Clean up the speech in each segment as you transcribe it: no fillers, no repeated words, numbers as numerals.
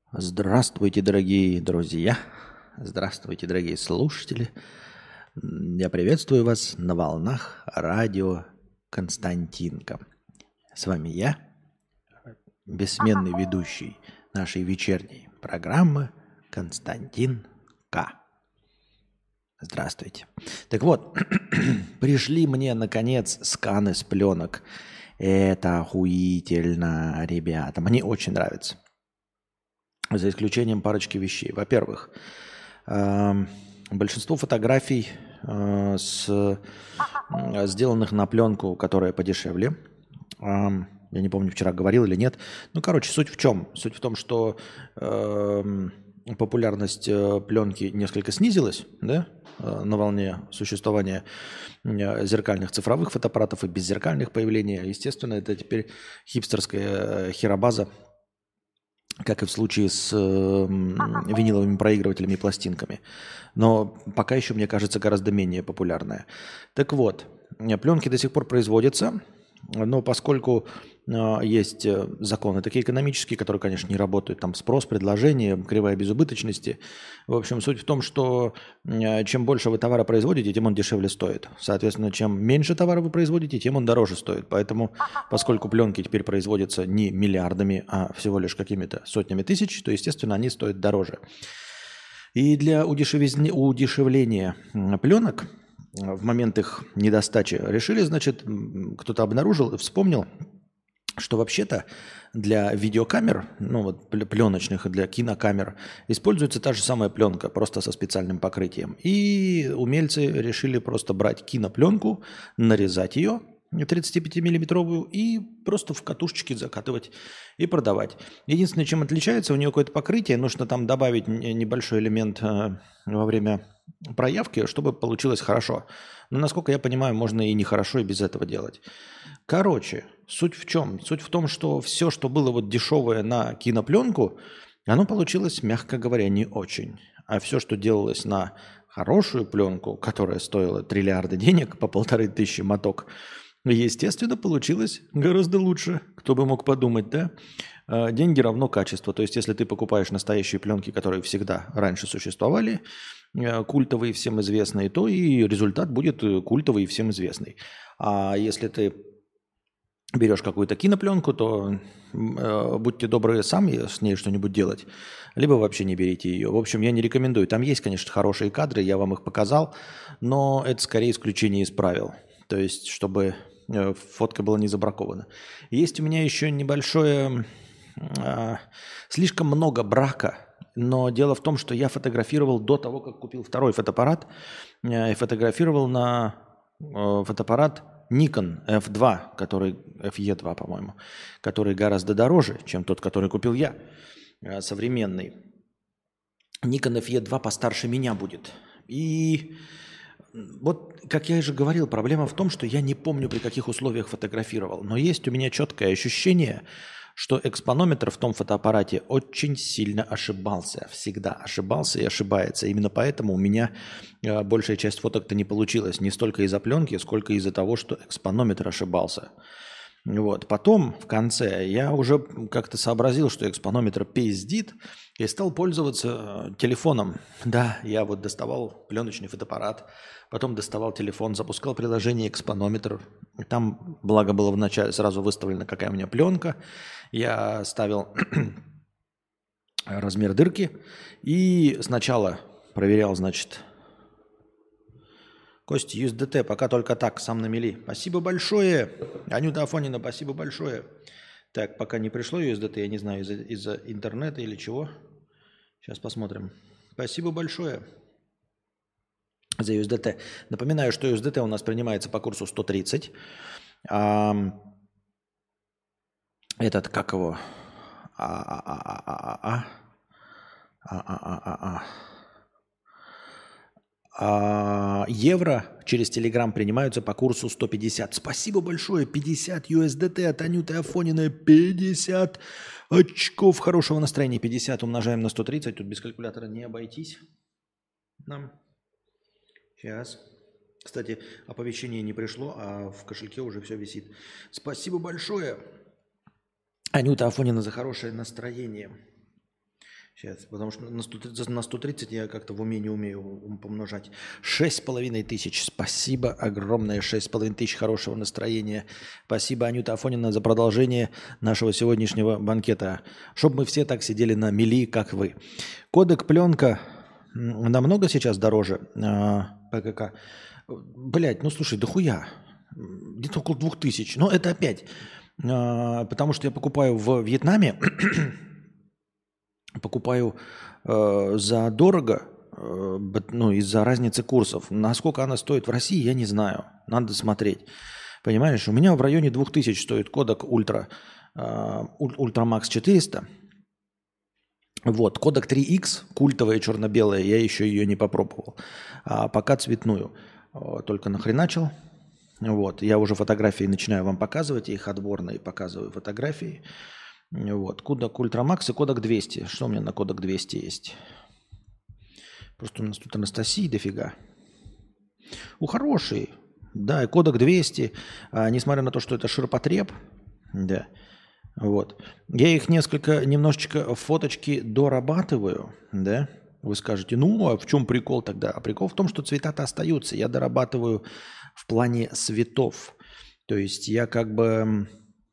Здравствуйте, дорогие друзья! Здравствуйте, дорогие слушатели! Я приветствую вас на волнах радио Константинка. С вами я, бессменный ведущий нашей вечерней программы Константин К. Здравствуйте. Так вот, пришли мне, наконец, сканы с пленок. Это охуительно, ребята. Мне очень нравится. За исключением парочки вещей. Во-первых, большинство фотографий, сделанных на пленку, которая подешевле. Я не помню, вчера говорил или нет. Ну, короче, суть в чем? Суть в том, что популярность пленки несколько снизилась, да, на волне существования зеркальных цифровых фотоаппаратов и беззеркальных появления. Естественно, это теперь хипстерская херобаза, как и в случае с виниловыми проигрывателями и пластинками. Но пока еще, мне кажется, гораздо менее популярная. Так вот, пленки до сих пор производятся, но поскольку есть законы такие экономические, которые, конечно, не работают, там спрос, предложение, кривая безубыточности. В общем, суть в том, что чем больше вы товара производите, тем он дешевле стоит. Соответственно, чем меньше товара вы производите, тем он дороже стоит. Поэтому, поскольку пленки теперь производятся не миллиардами, а всего лишь какими-то сотнями тысяч, то, естественно, они стоят дороже. И для удешевления пленок в момент их недостачи решили, значит, кто-то обнаружил и вспомнил, что вообще-то для видеокамер, ну вот пленочных, и для кинокамер используется та же самая пленка, просто со специальным покрытием. И умельцы решили просто брать кинопленку, нарезать ее 35-миллиметровую и просто в катушечки закатывать и продавать. Единственное, чем отличается, у нее какое-то покрытие, нужно там добавить небольшой элемент во время проявки, чтобы получилось хорошо. Но, насколько я понимаю, можно и нехорошо и без этого делать. Короче, суть в чем? Суть в том, что все, что было вот дешевое на кинопленку, оно получилось, мягко говоря, не очень. А все, что делалось на хорошую пленку, которая стоила триллиарды денег, по 1500 моток, естественно, получилось гораздо лучше. Кто бы мог подумать, да? Деньги равно качество. То есть, если ты покупаешь настоящие пленки, которые всегда раньше существовали, культовые, всем известные, то и результат будет культовый и всем известный. А если ты берешь какую-то кинопленку, то будьте добры сами с ней что-нибудь делать, либо вообще не берите ее. В общем, я не рекомендую. Там есть, конечно, хорошие кадры, я вам их показал, но это скорее исключение из правил. То есть, чтобы фотка была не забракована. Есть у меня еще небольшое, слишком много брака, но дело в том, что я фотографировал до того, как купил второй фотоаппарат, и фотографировал на фотоаппарат Nikon F2, который FE2, по-моему, который гораздо дороже, чем тот, который купил я, современный. Nikon FE2 постарше меня будет. И вот, как я уже говорил, проблема в том, что я не помню, при каких условиях фотографировал. Но есть у меня четкое ощущение, что экспонометр в том фотоаппарате очень сильно ошибался. Всегда ошибался и ошибается. Именно поэтому у меня большая часть фоток-то не получилась. Не столько из-за пленки, сколько из-за того, что экспонометр ошибался. Вот. Потом, в конце, я уже как-то сообразил, что экспонометр пиздит, и стал пользоваться телефоном. Да, я вот доставал пленочный фотоаппарат, потом доставал телефон, запускал приложение экспонометр. Там, благо, было вначале сразу выставлено, какая у меня пленка. Я ставил размер дырки и сначала проверял, значит, Костя, USDT, пока только так, сам на мели. Спасибо большое. Анюта Афонина, спасибо большое. Так, пока не пришло USDT, я не знаю, из-за интернета или чего. Сейчас посмотрим. Спасибо большое за USDT. Напоминаю, что USDT у нас принимается по курсу 130. Этот, как его? А, евро через Telegram принимаются по курсу 150. Спасибо большое. 50 USDT от Анюты Афониной. 50 очков хорошего настроения. 50 умножаем на 130. Тут без калькулятора не обойтись нам. Сейчас. Кстати, оповещение не пришло, а в кошельке уже все висит. Спасибо большое, Анюта Афонина, за хорошее настроение. Сейчас, потому что на 130 я как-то в уме не умею помножать. 6500. Спасибо огромное. 6500 хорошего настроения. Спасибо, Анюта Афонина, за продолжение нашего сегодняшнего банкета. Чтоб мы все так сидели на мели, как вы. Кодек пленка намного сейчас дороже ПКК. Блять, ну слушай, дохуя. Где-то около 2000. Но это опять. Потому что я покупаю в Вьетнаме. Покупаю задорого, ну, из-за разницы курсов. Насколько она стоит в России, я не знаю. Надо смотреть. Понимаешь, у меня в районе 2000 стоит кодек Ultramax 400. Вот, кодек 3X, культовая черно-белая, я еще ее не попробовал. А пока цветную только нахреначил. Вот, я уже фотографии начинаю вам показывать, я их отборные показываю фотографии. Вот, кодек Ultramax и кодек 200. Что у меня на кодек 200 есть? Просто у нас тут Анастасии дофига. Хорошие. Да, и кодек 200, несмотря на то, что это ширпотреб, да, вот. Я их немножечко фоточки дорабатываю, да. Вы скажете, ну, а в чем прикол тогда? А прикол в том, что цвета-то остаются. Я дорабатываю в плане цветов. То есть я как бы...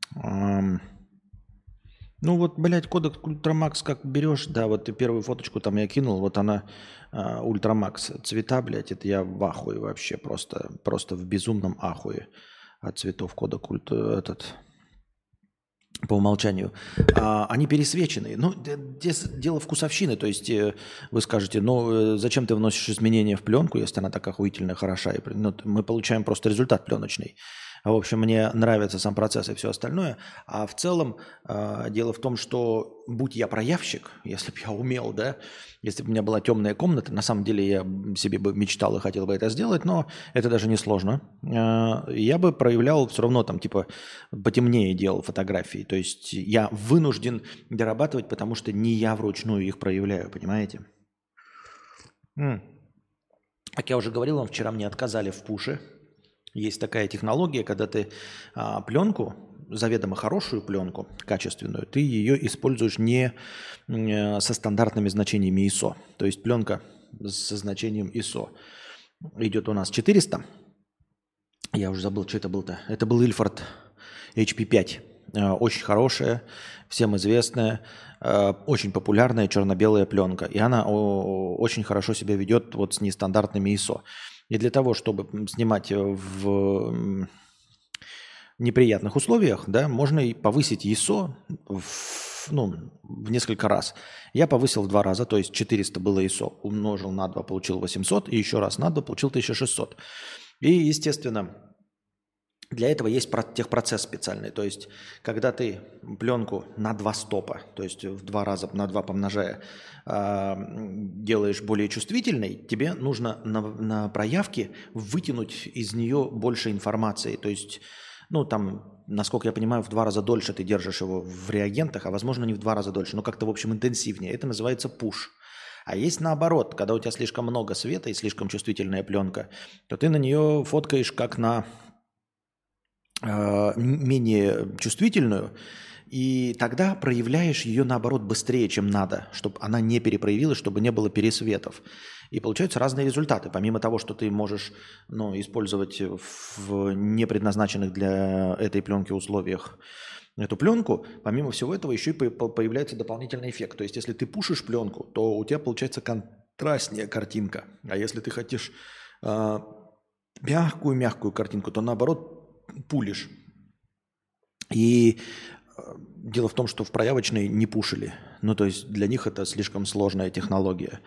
ну вот, блядь, кодек Ультрамакс как берешь, да, вот ты первую фоточку там я кинул, вот она, Ультрамакс, цвета, блядь, это я в ахуе вообще, просто в безумном ахуе от цветов кодек этот, по умолчанию. Они пересвеченные. Ну, здесь дело вкусовщины, то есть вы скажете, ну, зачем ты вносишь изменения в пленку, если она так охуительно хороша, и, ну, мы получаем просто результат пленочный. В общем, мне нравится сам процесс и все остальное. А в целом дело в том, что будь я проявщик, если бы я умел, да, если бы у меня была темная комната, на самом деле я себе бы мечтал и хотел бы это сделать, но это даже не сложно. Я бы проявлял все равно там типа потемнее делал фотографии. То есть я вынужден дорабатывать, потому что не я вручную их проявляю, понимаете? Как я уже говорил, вам вчера мне отказали в пуше. Есть такая технология, когда ты пленку, заведомо хорошую пленку, качественную, ты ее используешь не со стандартными значениями ISO. То есть пленка со значением ISO идет у нас 400. Я уже забыл, что это был-то. Это был Ilford HP5. Очень хорошая, всем известная, очень популярная черно-белая пленка. И она очень хорошо себя ведет вот с нестандартными ISO. И для того, чтобы снимать в неприятных условиях, да, можно и повысить ISO в несколько раз. Я повысил в 2 раза, то есть 400 было ISO, умножил на 2, получил 800, и еще раз на 2, получил 1600. И, естественно, для этого есть техпроцесс специальный. То есть, когда ты пленку на 2 стопа, то есть в 2 раза на 2 помножая, делаешь более чувствительной, тебе нужно на проявке вытянуть из нее больше информации. То есть, ну там, насколько я понимаю, в 2 раза дольше ты держишь его в реагентах, а возможно не в 2 раза дольше, но как-то, в общем, интенсивнее. Это называется пуш. А есть наоборот, когда у тебя слишком много света и слишком чувствительная пленка, то ты на нее фоткаешь как на менее чувствительную, и тогда проявляешь ее, наоборот, быстрее, чем надо, чтобы она не перепроявилась, чтобы не было пересветов. И получаются разные результаты. Помимо того, что ты можешь использовать в непредназначенных для этой пленки условиях эту пленку, помимо всего этого еще и появляется дополнительный эффект. То есть, если ты пушишь пленку, то у тебя получается контрастнее картинка. А если ты хочешь мягкую картинку, то наоборот пулишь. И дело в том, что в проявочной не пушили. Ну, то есть для них это слишком сложная технология.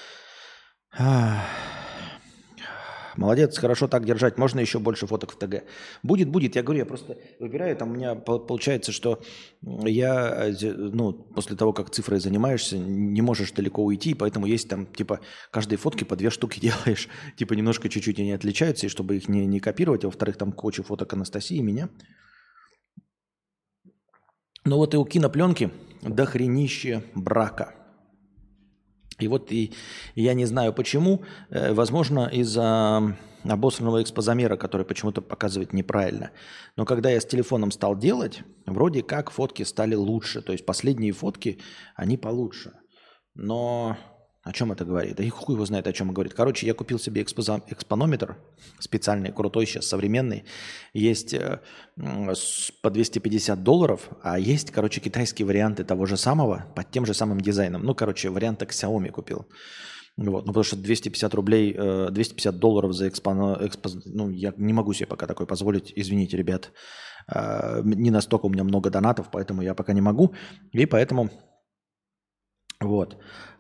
Молодец, хорошо так держать. Можно еще больше фоток в ТГ. Будет. Я говорю, я просто выбираю. Там у меня получается, что я, после того, как цифрой занимаешься, не можешь далеко уйти, поэтому есть там, типа, каждой фотки по 2 штуки делаешь. Типа, немножко чуть-чуть они отличаются, и чтобы их не копировать. А во-вторых, там куча фоток Анастасии и меня. Но вот и у кинопленки дохренище брака. И вот я не знаю почему, возможно, из-за обосранного экспозамера, который почему-то показывает неправильно. Но когда я с телефоном стал делать, вроде как фотки стали лучше. То есть последние фотки, они получше. Но о чем это говорит? Да и хуй его знает, о чем он говорит. Короче, я купил себе экспонометр специальный, крутой сейчас, современный. Есть по $250, а есть, короче, китайские варианты того же самого, под тем же самым дизайном. Ну, короче, вариант Xiaomi купил. Вот, ну, потому что 250 рублей, $250 за ну, я не могу себе пока такой позволить, извините, ребят. Не настолько у меня много донатов, поэтому я пока не могу. И поэтому, вот.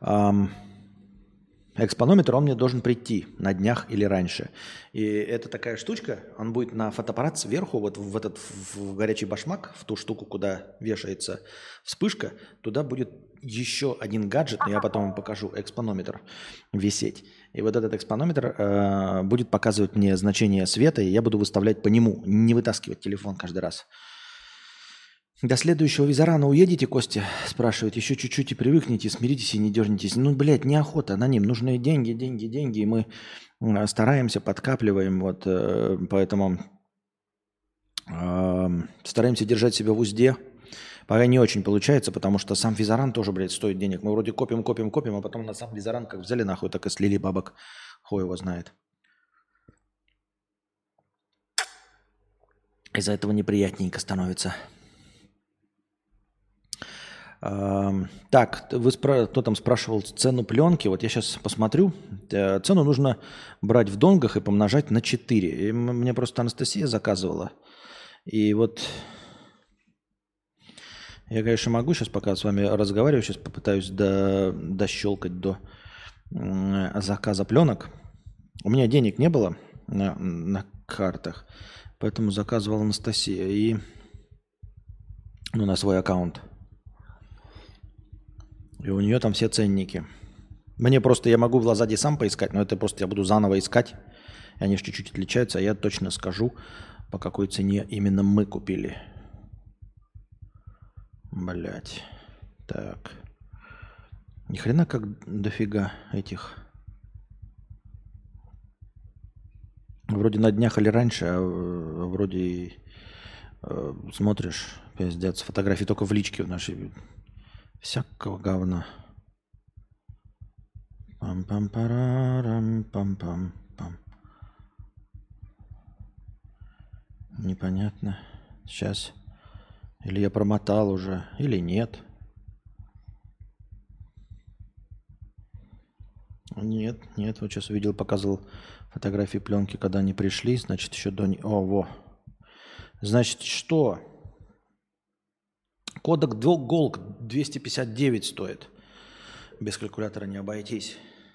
Экспонометр, он мне должен прийти на днях или раньше. И это такая штучка, он будет на фотоаппарат сверху, вот в этот в горячий башмак, в ту штуку, куда вешается вспышка, туда будет еще один гаджет, но я потом вам покажу, экспонометр висеть. И вот этот экспонометр будет показывать мне значение света, и я буду выставлять по нему, не вытаскивать телефон каждый раз. До следующего визарана уедете, Костя? Спрашивает. Еще чуть-чуть и привыкните, смиритесь и не дернитесь. Ну, блядь, неохота на ним. Нужны деньги, деньги, деньги. И мы стараемся, подкапливаем. Вот, поэтому стараемся держать себя в узде. Пока не очень получается, потому что сам визаран тоже, блядь, стоит денег. Мы вроде копим, копим, копим, а потом на сам визаран как взяли нахуй, так и слили бабок. Хуй его знает. Из-за этого неприятненько становится. Так, кто там спрашивал цену пленки? Вот я сейчас посмотрю. Цену нужно брать в донгах и помножать на 4. И мне просто Анастасия заказывала. И вот я, конечно, могу сейчас, пока с вами разговариваю, сейчас попытаюсь дощелкать до заказа пленок. У меня денег не было на картах, поэтому заказывала Анастасия. И на свой аккаунт. И у нее там все ценники. Мне просто, я могу в Лазаде сам поискать, но это просто я буду заново искать. И они же чуть-чуть отличаются, а я точно скажу, по какой цене именно мы купили. Блять. Так. Ни хрена как дофига этих. Вроде на днях или раньше, а вроде смотришь, пиздец, фотографии только в личке в нашей. Всякого говна. Пам-пам-парарам-пам-пам-пам. Непонятно. Сейчас. Или я промотал уже, или нет. Нет. Вот сейчас увидел, показывал фотографии пленки, когда они пришли. Значит, еще до... О, во. Значит, что? Кодек Gold 259 стоит. Без калькулятора не обойтись.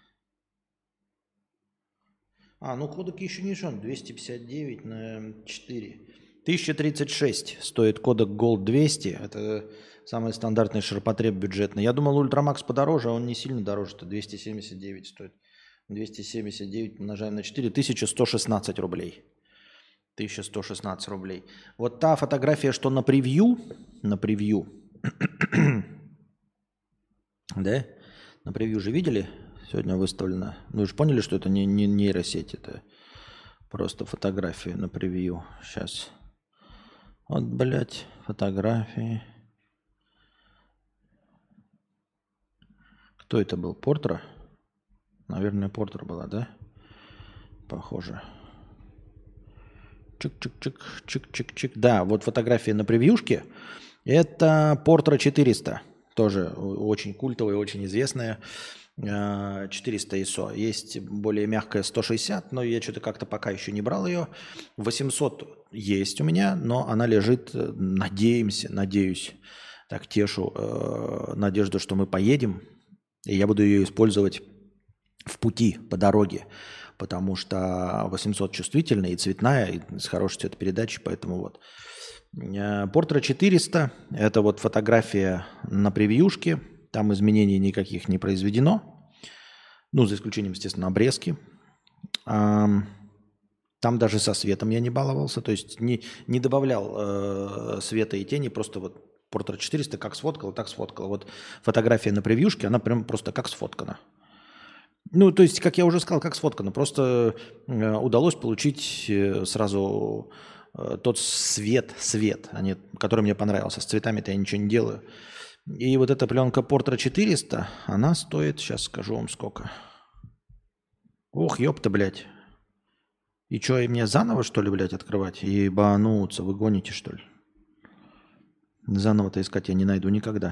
Кодек еще не решен. 259 на 4. 1036 стоит кодек Gold 200. Это самый стандартный ширпотреб бюджетный. Я думал, Ультрамакс подороже, а он не сильно дороже. 279 стоит. 279 умножаем на 4. 1116 рублей. 1116 рублей. Вот та фотография, что на превью, да? На превью же видели? Сегодня выставлено. Ну, вы же поняли, что это не нейросеть, это просто фотография на превью. Сейчас. Вот, блядь, фотографии. Кто это был? Портер? Наверное, Портер была, да? Похоже. Чик-чик-чик. Да, вот фотография на превьюшке. Это Portra 400. Тоже очень культовая, очень известная. 400 ISO. Есть более мягкая 160, но я что-то как-то пока еще не брал ее. 800 есть у меня, но она лежит, надеюсь, так тешу надежду, что мы поедем, и я буду ее использовать в пути, по дороге, потому что 800 чувствительная и цветная, и с хорошей цветопередачей, поэтому вот. Portra 400 – это вот фотография на превьюшке, там изменений никаких не произведено, за исключением, естественно, обрезки. Там даже со светом я не баловался, то есть не добавлял света и тени, просто вот Portra 400 как сфоткал, так сфоткал. Вот фотография на превьюшке, она прям просто как сфоткана. То есть, как я уже сказал, как сфоткано. Просто удалось получить сразу тот свет, который мне понравился. С цветами-то я ничего не делаю. И вот эта пленка Portra 400, она стоит, сейчас скажу вам сколько. Ох, ёпта, блядь. И что, и мне заново, что ли, блядь, открывать? Ебануться, вы гоните, что ли? Заново-то искать я не найду никогда.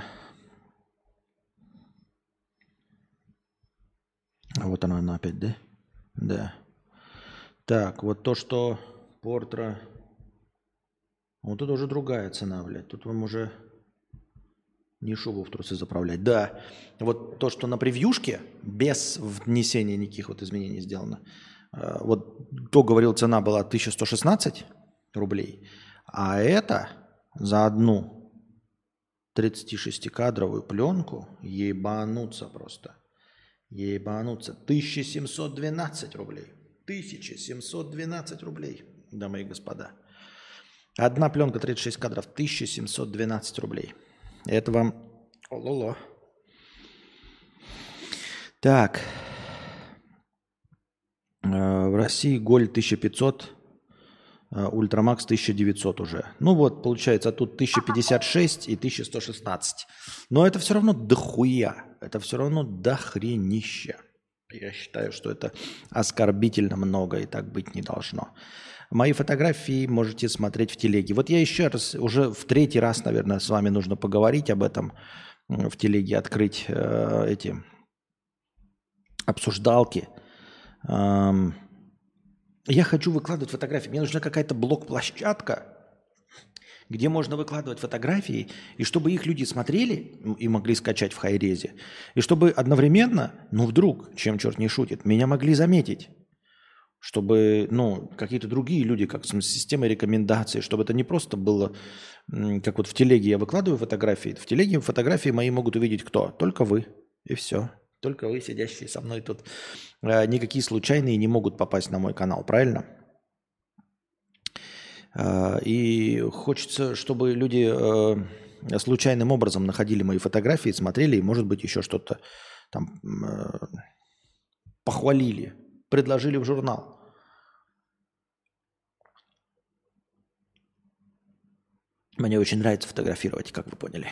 А вот она опять, да? Да. Так, вот то, что Портра... Вот тут уже другая цена, блядь. Тут вам уже не шубу в трусы заправлять. Да, вот то, что на превьюшке, без внесения никаких вот изменений сделано. Вот то, говорил, цена была 1116 рублей. А это за одну 36-кадровую пленку ебануться просто. Ебануться. 1712 рублей. 1712 рублей, дамы и господа. Одна пленка 36 кадров, 1712 рублей. Это вам... Ололо. Так. В России Голь 1500, Ультрамакс 1900 уже. Ну вот, получается, тут 1056 и 1116. Но это все равно дохуя. Это все равно дохренища. Я считаю, что это оскорбительно много, и так быть не должно. Мои фотографии можете смотреть в телеге. Вот я еще раз, уже в третий раз, наверное, с вами нужно поговорить об этом. В телеге открыть эти обсуждалки. Я хочу выкладывать фотографии. Мне нужна какая-то блок-площадка, где можно выкладывать фотографии, и чтобы их люди смотрели и могли скачать в хай-резе, и чтобы одновременно, ну вдруг, чем черт не шутит, меня могли заметить. Чтобы, ну, какие-то другие люди, как с системой рекомендаций, чтобы это не просто было, как вот в телеге я выкладываю фотографии. В телеге фотографии мои могут увидеть кто? Только вы. И все. Только вы, сидящие со мной тут. Никакие случайные не могут попасть на мой канал, правильно? И хочется, чтобы люди случайным образом находили мои фотографии, смотрели и, может быть, еще что-то там похвалили, предложили в журнал. Мне очень нравится фотографировать, как вы поняли.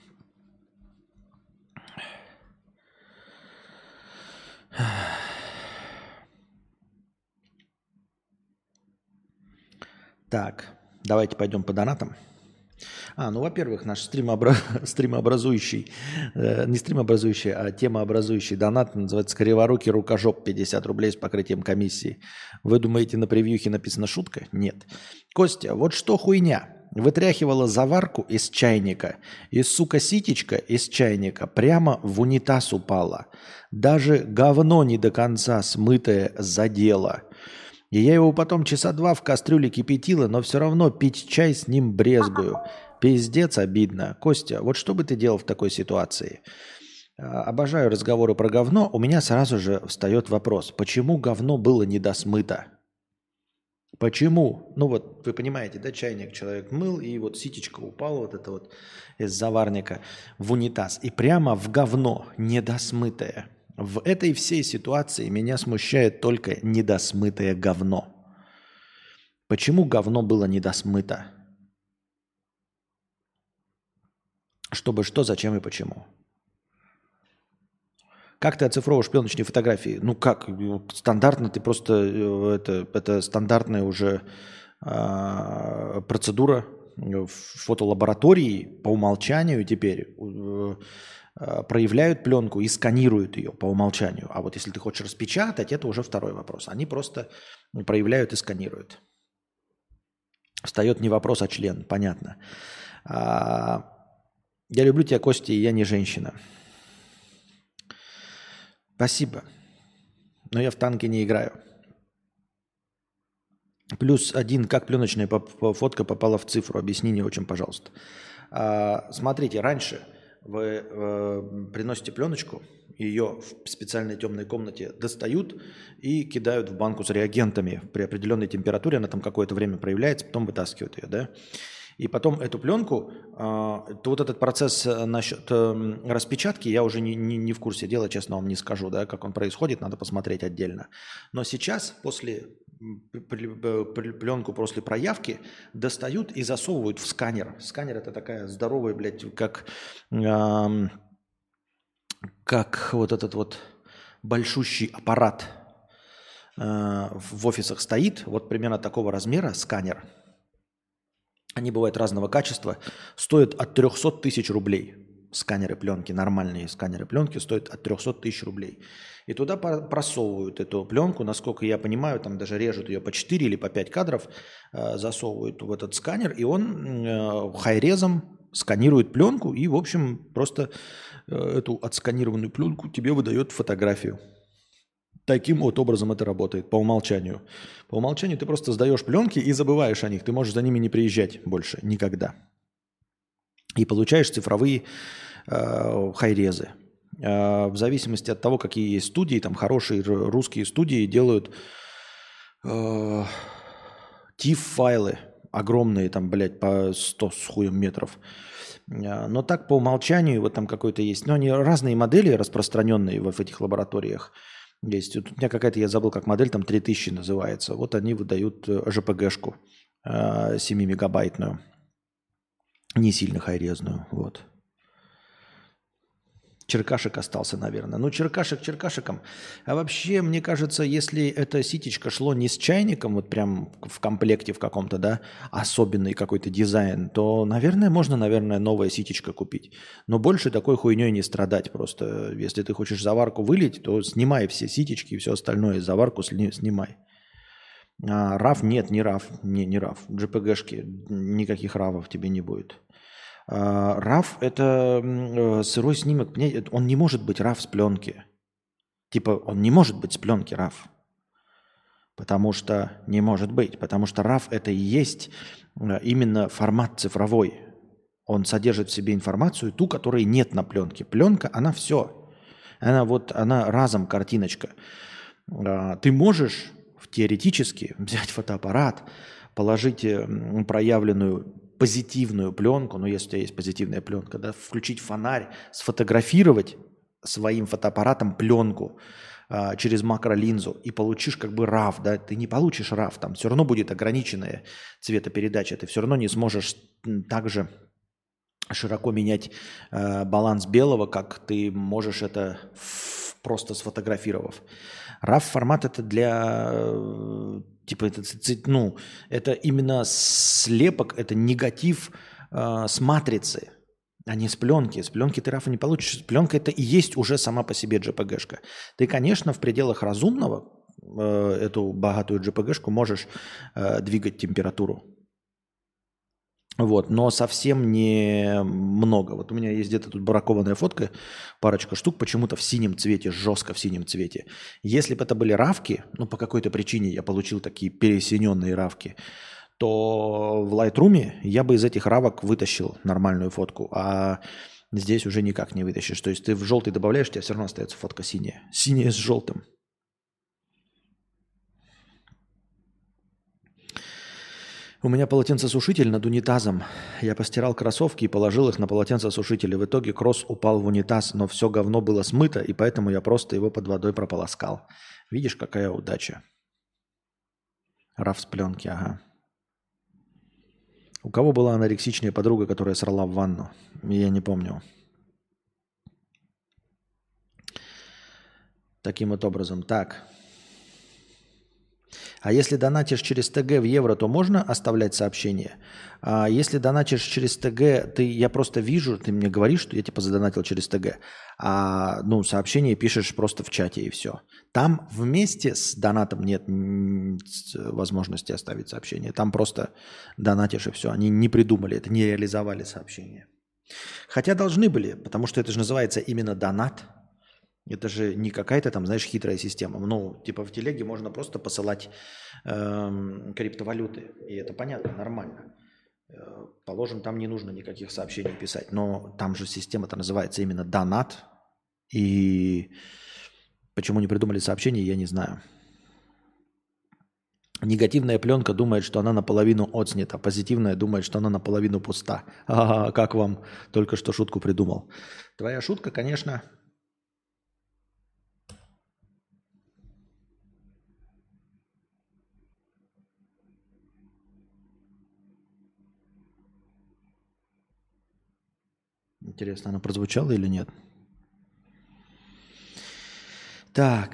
Так, давайте пойдем по донатам. Ну, во-первых, наш стримообразующий, не стримообразующий, а темообразующий донат называется «Криворукий рукожоп», 50 рублей с покрытием комиссии. Вы думаете, на превьюхе написано шутка? Нет. Костя, вот что хуйня. Вытряхивала заварку из чайника, и, сука, ситечка из чайника прямо в унитаз упала. Даже говно не до конца смытое задело. И я его потом часа 2 в кастрюле кипятила, но все равно пить чай с ним брезгую. Пиздец обидно. Костя, вот что бы ты делал в такой ситуации? Обожаю разговоры про говно. У меня сразу же встает вопрос. Почему говно было недосмыто? Почему? Ну вот вы понимаете, да, чайник человек мыл, и вот ситечка упала вот это вот из заварника в унитаз. И прямо в говно недосмытое. В этой всей ситуации меня смущает только недосмытое говно. Почему говно было недосмыто? Чтобы что, зачем и почему? Как ты оцифровываешь пленочные фотографии? Ну как? Стандартно ты просто... Это стандартная уже процедура в фотолаборатории по умолчанию теперь проявляют пленку и сканируют ее по умолчанию. А вот если ты хочешь распечатать, это уже второй вопрос. Они просто проявляют и сканируют. Встает не вопрос, а член. Понятно. Я люблю тебя, Костя, и я не женщина. Спасибо. Но я в танки не играю. +1. Как пленочная фотка попала в цифру? Объясни мне очень, пожалуйста. Смотрите, раньше вы приносите пленочку, ее в специальной темной комнате достают и кидают в банку с реагентами. При определенной температуре она там какое-то время проявляется, потом вытаскивают ее, да? И потом эту пленку, то вот этот процесс насчет распечатки, я уже не в курсе дела, честно вам не скажу, да, как он происходит, надо посмотреть отдельно. Но сейчас, после пленку после проявки достают и засовывают в сканер. Сканер это такая здоровая, блядь, как вот этот вот большущий аппарат в офисах стоит, вот примерно такого размера сканер. Они бывают разного качества, стоят от 300 тысяч рублей. Сканеры пленки, нормальные сканеры пленки стоят от 300 тысяч рублей. И туда просовывают эту пленку, насколько я понимаю, там даже режут ее по 4 или по 5 кадров, засовывают в этот сканер, и он хайрезом сканирует пленку, и, в общем, просто эту отсканированную пленку тебе выдает фотографию. Таким вот образом это работает, по умолчанию. По умолчанию ты просто сдаешь пленки и забываешь о них. Ты можешь за ними не приезжать больше никогда. И получаешь цифровые хайрезы. В зависимости от того, какие есть студии, там хорошие русские студии делают TIFF-файлы огромные, там, блядь, по 100 с хуем метров. Но так по умолчанию, вот там какой-то есть, но они разные модели распространенные в этих лабораториях есть. Тут у меня какая-то, я забыл, как модель, там 3000 называется. Вот они выдают JPG-шку 7-мегабайтную, не сильно хайрезную, вот. Черкашек остался, наверное. Ну, черкашек черкашеком. А вообще, мне кажется, если это ситечко шло не с чайником, вот прям в комплекте в каком-то, да, особенный какой-то дизайн, то, наверное, можно, новое ситечко купить. Но больше такой хуйней не страдать просто. Если ты хочешь заварку вылить, то снимай все ситечки и все остальное, заварку снимай. А RAW нет, не RAW, не RAW. JPG-шки, никаких RAW тебе не будет. RAW – это сырой снимок. Он не может быть RAW с пленки. Типа он не может быть с пленки RAW. Потому что не может быть. Потому что RAW – это и есть именно формат цифровой. Он содержит в себе информацию, ту, которой нет на пленке. Пленка, она все. Она разом картиночка. Ты можешь теоретически взять фотоаппарат, положить проявленную позитивную пленку, ну если у тебя есть позитивная пленка, да, включить фонарь, сфотографировать своим фотоаппаратом пленку через макролинзу и получишь как бы RAW, да, ты не получишь RAW, там все равно будет ограниченная цветопередача, ты все равно не сможешь также широко менять баланс белого, как ты можешь это просто сфотографировав. RAW формат это для типа это именно слепок, это негатив с матрицы, а не с пленки. С пленки ты RAW не получишь. Пленка это и есть уже сама по себе JPG-шка. Ты, конечно, в пределах разумного эту богатую JPG-шку можешь двигать температуру. Вот, но совсем не много. Вот у меня есть где-то тут бракованная фотка, парочка штук, почему-то в синем цвете, жестко в синем цвете. Если бы это были равки, ну по какой-то причине я получил такие пересиненные равки, то в Lightroom я бы из этих равок вытащил нормальную фотку, а здесь уже никак не вытащишь. То есть ты в желтый добавляешь, у тебя все равно остается фотка синяя. Синяя с желтым. У меня полотенцесушитель над унитазом. Я постирал кроссовки и положил их на полотенцесушитель. И в итоге кросс упал в унитаз, но все говно было смыто, и поэтому я просто его под водой прополоскал. Видишь, какая удача. Раф с пленки, ага. У кого была анорексичная подруга, которая срала в ванну? Я не помню. Таким вот образом. Так. А если донатишь через ТГ в евро, то можно оставлять сообщение? А если донатишь через ТГ, я просто вижу, ты мне говоришь, что я типа задонатил через ТГ, сообщение пишешь просто в чате и все. Там вместе с донатом нет возможности оставить сообщение. Там просто донатишь и все. Они не придумали это, не реализовали сообщение. Хотя должны были, потому что это же называется именно донат. Это же не какая-то там, знаешь, хитрая система. Ну, типа в телеге можно просто посылать криптовалюты. И это понятно, нормально. Положим, там не нужно никаких сообщений писать. Но там же система-то называется именно донат. И почему не придумали сообщения, я не знаю. Негативная пленка думает, что она наполовину отснята. Позитивная думает, что она наполовину пуста. Ага, как вам только что шутку придумал. Твоя шутка, конечно... Интересно, оно прозвучало или нет? Так.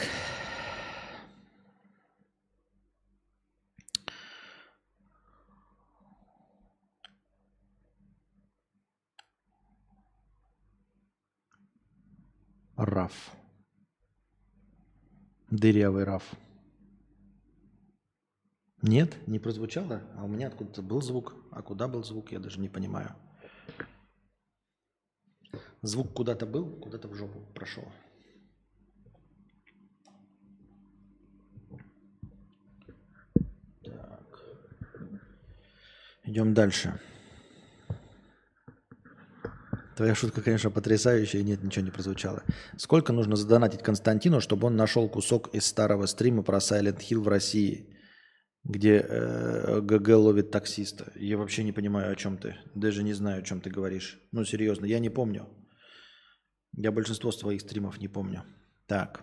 Раф. Дырявый Раф. Нет, не прозвучало? А у меня откуда-то был звук. А куда был звук, я даже не понимаю. Звук куда-то был, куда-то в жопу прошел. Так. Идем дальше. Твоя шутка, конечно, потрясающая, и нет, ничего не прозвучало. Сколько нужно задонатить Константину, чтобы он нашел кусок из старого стрима про Silent Hill в России, где ГГ ловит таксиста? Я вообще не понимаю, о чем ты. Даже не знаю, о чем ты говоришь. Ну, серьезно, я не помню. Я большинство своих стримов не помню. Так.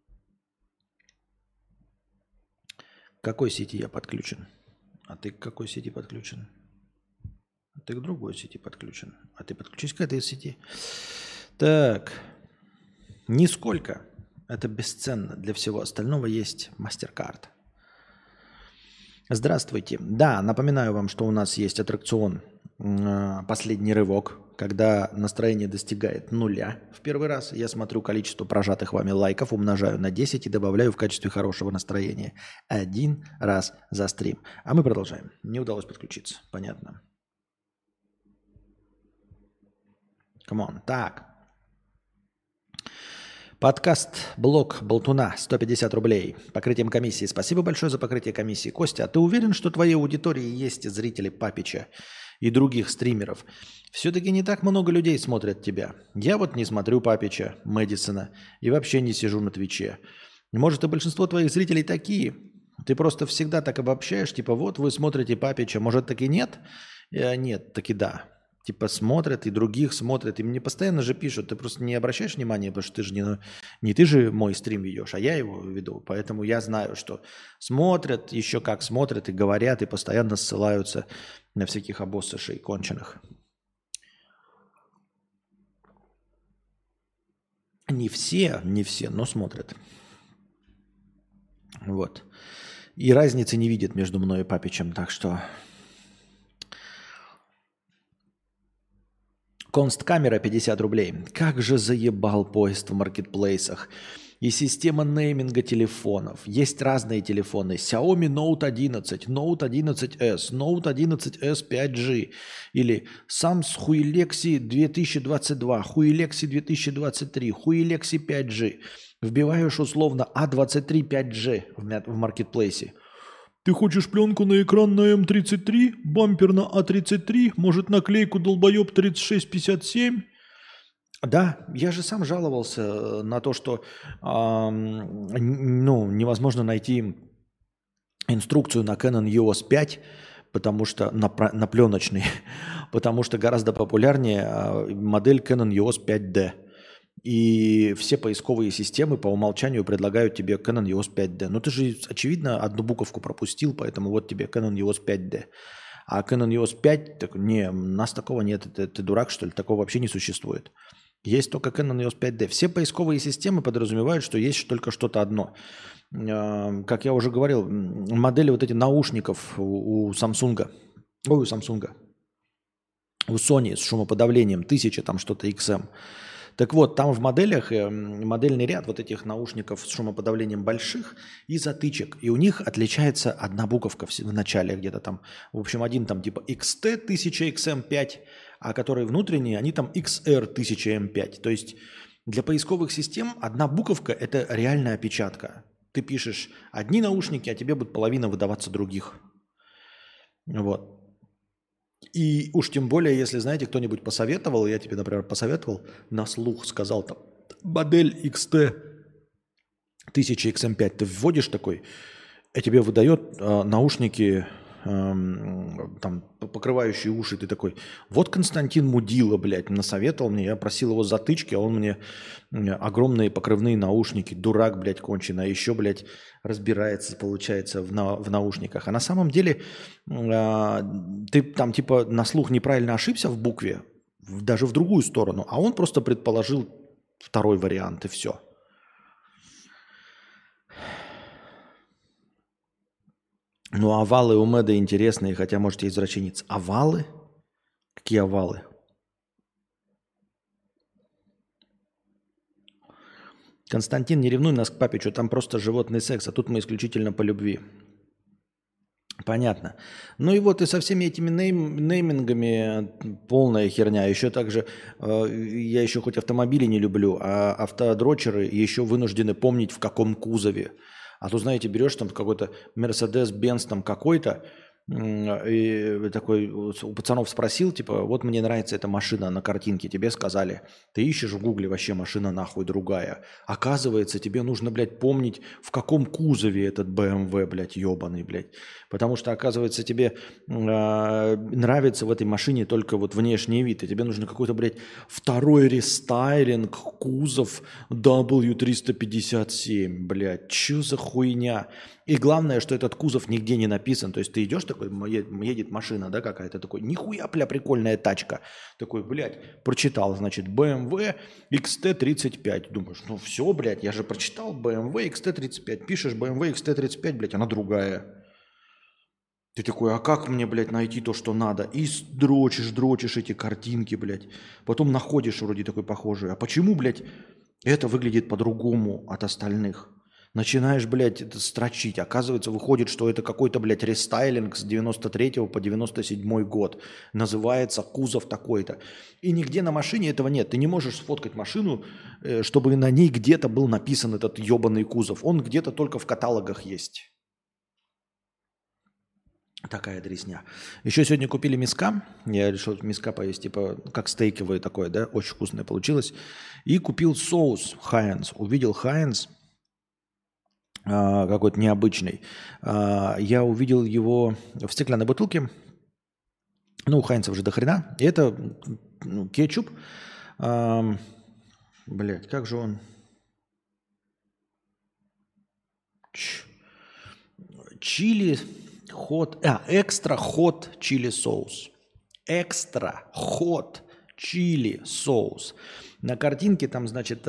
К какой сети я подключен? А ты к какой сети подключен? Ты к другой сети подключен. А ты подключись к этой сети. Так. Нисколько. Это бесценно. Для всего остального есть MasterCard. Здравствуйте. Да, напоминаю вам, что у нас есть аттракцион «Последний рывок», когда настроение достигает нуля в первый раз. Я смотрю количество прожатых вами лайков, умножаю на 10 и добавляю в качестве хорошего настроения 1 раз за стрим. А мы продолжаем. Не удалось подключиться. Понятно. Камон. Так. Подкаст «Блог Болтуна» 150 рублей. Покрытием комиссии. Спасибо большое за покрытие комиссии. Костя, а ты уверен, что в твоей аудитории есть зрители Папича и других стримеров? Все-таки не так много людей смотрят тебя. Я вот не смотрю Папича, Мэдисона и вообще не сижу на Твиче. Может, и большинство твоих зрителей такие? Ты просто всегда так обобщаешь, типа вот вы смотрите Папича, может таки нет? Нет, таки да. Типа смотрят, и других смотрят. И мне постоянно же пишут, ты просто не обращаешь внимания, потому что ты же не ты же мой стрим ведешь, а я его веду. Поэтому я знаю, что смотрят, еще как смотрят и говорят, и постоянно ссылаются на всяких обоссышей конченых. Не все, но смотрят. Вот. И разницы не видят между мной и Папичем, так что... Консткамера 50 рублей. Как же заебал поезд в маркетплейсах. И система нейминга телефонов. Есть разные телефоны. Xiaomi Note 11, Note 11s, Note 11s 5G. Или Samsung Huilexi 2022, Huilexi 2023, Huilexi 5G. Вбиваешь условно A23 5G в маркетплейсе. Ты хочешь пленку на экран на М33, бампер на А33, может наклейку долбоеб 3657? Да, я же сам жаловался на то, что невозможно найти инструкцию на Canon EOS 5, потому что на пленочный, потому что гораздо популярнее модель Canon EOS 5D. И все поисковые системы по умолчанию предлагают тебе Canon EOS 5D. Но ты же, очевидно, одну буковку пропустил, поэтому вот тебе Canon EOS 5D. А Canon EOS 5, так, не, у нас такого нет. Ты дурак, что ли? Такого вообще не существует. Есть только Canon EOS 5D. Все поисковые системы подразумевают, что есть только что-то одно. Как я уже говорил, модели вот эти наушников у Samsung, у Sony с шумоподавлением 1000, там что-то XM. Так вот, там в моделях модельный ряд вот этих наушников с шумоподавлением больших и затычек. И у них отличается одна буковка в начале где-то там. В общем, один там типа XT 1000 XM5, а которые внутренние, они там XR 1000 M5. То есть для поисковых систем одна буковка – это реальная опечатка. Ты пишешь одни наушники, а тебе будет половина выдаваться других. Вот. И уж тем более, если, знаете, кто-нибудь посоветовал, я тебе, например, посоветовал, на слух сказал, там, модель XT 1000 XM5, ты вводишь такой, и тебе выдает наушники, там, покрывающие уши, ты такой, вот Константин Мудила, блядь, насоветовал мне, я просил его затычки, а он мне огромные покрывные наушники, дурак, блядь, конченый, а еще, блядь, разбирается, получается, в наушниках. А на самом деле ты там, типа, на слух неправильно ошибся в букве, даже в другую сторону. А он просто предположил второй вариант, и все. Ну, овалы у Мэда интересные, хотя, может, есть извращенец. Овалы? Какие овалы? Константин, не ревнуй нас к папе, что там просто животный секс, а тут мы исключительно по любви. Понятно. Ну и вот и со всеми этими неймингами полная херня. Еще также, я еще хоть автомобили не люблю, а автодрочеры еще вынуждены помнить, в каком кузове. А то, знаете, берешь там какой-то Mercedes-Benz там какой-то, и такой у пацанов спросил, типа, вот мне нравится эта машина на картинке, тебе сказали. Ты ищешь в гугле вообще машина нахуй другая. Оказывается, тебе нужно, блядь, помнить, в каком кузове этот BMW, блядь, ебаный, блядь. Потому что, оказывается, тебе нравится в этой машине только вот внешний вид. И тебе нужно какой-то, блядь, второй рестайлинг, кузов W357, блядь. Чё за хуйня? И главное, что этот кузов нигде не написан. То есть ты идешь такой, едет машина, да, какая-то, такой, нихуя, бля, прикольная тачка. Такой, блядь, прочитал, значит, BMW XT35. Думаешь, ну все, блядь, я же прочитал BMW XT35. Пишешь BMW XT35, блядь, она другая. Ты такой, а как мне, блядь, найти то, что надо? И дрочишь эти картинки, блядь. Потом находишь вроде такой похожий. А почему, блядь, это выглядит по-другому от остальных? Начинаешь, блядь, это строчить. Оказывается, выходит, что это какой-то, блядь, рестайлинг с 93 по 97 год. Называется кузов такой-то. И нигде на машине этого нет. Ты не можешь сфоткать машину, чтобы на ней где-то был написан этот ебаный кузов. Он где-то только в каталогах есть. Такая дресня. Еще сегодня купили миска. Я решил миска поесть, типа, как стейковое такое, да? Очень вкусное получилось. И купил соус Хайнс. Увидел Хайнс какой-то необычный. Я увидел его в стеклянной бутылке. Ну, у Хайнцев же до хрена. И это кетчуп. Блять, как же он? Чили хот... экстра хот чили соус. Экстра хот чили соус. На картинке там, значит,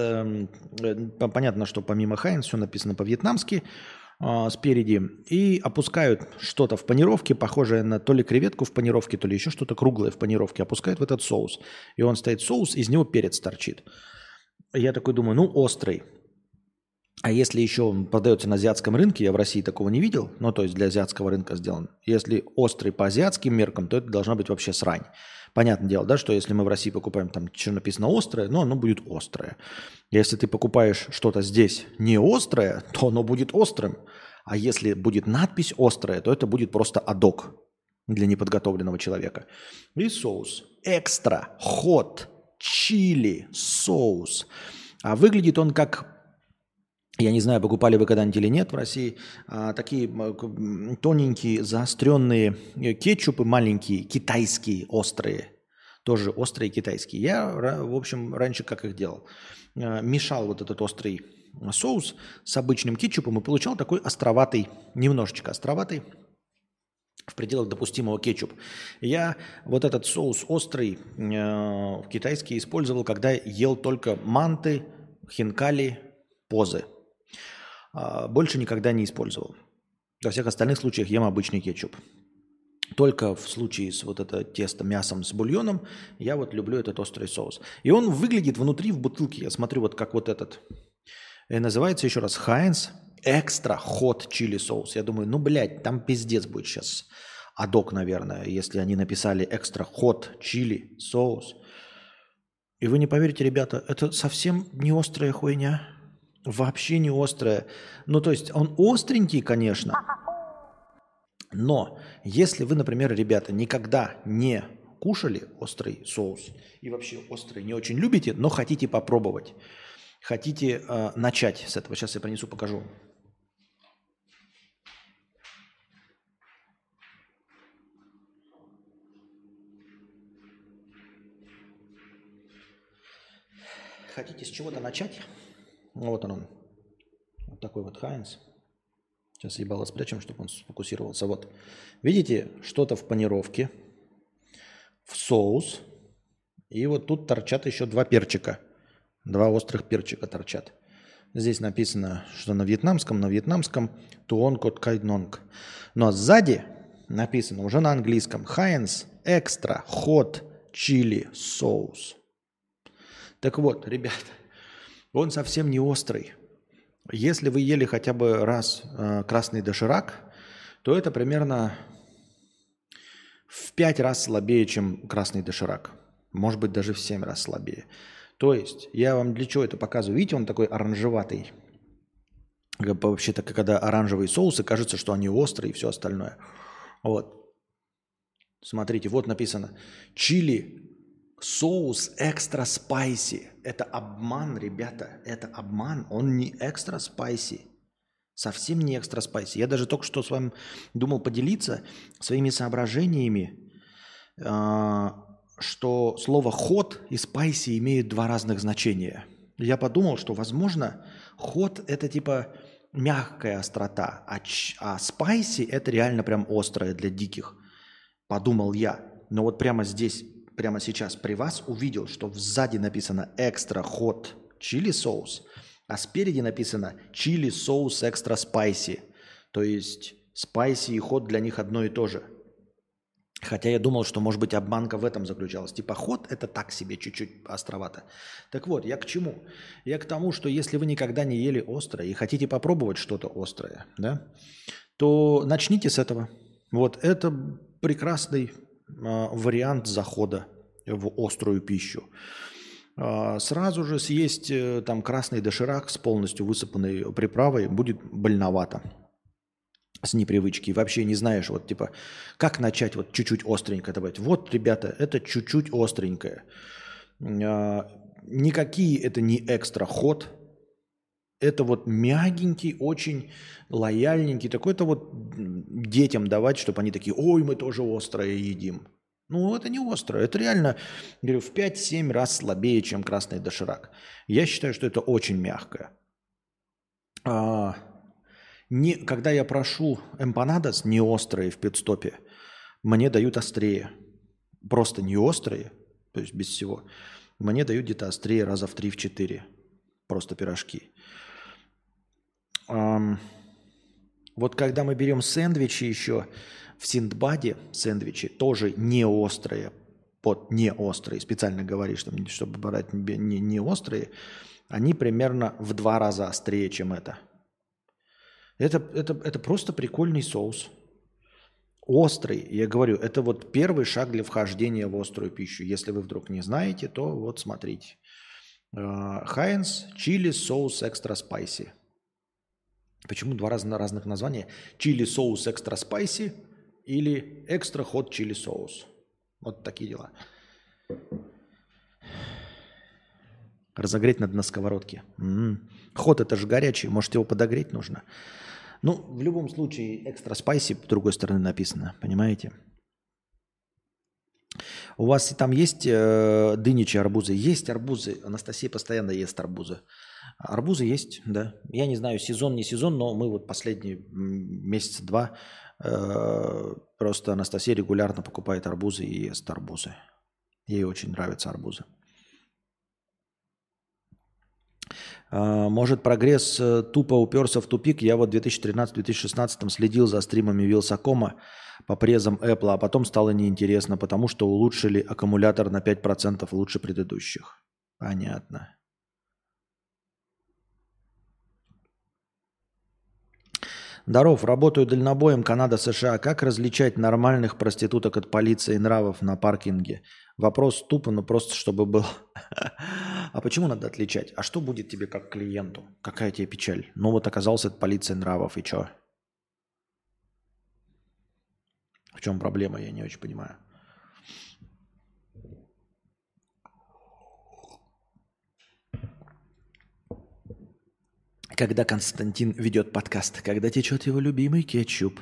понятно, что помимо Хайнс все написано по-вьетнамски спереди. И опускают что-то в панировке, похожее на то ли креветку в панировке, то ли еще что-то круглое в панировке. Опускают в этот соус. И он стоит соус, из него перец торчит. Я такой думаю, ну, острый. А если еще он продается на азиатском рынке, я в России такого не видел, ну, то есть для азиатского рынка сделан. Если острый по азиатским меркам, то это должна быть вообще срань. Понятное дело, да, что если мы в России покупаем там, что написано острое, ну, оно будет острое. Если ты покупаешь что-то здесь не острое, то оно будет острым. А если будет надпись острая, то это будет просто адок для неподготовленного человека. И соус. Экстра хот чили соус. А выглядит он как... Я не знаю, покупали вы когда-нибудь или нет в России, такие тоненькие, заостренные кетчупы, маленькие, китайские, острые. Тоже острые китайские. Я, в общем, раньше как их делал? Мешал вот этот острый соус с обычным кетчупом и получал такой островатый, немножечко островатый, в пределах допустимого кетчуп. Я вот этот соус острый китайский использовал, когда ел только манты, хинкали, позы. Больше никогда не использовал. Во всех остальных случаях ем обычный кетчуп. Только в случае с вот это тесто мясом с бульоном я вот люблю этот острый соус. И он выглядит внутри в бутылке. Я смотрю вот как вот этот. И называется еще раз Хайнс Экстра Хот Чили Соус. Я думаю, ну, блядь, там пиздец будет сейчас. Адок, наверное, если они написали Экстра Хот Чили Соус. И вы не поверите, ребята, это совсем не острая хуйня. Вообще не острая. Ну, то есть он остренький, конечно. Но если вы, например, ребята, никогда не кушали острый соус и вообще острый не очень любите, но хотите попробовать, хотите начать с этого. Сейчас я принесу, покажу. Хотите с чего-то начать? Вот он. Вот такой вот Хайнс. Сейчас ебало спрячем, чтобы он сфокусировался. Вот. Видите, что-то в панировке, в соус И вот тут торчат еще два перчика. Два острых перчика торчат. Здесь написано, что на вьетнамском туон кот кайнонг. Но сзади написано уже на английском Heinz Extra Hot Chili Sauce. Так вот, ребята, он совсем не острый. Если вы ели хотя бы раз красный доширак, то это примерно в 5 раз слабее, чем красный доширак. Может быть, даже в 7 раз слабее. То есть, я вам для чего это показываю? Видите, он такой оранжеватый. Вообще-то, когда оранжевые соусы, кажется, что они острые и все остальное. Вот. Смотрите, вот написано. Чили соус экстра спайси. Это обман, ребята. Это обман. Он не экстра спайси. Совсем не экстра спайси. Я даже только что с вами думал поделиться своими соображениями, что слово hot и spicy имеют два разных значения. Я подумал, что, возможно, hot – это типа мягкая острота, а spicy – это реально прям острое для диких. Подумал я. Но вот прямо здесь, прямо сейчас при вас увидел, что сзади написано extra hot chili sauce, а спереди написано chili sauce extra spicy. То есть spicy и hot для них одно и то же. Хотя я думал, что, может быть, обманка в этом заключалась. Типа ход – это так себе, чуть-чуть островато. Так вот, я к чему? Я к тому, что если вы никогда не ели острое и хотите попробовать что-то острое, да, то начните с этого. Вот это прекрасный вариант захода в острую пищу. Сразу же съесть там красный доширак с полностью высыпанной приправой будет больновато. С непривычки. Вообще не знаешь, вот типа, как начать вот чуть-чуть остренько добавить. Вот, ребята, это чуть-чуть остренькое. Никакие это не экстра ход. Это вот мягенький, очень лояльненький. Такой-то вот детям давать, чтобы они такие, ой, мы тоже острое едим. Ну, это не острое. Это реально, говорю, в 5-7 раз слабее, чем красный доширак. Я считаю, что это очень мягкое. Когда я прошу эмпанадос не острые в пит-стопе, мне дают острее. Просто не острые, то есть без всего. Мне дают где-то острее раза в 3-4. Просто пирожки. Вот когда мы берем сэндвичи еще, в Синдбаде сэндвичи тоже не острые. Вот не острые, специально говоришь, чтобы брать не острые, они примерно в 2 раза острее, чем это. Это просто прикольный соус. Острый, я говорю, это вот первый шаг для вхождения в острую пищу. Если вы вдруг не знаете, то вот смотрите. Heinz Chili Sauce Extra Spicy. Почему два разных названия? Chili Sauce Extra Spicy или Extra Hot Chili Sauce. Вот такие дела. Разогреть надо на сковородке. Хот это же горячий, может его подогреть нужно. Ну, в любом случае, экстра спайси, с другой стороны написано, понимаете? У вас там есть дыничьи арбузы? Есть арбузы. Анастасия постоянно ест арбузы. Арбузы есть, да. Я не знаю, сезон, не сезон, но мы вот последние месяца 2 просто Анастасия регулярно покупает арбузы и ест арбузы. Ей очень нравятся арбузы. Может, прогресс тупо уперся в тупик. Я вот в 2013-2016 следил за стримами Вилсакома по презам Apple, а потом стало неинтересно, потому что улучшили аккумулятор на 5% лучше предыдущих. Понятно. Здоров, работаю дальнобоем Канада-США. Как различать нормальных проституток от полиции и нравов на паркинге? Вопрос тупо, но просто чтобы был. А почему надо отличать? А что будет тебе как клиенту? Какая тебе печаль? Ну вот оказался от полиции нравов, и что? В чем проблема, я не очень понимаю. Когда Константин ведет подкаст, когда течет его любимый кетчуп.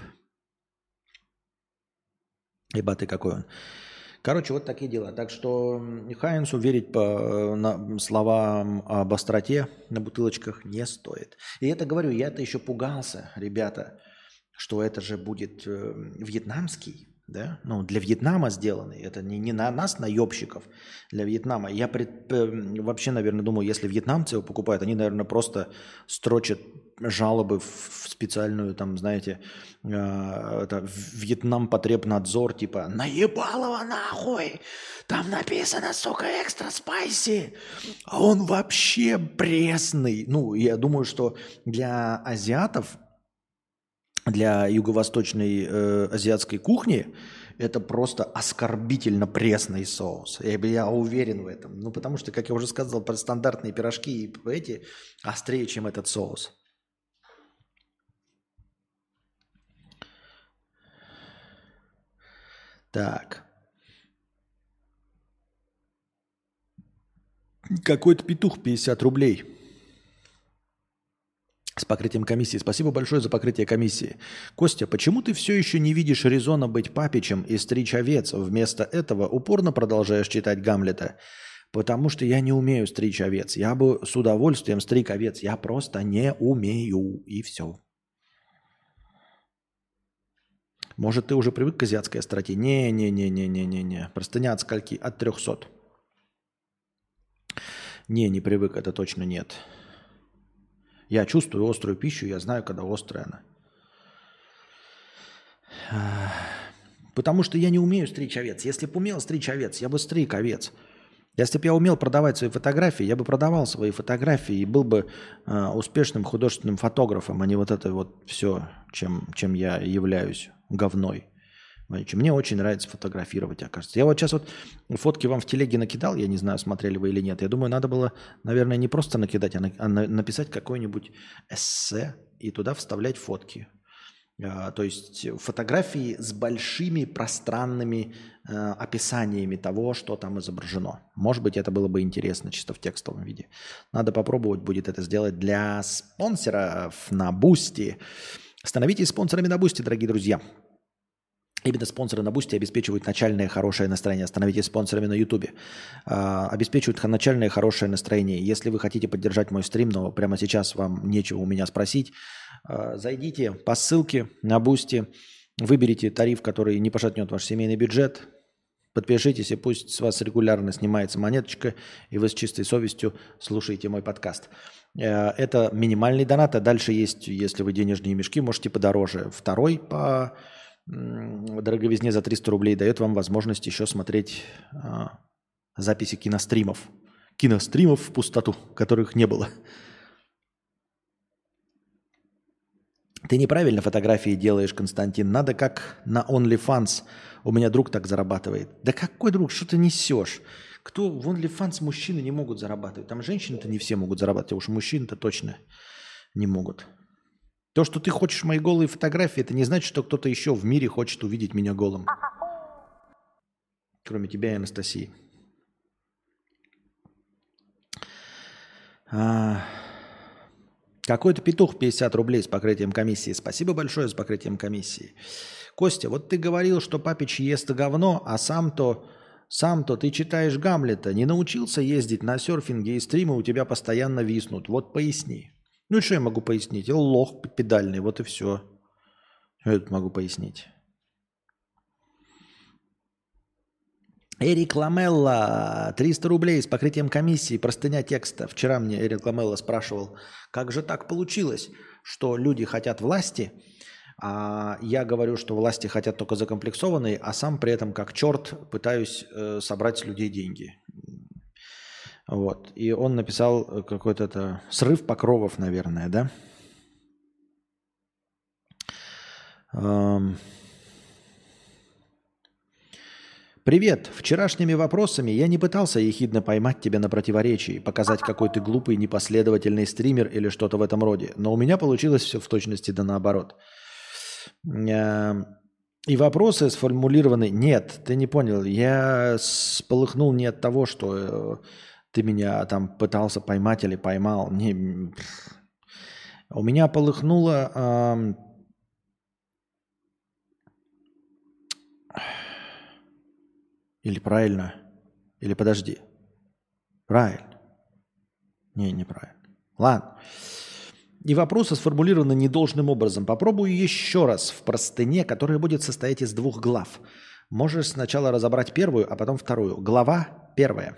Ибо ты какой он. Короче, вот такие дела. Так что Хайнсу верить по словам об остроте на бутылочках не стоит. И это говорю, я-то еще пугался, ребята, что это же будет вьетнамский, да, ну, для Вьетнама сделанный, это не на нас, наебщиков, для Вьетнама. Я вообще, наверное, думаю, если вьетнамцы его покупают, они, наверное, просто строчат жалобы в специальную, там, знаете, это, Вьетнам-потребнадзор, типа, наебалово нахуй, там написано, сука, экстра спайси, а он вообще пресный. Ну, я думаю, что для азиатов, для юго-восточной азиатской кухни это просто оскорбительно пресный соус. Я уверен в этом. Ну, потому что, как я уже сказал, про стандартные пирожки и эти острее, чем этот соус. Так. Какой-то петух 50 рублей. С покрытием комиссии. Спасибо большое за покрытие комиссии. Костя, почему ты все еще не видишь резона быть папичем и стричь овец? Вместо этого упорно продолжаешь читать Гамлета? Потому что я не умею стричь овец. Я бы с удовольствием стриг овец. Я просто не умею. И все. Может, ты уже привык к азиатской остроте? Не. Простыня от скольки? От 300. Не привык, это точно нет. Я чувствую острую пищу, я знаю, когда острая она. Потому что я не умею стричь овец. Если бы умел стричь овец, я бы стриг овец. Если бы я умел продавать свои фотографии, я бы продавал свои фотографии и был бы успешным художественным фотографом, а не вот это вот все, чем я являюсь, говной. Мне очень нравится фотографировать, окажется. Я вот сейчас вот фотки вам в телеге накидал, я не знаю, смотрели вы или нет. Я думаю, надо было, наверное, не просто накидать, а написать какое-нибудь эссе и туда вставлять фотки. То есть фотографии с большими пространными описаниями того, что там изображено. Может быть, это было бы интересно чисто в текстовом виде. Надо попробовать будет это сделать для спонсоров на Бусти. Становитесь спонсорами на Бусти, дорогие друзья. Именно спонсоры на Бусти обеспечивают начальное хорошее настроение. Становитесь спонсорами на Ютубе. Обеспечивают начальное хорошее настроение. Если вы хотите поддержать мой стрим, но прямо сейчас вам нечего у меня спросить, зайдите по ссылке на Бусти, выберите тариф, который не пошатнет ваш семейный бюджет, подпишитесь, и пусть с вас регулярно снимается монеточка, и вы с чистой совестью слушаете мой подкаст. Это минимальный донат, а дальше есть, если вы денежные мешки, можете подороже. Второй по дороговизне за 300 рублей дает вам возможность еще смотреть записи киностримов. Киностримов в пустоту, которых не было. Ты неправильно фотографии делаешь, Константин. Надо как на OnlyFans. У меня друг так зарабатывает. Да какой друг? Что ты несешь? Кто в OnlyFans мужчины не могут зарабатывать? Там женщины-то не все могут зарабатывать, а уж мужчины-то точно не могут. То, что ты хочешь мои голые фотографии, это не значит, что кто-то еще в мире хочет увидеть меня голым. Кроме тебя и Анастасии. Какой-то петух 50 рублей с покрытием комиссии. Спасибо большое с покрытием комиссии. Костя, вот ты говорил, что папич ест говно, а сам-то ты читаешь Гамлета. Не научился ездить на серфинге, и стримы у тебя постоянно виснут. Вот поясни. Ну и что я могу пояснить? Я лох педальный, вот и все. Что я тут могу пояснить? Эрик Ламелла, 300 рублей с покрытием комиссии, простыня текста. Вчера мне Эрик Ламелла спрашивал, как же так получилось, что люди хотят власти, а я говорю, что власти хотят только закомплексованные, а сам при этом как черт пытаюсь собрать с людей деньги. Вот. И он написал какой-то это срыв покровов, наверное, да? Привет. Вчерашними вопросами я не пытался ехидно поймать тебя на противоречии, показать, какой ты глупый, непоследовательный стример или что-то в этом роде. Но у меня получилось все в точности да наоборот. И вопросы сформулированы... Нет, ты не понял. Я сполыхнул не от того, что ты меня там пытался поймать или поймал. Не... У меня полыхнуло... Или правильно? Или подожди. Правильно. Не, неправильно. Ладно. и вопросы сформулированы недолжным образом. Попробую еще раз в простыне, которая будет состоять из двух глав. Можешь сначала разобрать первую, а потом вторую. Глава первая.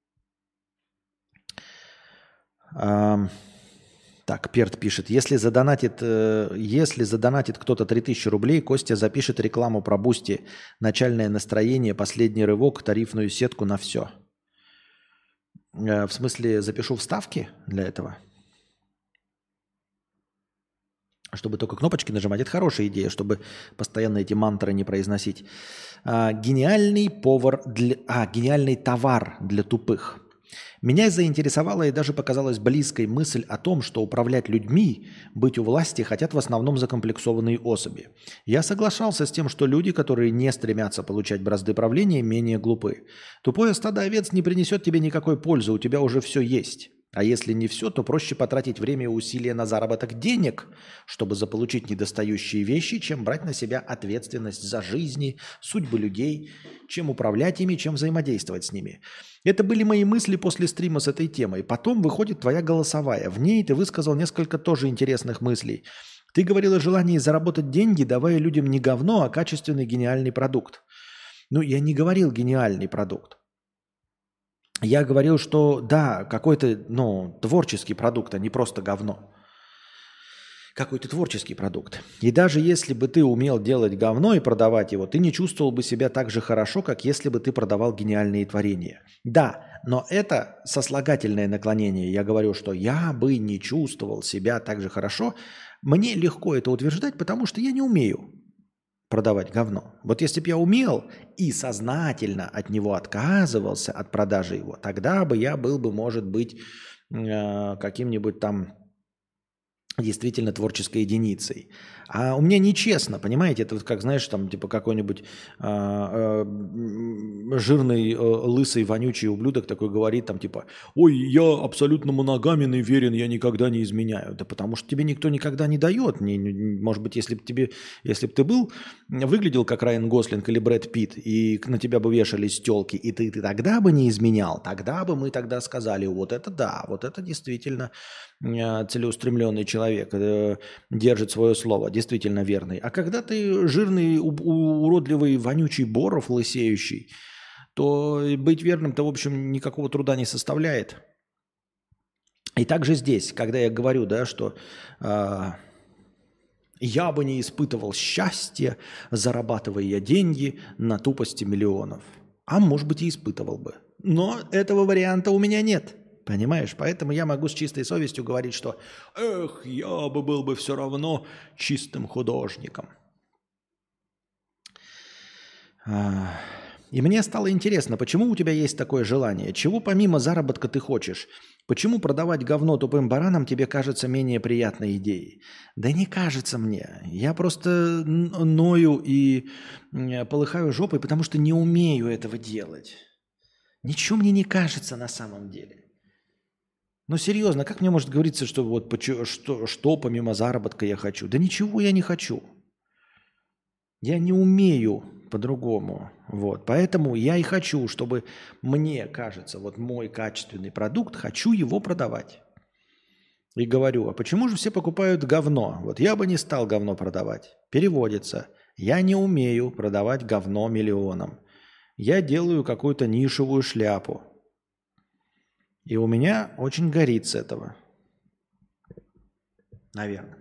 Так, Перт пишет. Если задонатит кто-то 3000 рублей, Костя запишет рекламу про Бусти. Начальное настроение, последний рывок, тарифную сетку на все. В смысле, запишу вставки для этого? Чтобы только кнопочки нажимать. Это хорошая идея, чтобы постоянно эти мантры не произносить. Гениальный товар для тупых. Меня заинтересовала и даже показалась близкой мысль о том, что управлять людьми, быть у власти хотят в основном закомплексованные особи. Я соглашался с тем, что люди, которые не стремятся получать бразды правления, менее глупы. Тупое стадо овец не принесет тебе никакой пользы, у тебя уже все есть. А если не все, то проще потратить время и усилия на заработок денег, чтобы заполучить недостающие вещи, чем брать на себя ответственность за жизни, судьбы людей, чем управлять ими, чем взаимодействовать с ними. Это были мои мысли после стрима с этой темой. Потом выходит твоя голосовая. В ней ты высказал несколько тоже интересных мыслей. Ты говорил о желании заработать деньги, давая людям не говно, а качественный гениальный продукт. Ну, я не говорил гениальный продукт. Я говорил, что да, какой-то, творческий продукт, а не просто говно. Какой-то творческий продукт. И даже если бы ты умел делать говно и продавать его, ты не чувствовал бы себя так же хорошо, как если бы ты продавал гениальные творения. Да, но это сослагательное наклонение. Я говорю, что я бы не чувствовал себя так же хорошо. Мне легко это утверждать, потому что я не умею продавать говно. Вот если бы я умел и сознательно от него отказывался, от продажи его, тогда бы я был бы, может быть, каким-нибудь там действительно творческой единицей. А у меня нечестно, понимаете? Это вот как, знаешь, там типа какой-нибудь жирный, лысый, вонючий ублюдок такой говорит там типа: ой, я абсолютно моногамен и верен, я никогда не изменяю. Да потому что тебе никто никогда не дает. Может быть, если бы ты выглядел как Райан Гослинг или Брэд Питт, и на тебя бы вешались тёлки, и ты тогда бы не изменял, тогда бы мы тогда сказали: вот это да, вот это действительно целеустремленный человек, держит свое слово, действительно верный. А когда ты жирный, уродливый, вонючий Боров, лысеющий, то быть верным-то, в общем, никакого труда не составляет. И также здесь, когда я говорю, да, что я бы не испытывал счастья, зарабатывая деньги на тупости миллионов. А может быть, и испытывал бы. Но этого варианта у меня нет. Понимаешь? Поэтому я могу с чистой совестью говорить, что эх, я бы был бы все равно чистым художником. И мне стало интересно, почему у тебя есть такое желание? Чего помимо заработка ты хочешь? Почему продавать говно тупым баранам тебе кажется менее приятной идеей? Да не кажется мне. Я просто ною и полыхаю жопой, потому что не умею этого делать. Ничего мне не кажется на самом деле. Ну серьезно, как мне может говориться, что вот что помимо заработка я хочу? Да ничего я не хочу. Я не умею по-другому. Вот. Поэтому я и хочу, чтобы мне кажется, вот мой качественный продукт, хочу его продавать. И говорю, а почему же все покупают говно? Вот я бы не стал говно продавать. Переводится. Я не умею продавать говно миллионам. Я делаю какую-то нишевую шляпу. И у меня очень горит с этого. Наверное.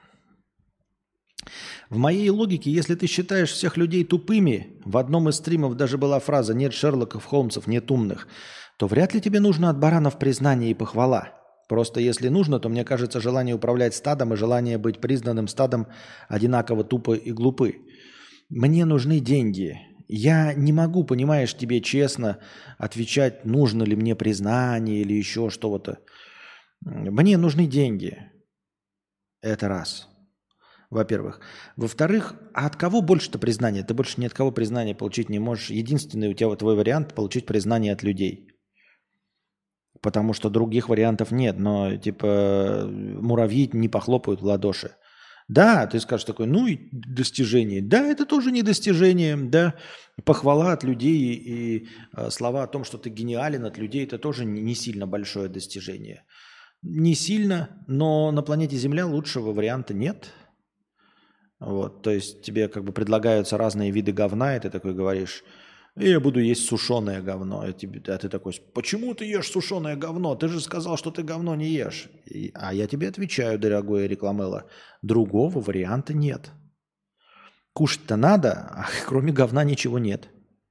В моей логике, если ты считаешь всех людей тупыми, в одном из стримов даже была фраза «нет Шерлоков, Холмсов, нет умных», то вряд ли тебе нужно от баранов признание и похвала. Просто если нужно, то, мне кажется, желание управлять стадом и желание быть признанным стадом одинаково тупы и глупы. Мне нужны деньги. Я не могу, понимаешь, тебе честно отвечать, нужно ли мне признание или еще что-то. Мне нужны деньги. Это раз. Во-первых. Во-вторых, а от кого больше-то признания? Ты больше ни от кого признания получить не можешь. Единственный у тебя вот твой вариант – получить признание от людей. Потому что других вариантов нет. Но типа муравьи не похлопают в ладоши. Да, ты скажешь такой, ну и достижение. Да, это тоже не достижение. Да, похвала от людей и слова о том, что ты гениален от людей, это тоже не сильно большое достижение. Не сильно, но на планете Земля лучшего варианта нет. Вот, то есть тебе как бы предлагаются разные виды говна, и ты такой говоришь, я буду есть сушеное говно. А ты такой, почему ты ешь сушеное говно? Ты же сказал, что ты говно не ешь. А я тебе отвечаю, дорогой рекламелла, другого варианта нет. Кушать-то надо, а кроме говна ничего нет.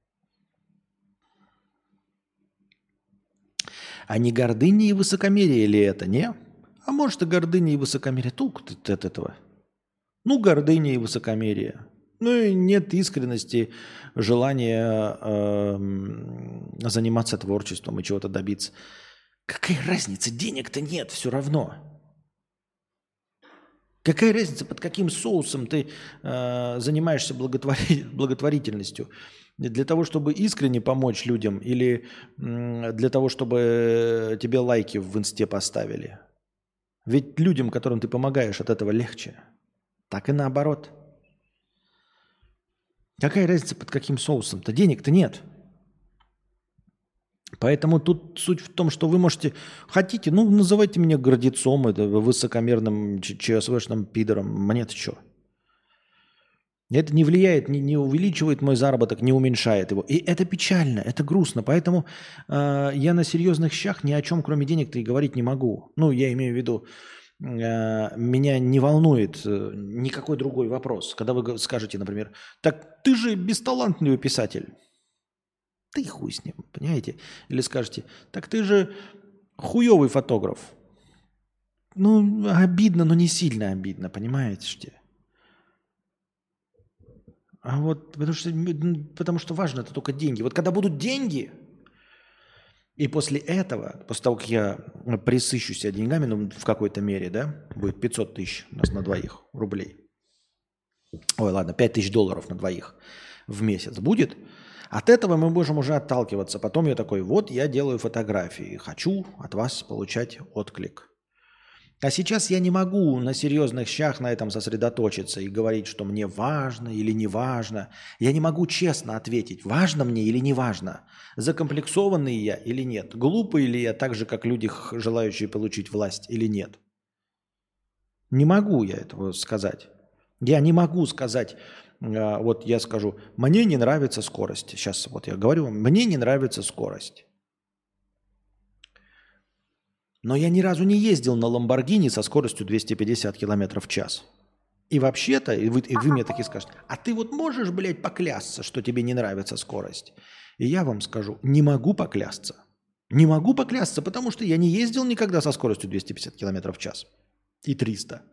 А не гордыня и высокомерие ли это, не? А может и гордыня и высокомерие. Толку ты от этого? Ну, гордыня и высокомерие. Ну и нет искренности, желания заниматься творчеством и чего-то добиться. Какая разница? Денег-то нет все равно. Какая разница, под каким соусом ты занимаешься благотворительностью? Для того, чтобы искренне помочь людям или для того, чтобы тебе лайки в инсте поставили? Ведь людям, которым ты помогаешь, от этого легче. Так и наоборот. Какая разница, под каким соусом-то? Денег-то нет. Поэтому тут суть в том, что вы можете, хотите, ну, называйте меня гордецом, это высокомерным ЧСВшным пидором. Мне-то что? Это не влияет, не увеличивает мой заработок, не уменьшает его. И это печально, это грустно. Поэтому я на серьезных щах ни о чем, кроме денег-то и говорить не могу. Ну, я имею в виду, меня не волнует никакой другой вопрос. Когда вы скажете, например, так ты же бесталантливый писатель. Да и хуй с ним, понимаете? Или скажете, так ты же хуёвый фотограф. Ну, обидно, но не сильно обидно, понимаете, что? А вот потому что важно это только деньги. Вот когда будут деньги, и после этого, после того, как я присыщу себя деньгами, ну, в какой-то мере, да, будет 500 тысяч у нас на двоих рублей. Ой, ладно, 5 тысяч долларов на двоих в месяц будет. От этого мы можем уже отталкиваться. Потом я такой, вот я делаю фотографии, хочу от вас получать отклик. А сейчас я не могу на серьезных щах на этом сосредоточиться и говорить, что мне важно или не важно. Я не могу честно ответить, важно мне или не важно. Закомплексованный я или нет. Глупый ли я так же, как люди, желающие получить власть, или нет. Не могу я этого сказать. Я не могу сказать, вот я скажу, мне не нравится скорость. Сейчас вот я говорю, мне не нравится скорость. Но я ни разу не ездил на Ламборгини со скоростью 250 км в час. И вообще-то, и вы мне такие скажете, а ты вот можешь, блядь, поклясться, что тебе не нравится скорость? И я вам скажу, не могу поклясться. Не могу поклясться, потому что я не ездил никогда со скоростью 250 км в час. И 300.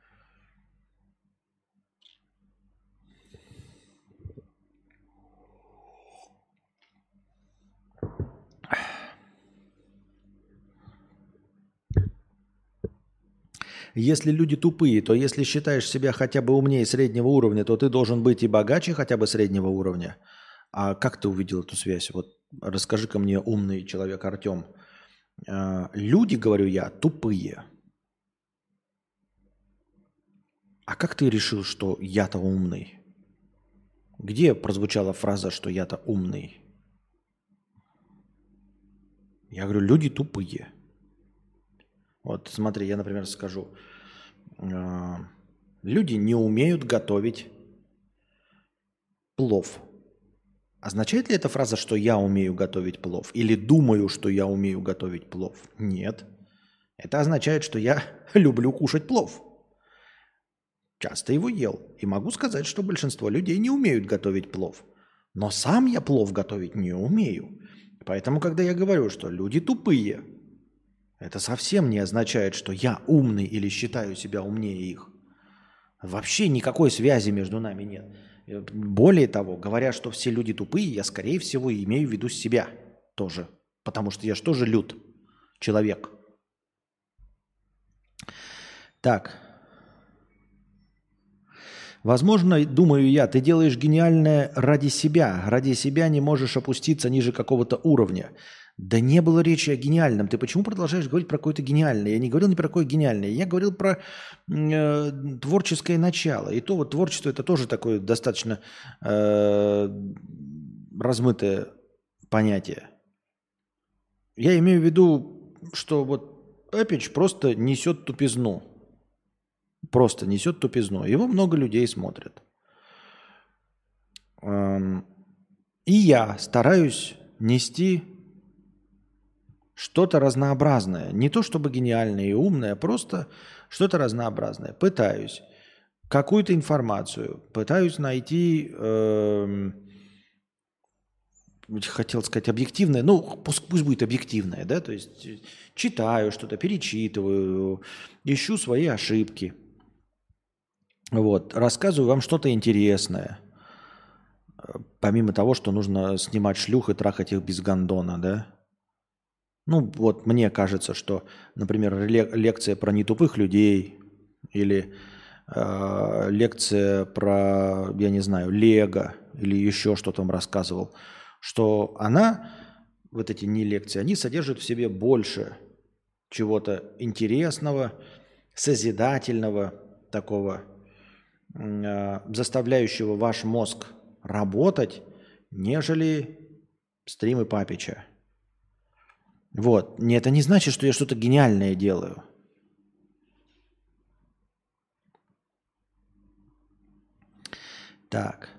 Если люди тупые, то если считаешь себя хотя бы умнее среднего уровня, то ты должен быть и богаче хотя бы среднего уровня. А как ты увидел эту связь? Вот расскажи-ка мне, умный человек Артем. Люди, говорю я, тупые. А как ты решил, что я-то умный? Где прозвучала фраза, что я-то умный? Я говорю, люди тупые. Вот смотри, я, например, скажу. Люди не умеют готовить плов. Означает ли эта фраза, что я умею готовить плов? Или думаю, что я умею готовить плов? Нет. Это означает, что я люблю кушать плов. Часто его ел. И могу сказать, что большинство людей не умеют готовить плов. Но сам я плов готовить не умею. Поэтому, когда я говорю, что люди тупые, это совсем не означает, что я умный или считаю себя умнее их. Вообще никакой связи между нами нет. Более того, говоря, что все люди тупые, я, скорее всего, имею в виду себя тоже. Потому что я же тоже люд, человек. Так. Возможно, думаю я, ты делаешь гениальное ради себя. Ради себя не можешь опуститься ниже какого-то уровня. Да не было речи о гениальном. Ты почему продолжаешь говорить про какое-то гениальное? Я не говорил ни про какое гениальное. Я говорил про творческое начало. И то вот творчество это тоже такое достаточно размытое понятие. Я имею в виду, что вот Папич просто несет тупизну. Просто несет тупизну. Его много людей смотрят. И я стараюсь нести что-то разнообразное. Не то чтобы гениальное и умное, а просто что-то разнообразное. Пытаюсь какую-то информацию, пытаюсь найти, хотел сказать объективное, ну пусть будет объективное, да, то есть читаю что-то, перечитываю, ищу свои ошибки, вот, рассказываю вам что-то интересное, помимо того, что нужно снимать шлюх и трахать их без гондона, да. Ну вот мне кажется, что, например, лекция про нетупых людей или лекция про, я не знаю, Лего или еще что там рассказывал, что она, вот эти не лекции, они содержат в себе больше чего-то интересного, созидательного, такого, заставляющего ваш мозг работать, нежели стримы Папича. Вот. Это не значит, что я что-то гениальное делаю. Так.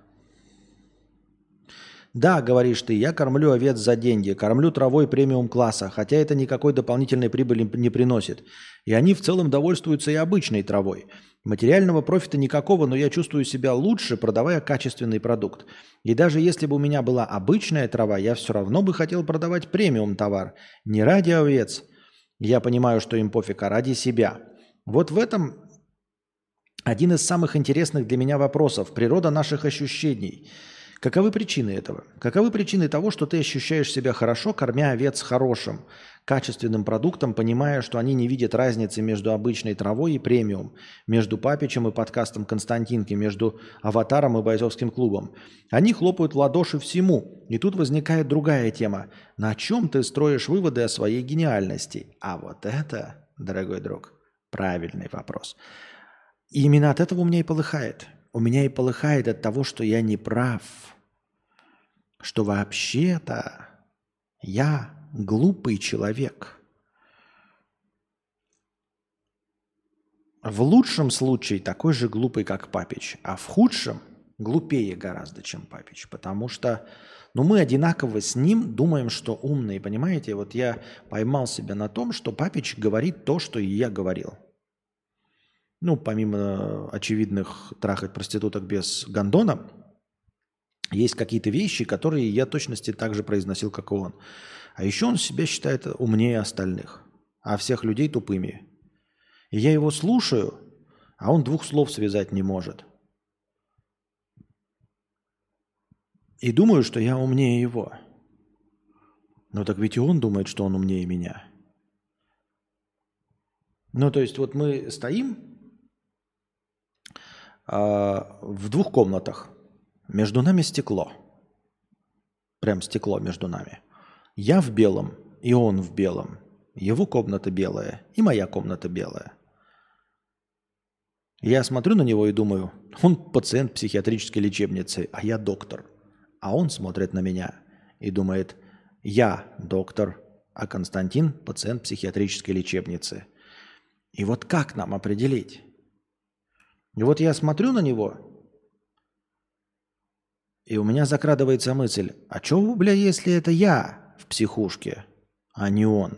Да, говоришь ты, я кормлю овец за деньги, кормлю травой премиум-класса, хотя это никакой дополнительной прибыли не приносит. И они в целом довольствуются и обычной травой. Материального профита никакого, но я чувствую себя лучше, продавая качественный продукт. И даже если бы у меня была обычная трава, я все равно бы хотел продавать премиум-товар. Не ради овец. Я понимаю, что им пофиг, а ради себя. Вот в этом один из самых интересных для меня вопросов – природа наших ощущений. Каковы причины этого? Каковы причины того, что ты ощущаешь себя хорошо, кормя овец хорошим, качественным продуктом, понимая, что они не видят разницы между обычной травой и премиум, между Папичем и подкастом Константинки, между Аватаром и бойцовским клубом? Они хлопают в ладоши всему. И тут возникает другая тема. На чем ты строишь выводы о своей гениальности? А вот это, дорогой друг, правильный вопрос. И именно от этого у меня и полыхает. У меня и полыхает от того, что я не прав. Что вообще-то я глупый человек. В лучшем случае такой же глупый, как Папич. А в худшем глупее гораздо, чем Папич. Потому что мы одинаково с ним думаем, что умные. Понимаете? Вот я поймал себя на том, что Папич говорит то, что и я говорил. Помимо очевидных трахать проституток без гондона, есть какие-то вещи, которые я точности так же произносил, как и он. А еще он себя считает умнее остальных, а всех людей тупыми. И я его слушаю, а он двух слов связать не может. И думаю, что я умнее его. Но так ведь и он думает, что он умнее меня. То есть вот мы стоим в двух комнатах. Между нами стекло. Прям стекло между нами. Я в белом, и он в белом. Его комната белая, и моя комната белая. Я смотрю на него и думаю, он пациент психиатрической лечебницы, а я доктор. А он смотрит на меня и думает, я доктор, а Константин пациент психиатрической лечебницы. И вот как нам определить? И вот я смотрю на него, и у меня закрадывается мысль, а чё, бля, если это я в психушке, а не он?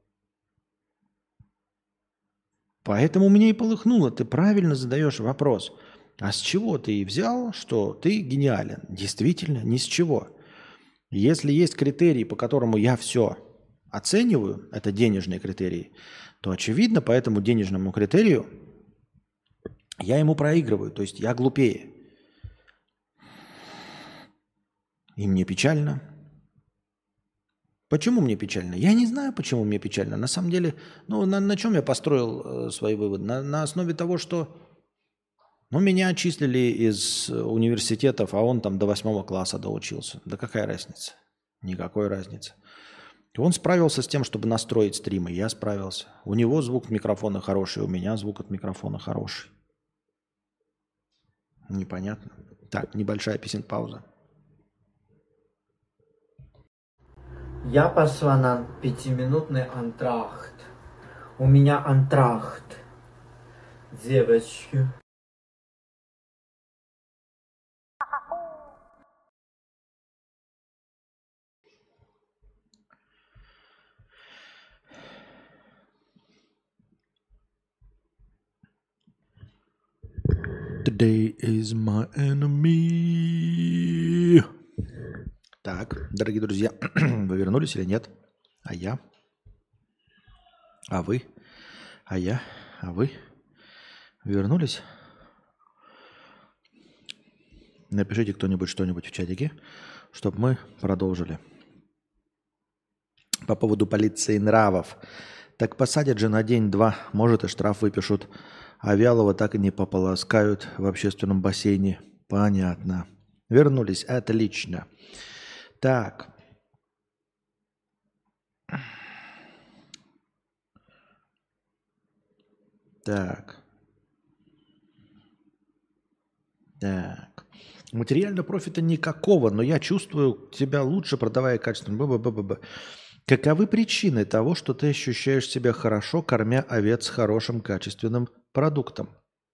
Поэтому мне и полыхнуло. Ты правильно задаешь вопрос. А с чего ты взял, что ты гениален? Действительно, ни с чего. Если есть критерий, по которому я все оцениваю, это денежные критерии, то очевидно, по этому денежному критерию я ему проигрываю, то есть я глупее. И мне печально. Почему мне печально? Я не знаю, почему мне печально. На самом деле, на чем я построил свои выводы? На основе того, что меня отчислили из университетов, а он там до 8 класса доучился. Да какая разница? Никакой разницы. Он справился с тем, чтобы настроить стримы. Я справился. У него звук микрофона хороший, у меня звук от микрофона хороший. Непонятно. Так, небольшая песен-пауза. Я пошла на 5-минутный антрахт. У меня антрахт, девочки. Today is my enemy. Так, дорогие друзья, вы вернулись или нет? А я? А вы? А я? А вы? Вернулись? Напишите кто-нибудь что-нибудь в чатике, чтобы мы продолжили. По поводу полиции нравов. Так посадят же на день-два, может и штраф выпишут. А Вялого так и не пополоскают в общественном бассейне. Понятно. Вернулись. Отлично. Так. Так. Так. Материального профита никакого, но я чувствую себя лучше, продавая качественно. Б-б-б-б-б. Каковы причины того, что ты ощущаешь себя хорошо, кормя овец хорошим качественным продуктом?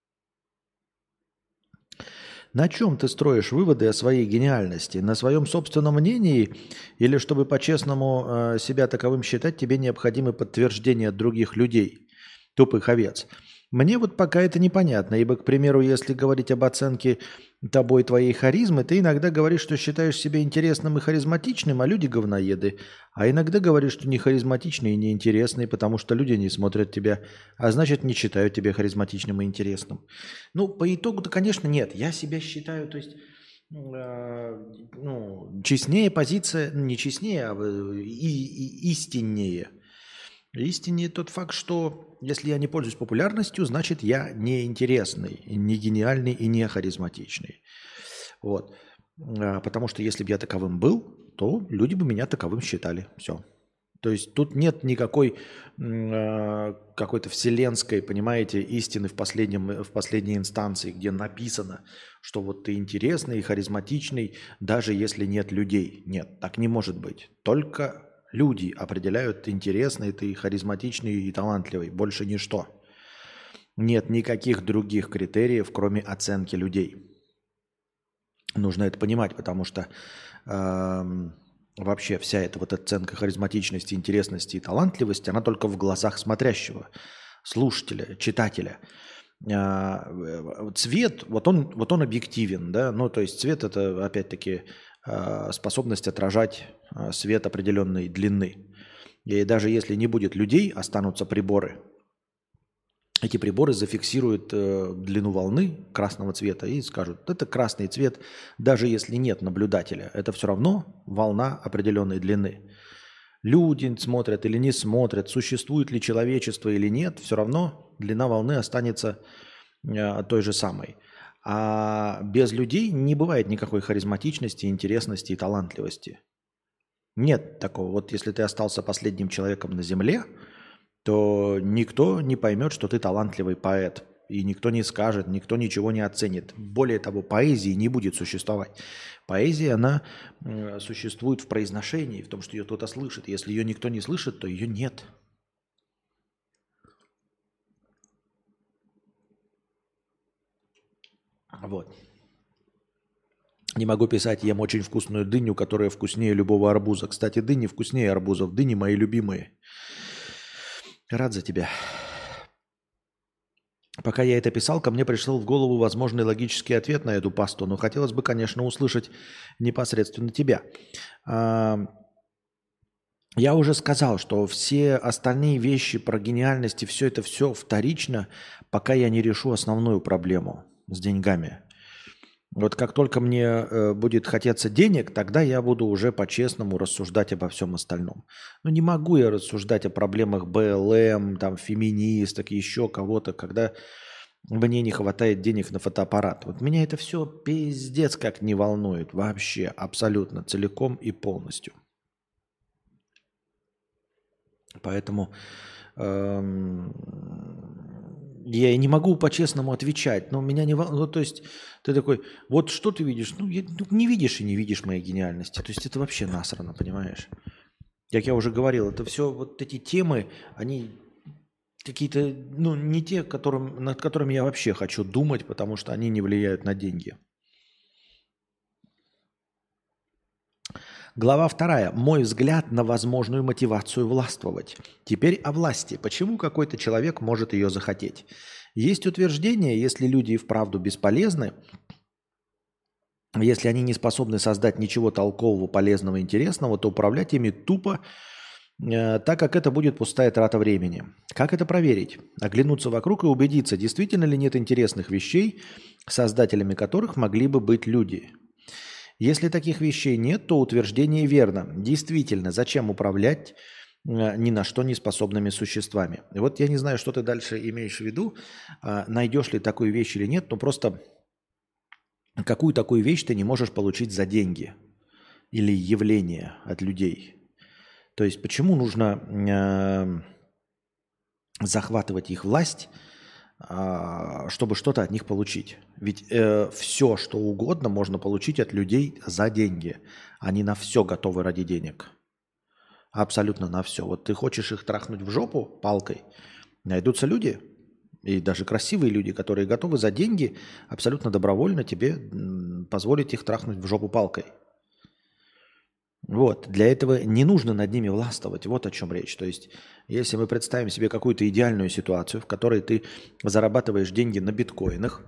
На чем ты строишь выводы о своей гениальности? На своем собственном мнении? Или чтобы по-честному себя таковым считать, тебе необходимы подтверждения от других людей, тупых овец? Мне вот пока это непонятно, ибо, к примеру, если говорить об оценке тобой твоей харизмы, ты иногда говоришь, что считаешь себя интересным и харизматичным, а люди говноеды. А иногда говоришь, что не харизматичный и неинтересный, потому что люди не смотрят тебя, а значит, не считают тебя харизматичным и интересным. Ну, по итогу-то, конечно, нет. Я себя считаю, то есть, честнее позиция, не честнее, а истиннее. Истиннее тот факт, что если я не пользуюсь популярностью, значит, я не интересный, не гениальный и не харизматичный. Вот. Потому что если бы я таковым был, то люди бы меня таковым считали. Все. То есть тут нет никакой какой-то вселенской, понимаете, истины в последней инстанции, где написано, что вот ты интересный и харизматичный, даже если нет людей. Нет, так не может быть. Только люди определяют, интересный ты, харизматичный и талантливый. Больше ничто. Нет никаких других критериев, кроме оценки людей. Нужно это понимать, потому что вообще вся эта вот оценка харизматичности, интересности и талантливости, она только в глазах смотрящего, слушателя, читателя. Цвет, вот он объективен, да, ну то есть цвет это опять-таки способность отражать свет определенной длины. И даже если не будет людей, останутся приборы. Эти приборы зафиксируют длину волны красного цвета и скажут, это красный цвет, даже если нет наблюдателя. Это все равно волна определенной длины. Люди смотрят или не смотрят, существует ли человечество или нет, все равно длина волны останется той же самой. А без людей не бывает никакой харизматичности, интересности и талантливости. Нет такого. Вот если ты остался последним человеком на Земле, то никто не поймет, что ты талантливый поэт. И никто не скажет, никто ничего не оценит. Более того, поэзии не будет существовать. Поэзия, она существует в произношении, в том, что ее кто-то слышит. Если ее никто не слышит, то ее нет. Вот. Не могу писать, ем очень вкусную дыню, которая вкуснее любого арбуза. Кстати, дыни вкуснее арбузов. Дыни мои любимые. Рад за тебя. Пока я это писал, ко мне пришел в голову возможный логический ответ на эту пасту, но хотелось бы, конечно, услышать непосредственно тебя. Я уже сказал, что все остальные вещи про гениальность и все это все вторично, пока я не решу основную проблему с деньгами. Вот как только мне будет хотеться денег, тогда я буду уже по-честному рассуждать обо всем остальном. Но не могу я рассуждать о проблемах БЛМ, там, феминисток, еще кого-то, когда мне не хватает денег на фотоаппарат. Вот меня это все пиздец как не волнует вообще, абсолютно, целиком и полностью. Поэтому я не могу по-честному отвечать, но меня не волнует. Ну, то есть ты такой, вот что ты видишь? Ну, не видишь и не видишь моей гениальности. То есть это вообще насрано, понимаешь? Как я уже говорил, это все, вот эти темы, они какие-то, ну, не те, над которыми я вообще хочу думать, потому что они не влияют на деньги. Глава 2. Мой взгляд на возможную мотивацию властвовать. Теперь о власти. Почему какой-то человек может ее захотеть? Есть утверждение, если люди и вправду бесполезны, если они не способны создать ничего толкового, полезного, интересного, то управлять ими тупо, так как это будет пустая трата времени. Как это проверить? Оглянуться вокруг и убедиться, действительно ли нет интересных вещей, создателями которых могли бы быть люди. Если таких вещей нет, то утверждение верно. Действительно, зачем управлять ни на что не способными существами? И вот я не знаю, что ты дальше имеешь в виду, найдешь ли такую вещь или нет, но просто какую такую вещь ты не можешь получить за деньги или явление от людей? То есть почему нужно захватывать их власть, чтобы что-то от них получить? Ведь все, что угодно можно получить от людей за деньги. Они на все готовы ради денег. Абсолютно на все. Вот ты хочешь их трахнуть в жопу палкой, найдутся люди, и даже красивые люди, которые готовы за деньги абсолютно добровольно тебе позволить их трахнуть в жопу палкой. Вот. Для этого не нужно над ними властвовать. Вот о чем речь. То есть, если мы представим себе какую-то идеальную ситуацию, в которой ты зарабатываешь деньги на биткоинах,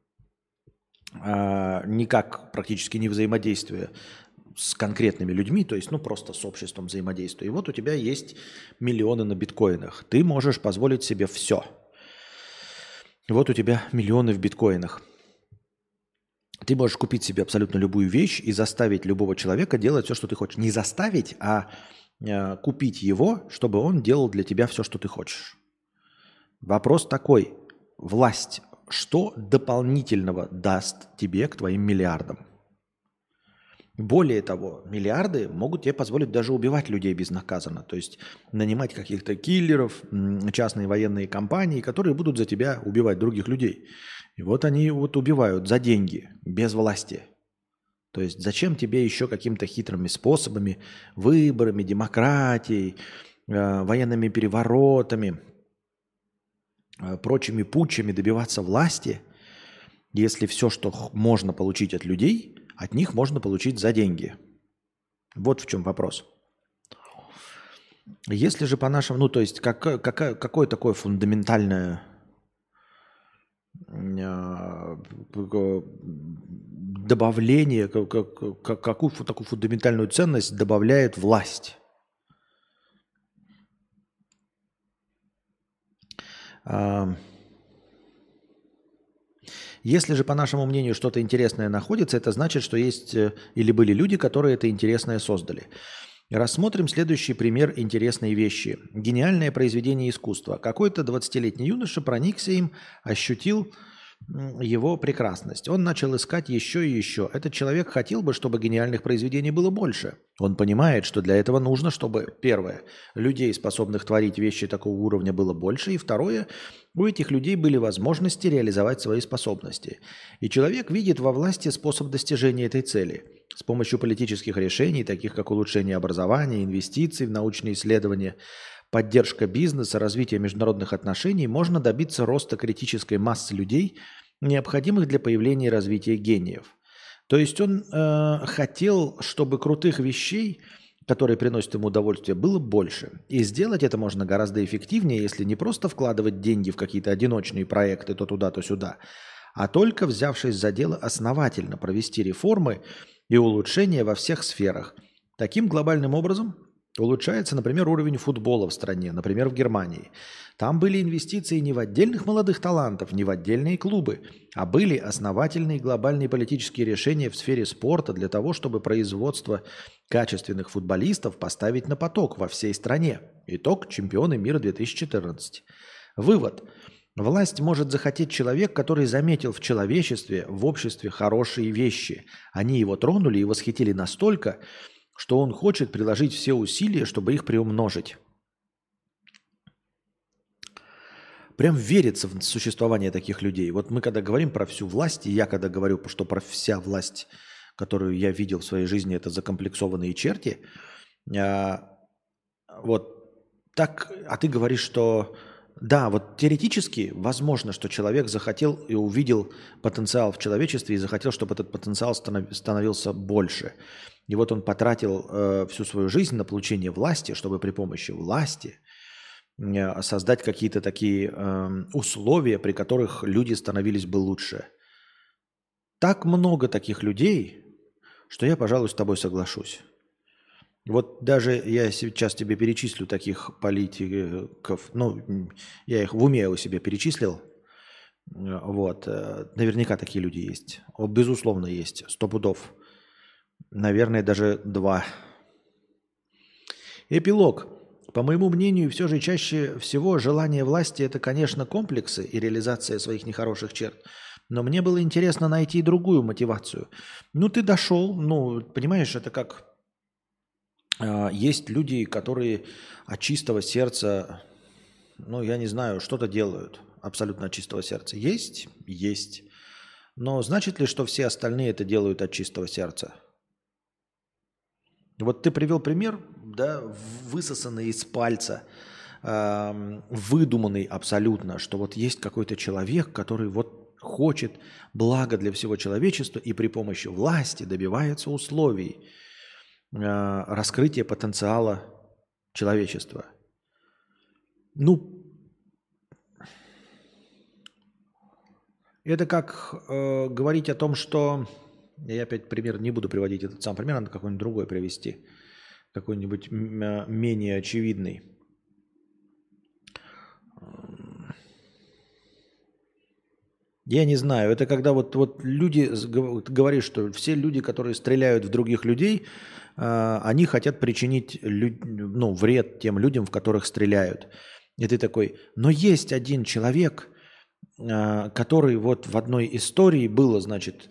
никак практически не взаимодействуя с конкретными людьми, то есть, ну, просто с обществом взаимодействуя. И вот у тебя есть миллионы на биткоинах. Ты можешь позволить себе все. Вот у тебя миллионы в биткоинах. Ты можешь купить себе абсолютно любую вещь и заставить любого человека делать все, что ты хочешь. Не заставить, а купить его, чтобы он делал для тебя все, что ты хочешь. Вопрос такой. Власть что дополнительного даст тебе к твоим миллиардам? Более того, миллиарды могут тебе позволить даже убивать людей безнаказанно. То есть нанимать каких-то киллеров, частные военные компании, которые будут за тебя убивать других людей. И вот они вот убивают за деньги, без власти. То есть зачем тебе еще какими-то хитрыми способами, выборами, демократией, военными переворотами, прочими путчами добиваться власти, если все, что можно получить от людей, от них можно получить за деньги. Вот в чем вопрос. Если же по-нашему, ну то есть какое такое фундаментальное добавление, какую такую фундаментальную ценность добавляет власть? Если же, по нашему мнению, что-то интересное находится, это значит, что есть или были люди, которые это интересное создали. Рассмотрим следующий пример интересной вещи. Гениальное произведение искусства. Какой-то 20-летний юноша проникся им, ощутил его прекрасность. Он начал искать еще и еще. Этот человек хотел бы, чтобы гениальных произведений было больше. Он понимает, что для этого нужно, чтобы, первое, людей, способных творить вещи такого уровня, было больше, и второе, у этих людей были возможности реализовать свои способности. И человек видит во власти способ достижения этой цели. С помощью политических решений, таких как улучшение образования, инвестиций в научные исследования, поддержка бизнеса, развитие международных отношений, можно добиться роста критической массы людей, необходимых для появления и развития гениев. То есть он хотел, чтобы крутых вещей, которые приносят ему удовольствие, было больше. И сделать это можно гораздо эффективнее, если не просто вкладывать деньги в какие-то одиночные проекты то туда, то сюда, а только взявшись за дело основательно провести реформы и улучшения во всех сферах. Таким глобальным образом улучшается, например, уровень футбола в стране, например, в Германии. Там были инвестиции не в отдельных молодых талантов, не в отдельные клубы, а были основательные глобальные политические решения в сфере спорта для того, чтобы производство качественных футболистов поставить на поток во всей стране. Итог – чемпионы мира 2014. Вывод. Власть может захотеть человек, который заметил в человечестве, в обществе хорошие вещи. Они его тронули и восхитили настолько, что он хочет приложить все усилия, чтобы их приумножить. Прям верится в существование таких людей. Вот мы когда говорим про всю власть, и я когда говорю, что про вся власть, которую я видел в своей жизни, это закомплексованные черти, вот так, а ты говоришь, что Да, вот теоретически возможно, что человек захотел и увидел потенциал в человечестве и захотел, чтобы этот потенциал становился больше. И вот он потратил всю свою жизнь на получение власти, чтобы при помощи власти создать какие-то такие условия, при которых люди становились бы лучше. Так много таких людей, что я, пожалуй, с тобой соглашусь. Вот даже я сейчас тебе перечислю таких политиков, ну, я их в уме у себя перечислил, вот, наверняка такие люди есть. Вот, безусловно, есть, 100 пудов, наверное, даже 2. Эпилог. По моему мнению, все же чаще всего желание власти – это, конечно, комплексы и реализация своих нехороших черт. Но мне было интересно найти другую мотивацию. Ну, ты дошел, ну, понимаешь, это как… Есть люди, которые от чистого сердца, ну, я не знаю, что-то делают абсолютно от чистого сердца. Есть? Есть. Но значит ли, что все остальные это делают от чистого сердца? Вот ты привел пример, да, высосанный из пальца, выдуманный абсолютно, что вот есть какой-то человек, который вот хочет блага для всего человечества и при помощи власти добивается условий раскрытия потенциала человечества. Ну, это как говорить о том, что… Я опять пример не буду приводить этот сам пример, надо какой-нибудь другой привести, какой-нибудь менее очевидный. Я не знаю, это когда вот люди, говоришь, что все люди, которые стреляют в других людей, они хотят причинить вред тем людям, в которых стреляют. И ты такой, но есть один человек, который вот в одной истории было, значит,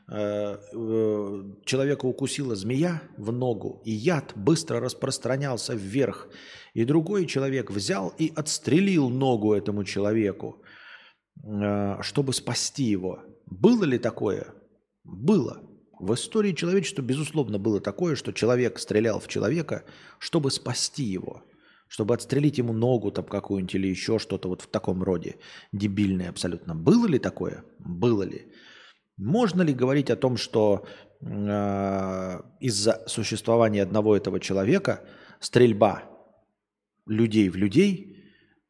человека укусила змея в ногу, и яд быстро распространялся вверх. И другой человек взял и отстрелил ногу этому человеку, чтобы спасти его. Было ли такое? Было. В истории человечества, безусловно, было такое, что человек стрелял в человека, чтобы спасти его, чтобы отстрелить ему ногу там какую-нибудь или еще что-то вот в таком роде. Дебильное абсолютно. Было ли такое? Было ли? Можно ли говорить о том, что из-за существования одного этого человека стрельба людей в людей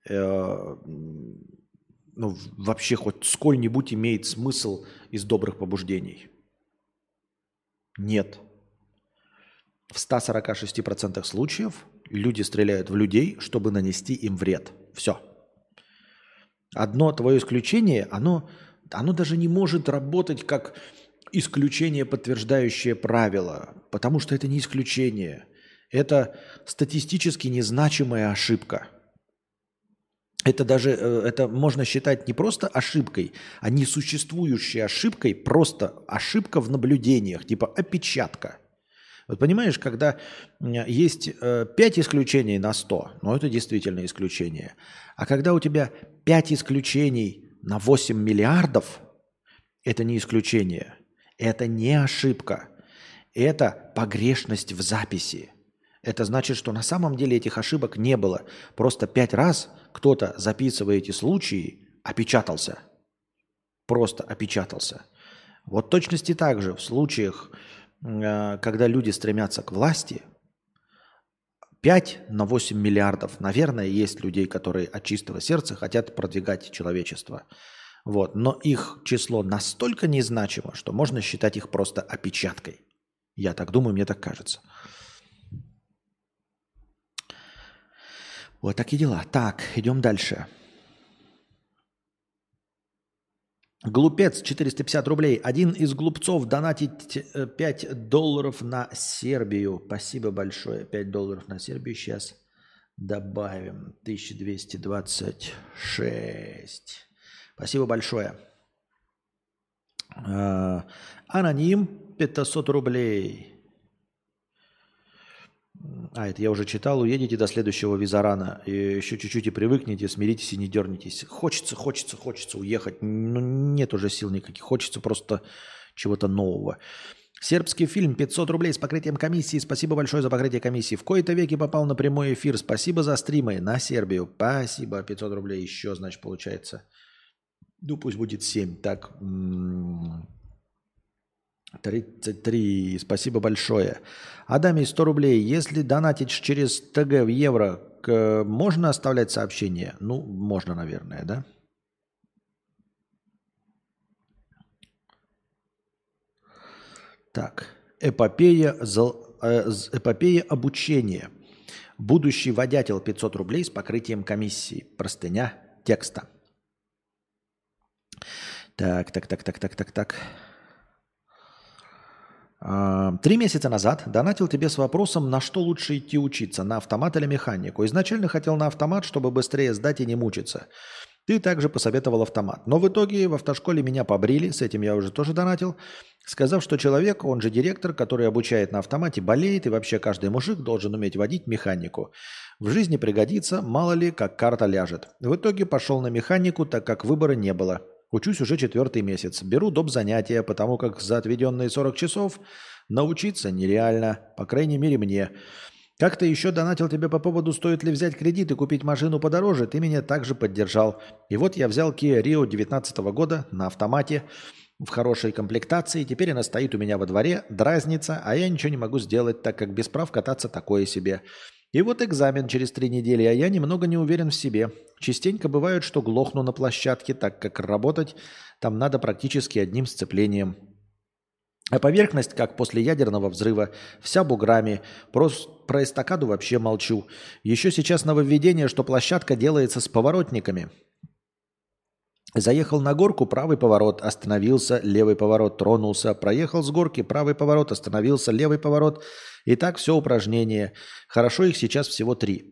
вообще хоть сколь-нибудь имеет смысл из добрых побуждений? Нет. В 146% случаев люди стреляют в людей, чтобы нанести им вред. Все. Одно твое исключение, оно даже не может работать как исключение, подтверждающее правило, потому что это не исключение. Это статистически незначимая ошибка. Это можно считать не просто ошибкой, а несуществующей ошибкой, просто ошибка в наблюдениях, типа опечатка. Вот понимаешь, когда есть 5 исключений на 100, ну это действительно исключение. А когда у тебя 5 исключений на 8 миллиардов, это не исключение, это не ошибка, это погрешность в записи. Это значит, что на самом деле этих ошибок не было. Просто 5 раз кто-то, записывая эти случаи, опечатался. Просто опечатался. Вот точности так же в случаях, когда люди стремятся к власти, 5 на 8 миллиардов, наверное, есть людей, которые от чистого сердца хотят продвигать человечество. Вот. Но их число настолько незначимо, что можно считать их просто опечаткой. Я так думаю, мне так кажется. Вот такие дела. Так, идем дальше. Глупец, 450 рублей. Один из глупцов донатит $5 на Сербию. Спасибо большое. $5 на Сербию. Сейчас добавим. 1226. Спасибо большое. Аноним, 500 рублей. Это я уже читал. Уедете до следующего визарана. И еще чуть-чуть и привыкнете, смиритесь и не дернитесь. Хочется уехать. Но нет уже сил никаких. Хочется просто чего-то нового. Сербский фильм 500 рублей с покрытием комиссии. Спасибо большое за покрытие комиссии. В кои-то веки попал на прямой эфир. Спасибо за стримы на Сербию. Спасибо. 500 рублей еще, значит, получается. Ну, пусть будет 7. Так, 33. Спасибо большое. Адаме 100 рублей. Если донатить через ТГ в евро, можно оставлять сообщение? Ну, можно, наверное, да? Так. Эпопея обучения. Будущий водятел 500 рублей с покрытием комиссии. Простыня текста. Так. 3 месяца назад донатил тебе с вопросом, на что лучше идти учиться, на автомат или механику. Изначально хотел на автомат, чтобы быстрее сдать и не мучиться. Ты также посоветовал автомат. Но в итоге в автошколе меня побрили, с этим я уже тоже донатил, сказав, что человек, он же директор, который обучает на автомате, болеет, и вообще каждый мужик должен уметь водить механику. В жизни пригодится, мало ли, как карта ляжет. В итоге пошел на механику, так как выбора не было. Учусь уже 4-й месяц. Беру доп. Занятия, потому как за отведенные 40 часов научиться нереально, по крайней мере мне. Как-то еще донатил тебе по поводу, стоит ли взять кредит и купить машину подороже, ты меня также поддержал. И вот я взял Kia Rio 2019 года на автомате в хорошей комплектации. Теперь она стоит у меня во дворе, дразнится, а я ничего не могу сделать, так как без прав кататься такое себе. И вот экзамен через 3 недели, а я немного не уверен в себе. Частенько бывает, что глохну на площадке, так как работать там надо практически одним сцеплением. А поверхность, как после ядерного взрыва, вся буграми. Про эстакаду вообще молчу. Еще сейчас нововведение, что площадка делается с поворотниками. Заехал на горку, правый поворот, остановился, левый поворот, тронулся. Проехал с горки, правый поворот, остановился, левый поворот. И так все упражнение. Хорошо, их сейчас всего 3.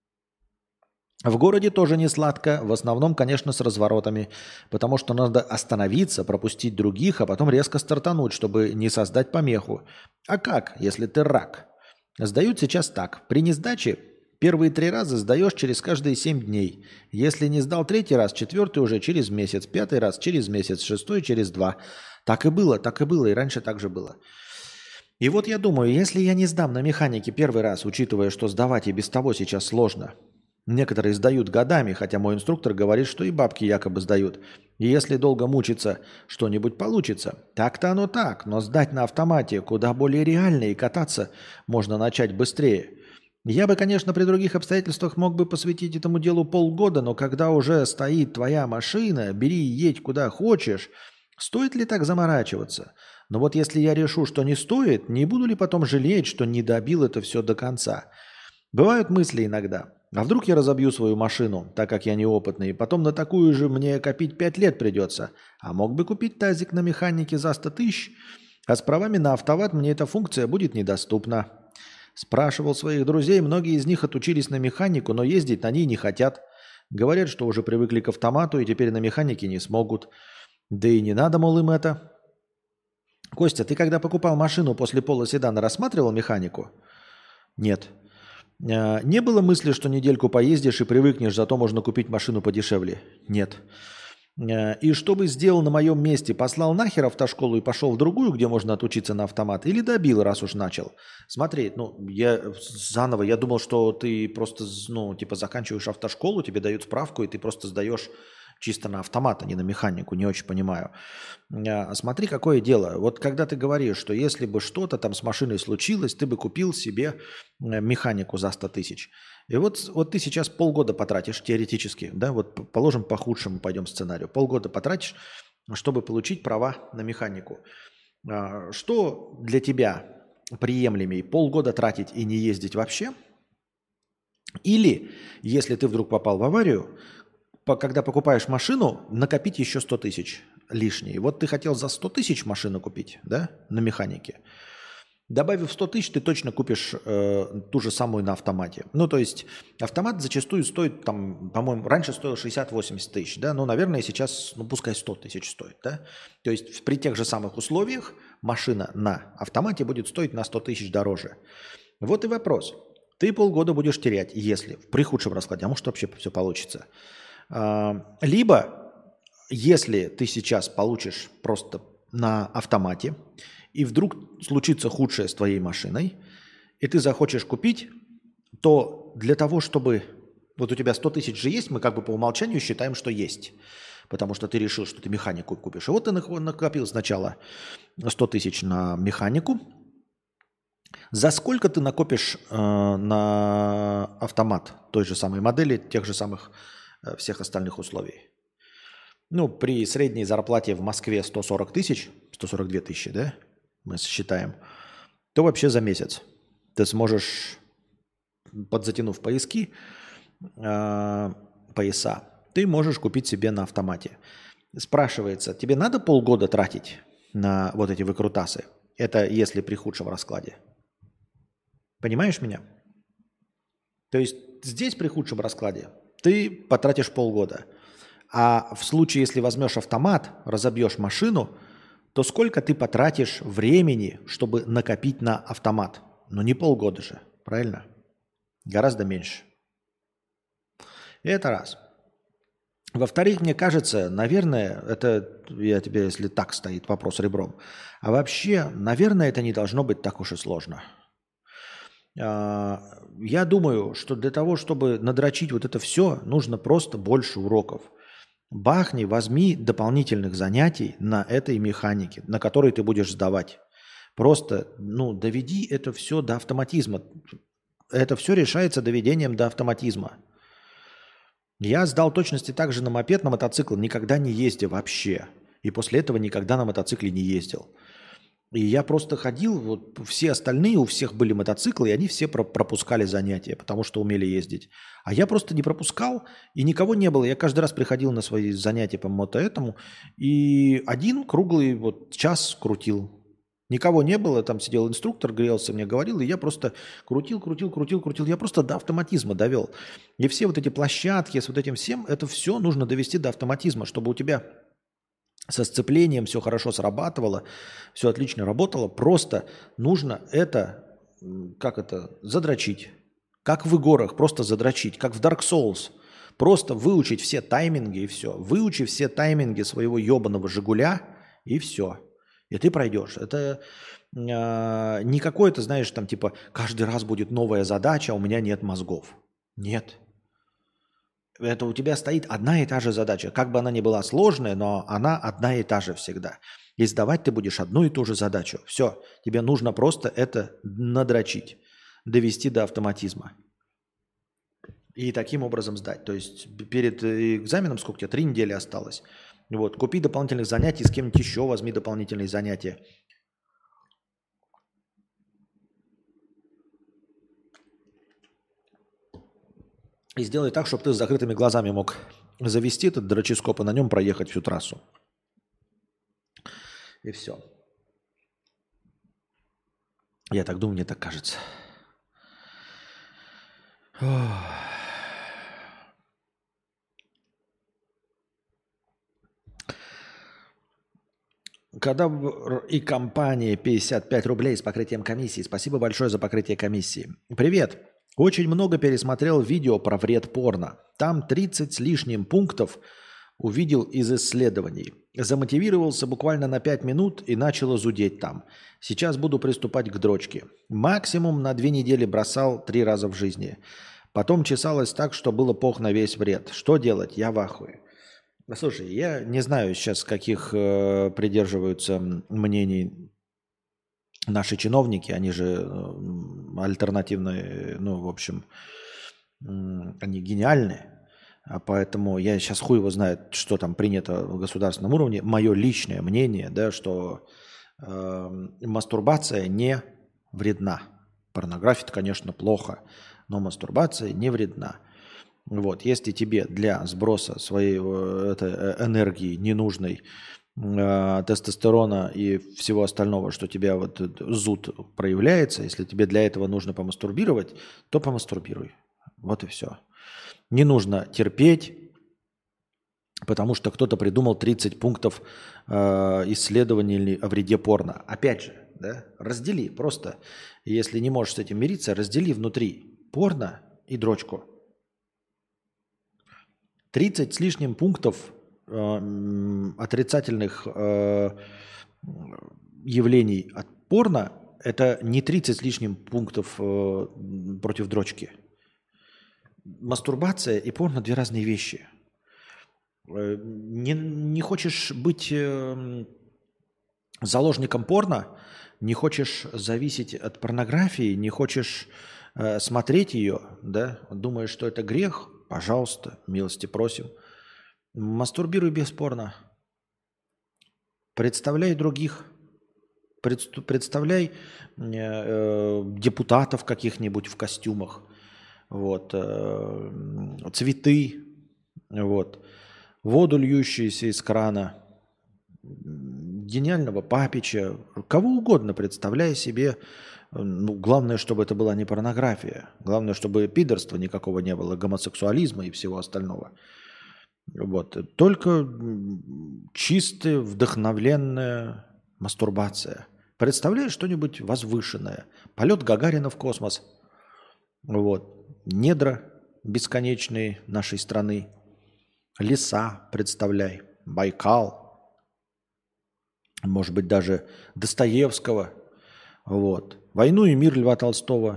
В городе тоже не сладко, в основном, конечно, с разворотами, потому что надо остановиться, пропустить других, а потом резко стартануть, чтобы не создать помеху. А как, если ты рак? Сдают сейчас так. При несдаче первые 3 раза сдаешь через каждые 7 дней. Если не сдал 3-й раз, 4-й уже через месяц, 5-й раз через месяц, 6-й через 2. Так и было, и раньше так же было. И вот я думаю, если я не сдам на механике 1-й раз, учитывая, что сдавать и без того сейчас сложно, некоторые сдают годами, хотя мой инструктор говорит, что и бабки якобы сдают. И если долго мучиться, что-нибудь получится. Так-то оно так, но сдать на автомате куда более реально и кататься можно начать быстрее. Я бы, конечно, при других обстоятельствах мог бы посвятить этому делу полгода, но когда уже стоит твоя машина, бери и едь куда хочешь, стоит ли так заморачиваться? Но вот если я решу, что не стоит, не буду ли потом жалеть, что не добил это все до конца? Бывают мысли иногда. А вдруг я разобью свою машину, так как я неопытный, и потом на такую же мне копить 5 лет придется. А мог бы купить тазик на механике за 100 тысяч, а с правами на автоват мне эта функция будет недоступна. Спрашивал своих друзей, многие из них отучились на механику, но ездить на ней не хотят. Говорят, что уже привыкли к автомату и теперь на механике не смогут. Да и не надо, мол, им это. Костя, ты когда покупал машину после полоседана, рассматривал механику? Нет. Не было мысли, что недельку поездишь и привыкнешь, зато можно купить машину подешевле? Нет. И что бы сделал на моем месте? Послал нахер автошколу и пошел в другую, где можно отучиться на автомат? Или добил, раз уж начал? Смотри, я думал, что ты просто, заканчиваешь автошколу, тебе дают справку, и ты просто сдаешь чисто на автомат, а не на механику, не очень понимаю. Смотри, какое дело. Вот когда ты говоришь, что если бы что-то там с машиной случилось, ты бы купил себе механику за 100 тысяч. И вот ты сейчас полгода потратишь теоретически, да, вот положим по худшему пойдем сценарию, полгода потратишь, чтобы получить права на механику. Что для тебя приемлемее, полгода тратить и не ездить вообще? Или, если ты вдруг попал в аварию, когда покупаешь машину, накопить еще 100 тысяч лишние. Вот ты хотел за 100 тысяч машину купить, да, на механике. Добавив 100 тысяч, ты точно купишь ту же самую на автомате. То есть автомат зачастую стоит, по-моему, раньше стоил 60-80 тысяч, да, наверное, сейчас, пускай 100 тысяч стоит, да. То есть при тех же самых условиях машина на автомате будет стоить на 100 тысяч дороже. Вот и вопрос. Ты полгода будешь терять, если при худшем раскладе, а может вообще все получится. Либо, если ты сейчас получишь просто на автомате и вдруг случится худшее с твоей машиной, и ты захочешь купить, то для того, чтобы... Вот у тебя 100 тысяч же есть, мы как бы по умолчанию считаем, что есть. Потому что ты решил, что ты механику купишь. И вот ты накопил сначала 100 тысяч на механику. За сколько ты накопишь на автомат той же самой модели, тех же самых всех остальных условий? Ну, при средней зарплате в Москве 140 тысяч, 142 тысячи, да, мы считаем, то вообще за месяц ты сможешь, подзатянув пояса, ты можешь купить себе на автомате. Спрашивается, тебе надо полгода тратить на вот эти выкрутасы? Это если при худшем раскладе. Понимаешь меня? То есть здесь при худшем раскладе ты потратишь полгода. А в случае, если возьмешь автомат, разобьешь машину, то сколько ты потратишь времени, чтобы накопить на автомат? Ну не полгода же, правильно? Гораздо меньше. И это раз. Во-вторых, мне кажется, наверное, это я тебе, если так стоит вопрос ребром, а вообще, наверное, это не должно быть так уж и сложно. Я думаю, что для того, чтобы надрочить вот это все, нужно просто больше уроков. Бахни, возьми дополнительных занятий на этой механике, на которой ты будешь сдавать. Просто, доведи это все до автоматизма. Это все решается доведением до автоматизма. Я сдал точности также на мопед, на мотоцикл, никогда не ездил вообще. И после этого никогда на мотоцикле не ездил. И я просто ходил, вот все остальные, у всех были мотоциклы, и они все пропускали занятия, потому что умели ездить. А я просто не пропускал, и никого не было. Я каждый раз приходил на свои занятия по этому, и один круглый час крутил. Никого не было, там сидел инструктор, грелся, мне говорил, и я просто крутил. Я просто до автоматизма довел. И все вот эти площадки с вот этим всем, это все нужно довести до автоматизма, чтобы у тебя со сцеплением все хорошо срабатывало, все отлично работало. Просто нужно это, задрочить. Как в играх, просто задрочить. Как в Dark Souls. Просто выучить все тайминги и все. Выучи все тайминги своего ебаного «Жигуля» и все. И ты пройдешь. Это не какое-то, знаешь, там типа каждый раз будет новая задача, а у меня нет мозгов. Нет. Это у тебя стоит одна и та же задача. Как бы она ни была сложная, но она одна и та же всегда. И сдавать ты будешь одну и ту же задачу. Все. Тебе нужно просто это надрочить. Довести до автоматизма. И таким образом сдать. То есть перед экзаменом сколько тебе? 3 недели осталось. Вот. Купи дополнительных занятий, с кем-нибудь еще возьми дополнительные занятия. И сделай так, чтобы ты с закрытыми глазами мог завести этот дроческоп и на нем проехать всю трассу. И все. Я так думаю, мне так кажется. Когда и компания 55 рублей с покрытием комиссии. Спасибо большое за покрытие комиссии. Привет. Очень много пересмотрел видео про вред порно. Там 30 с лишним пунктов увидел из исследований. Замотивировался буквально на 5 минут и начало зудеть там. Сейчас буду приступать к дрочке. Максимум на 2 недели бросал 3 раза в жизни. Потом чесалось так, что было пох на весь вред. Что делать? Я в ахуе. Слушай, я не знаю сейчас, каких придерживаются мнений наши чиновники. Они же альтернативные, в общем, они гениальны. А поэтому я сейчас хуй его знает, что там принято в государственном уровне. Мое личное мнение, да, что мастурбация не вредна. Порнография, конечно, плохо, но мастурбация не вредна. Вот, если тебе для сброса своей энергии ненужной, тестостерона и всего остального, что у тебя зуд проявляется, если тебе для этого нужно помастурбировать, то помастурбируй. Вот и все. Не нужно терпеть, потому что кто-то придумал 30 пунктов исследований о вреде порно. Опять же, да, раздели просто. Если не можешь с этим мириться, раздели внутри порно и дрочку. 30 с лишним пунктов отрицательных явлений от порно – это не 30 с лишним пунктов против дрочки. Мастурбация и порно – две разные вещи. Не хочешь быть заложником порно, не хочешь зависеть от порнографии, не хочешь смотреть ее, да, думаешь, что это грех, пожалуйста, милости просим. Мастурбируй без порно. Представляй других. Представляй депутатов каких-нибудь в костюмах. Вот, цветы. Вот, воду, льющуюся из крана. Гениального папича. Кого угодно представляй себе. Ну, главное, чтобы это была не порнография. Главное, чтобы пидорства никакого не было, гомосексуализма и всего остального. Вот. Только чистая, вдохновленная мастурбация. Представляешь что-нибудь возвышенное. Полет Гагарина в космос. Вот. Недра бесконечные нашей страны. Леса представляй. Байкал. Может быть, даже Достоевского. Вот. «Войну и мир» Льва Толстого.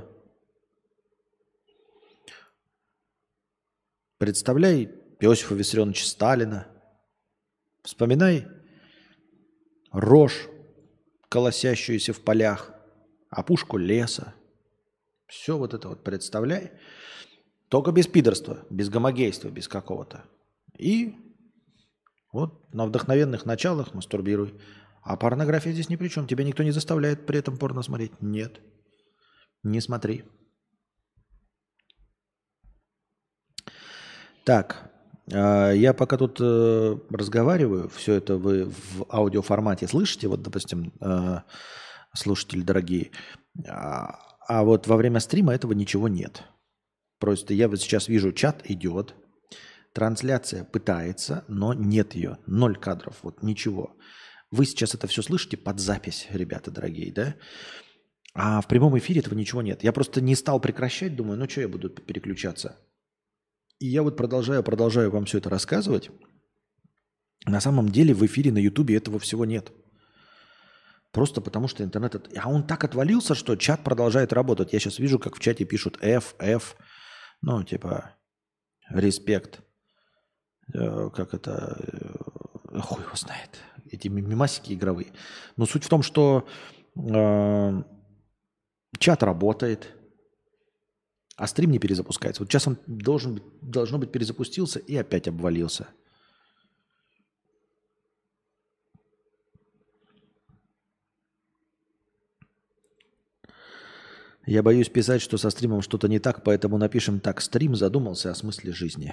Представляй Иосифа Виссарионовича Сталина. Вспоминай рожь, колосящуюся в полях, опушку леса. Все вот это вот представляй. Только без пидорства, без гомогейства, без какого-то. И вот на вдохновенных началах мастурбируй. А порнография здесь ни при чем. Тебя никто не заставляет при этом порно смотреть. Нет. Не смотри. Так. Я пока тут разговариваю, все это вы в аудиоформате слышите, вот, допустим, слушатели дорогие, а вот во время стрима этого ничего нет. Просто я вот сейчас вижу, чат идет, трансляция пытается, но нет ее, 0 кадров, вот ничего. Вы сейчас это все слышите под запись, ребята дорогие, да? А в прямом эфире этого ничего нет. Я просто не стал прекращать, думаю, ну что я буду переключаться. И я вот продолжаю вам все это рассказывать. На самом деле в эфире на Ютубе этого всего нет. Просто потому что интернет... А он так отвалился, что чат продолжает работать. Я сейчас вижу, как в чате пишут F. Ну, типа, респект. Как это... Хуй его знает. Эти мемасики игровые. Но суть в том, что чат работает. А стрим не перезапускается. Вот сейчас он должно быть перезапустился и опять обвалился. Я боюсь писать, что со стримом что-то не так, поэтому напишем так. Стрим задумался о смысле жизни.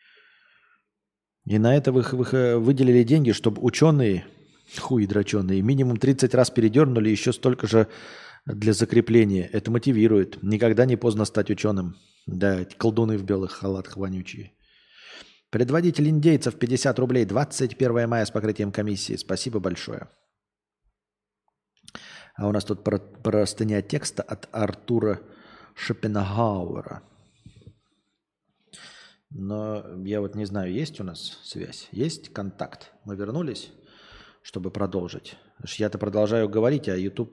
И на это вы выделили деньги, чтобы ученые, хуй дроченые, минимум 30 раз передернули, еще столько же для закрепления. Это мотивирует. Никогда не поздно стать ученым. Да, колдуны в белых халатах вонючие. Предводитель индейцев 50 рублей. 21 мая с покрытием комиссии. Спасибо большое. А у нас тут простыня текста от Артура Шопенгауэра. Но я вот не знаю, есть у нас связь? Есть контакт? Мы вернулись, чтобы продолжить. Я-то продолжаю говорить, а YouTube...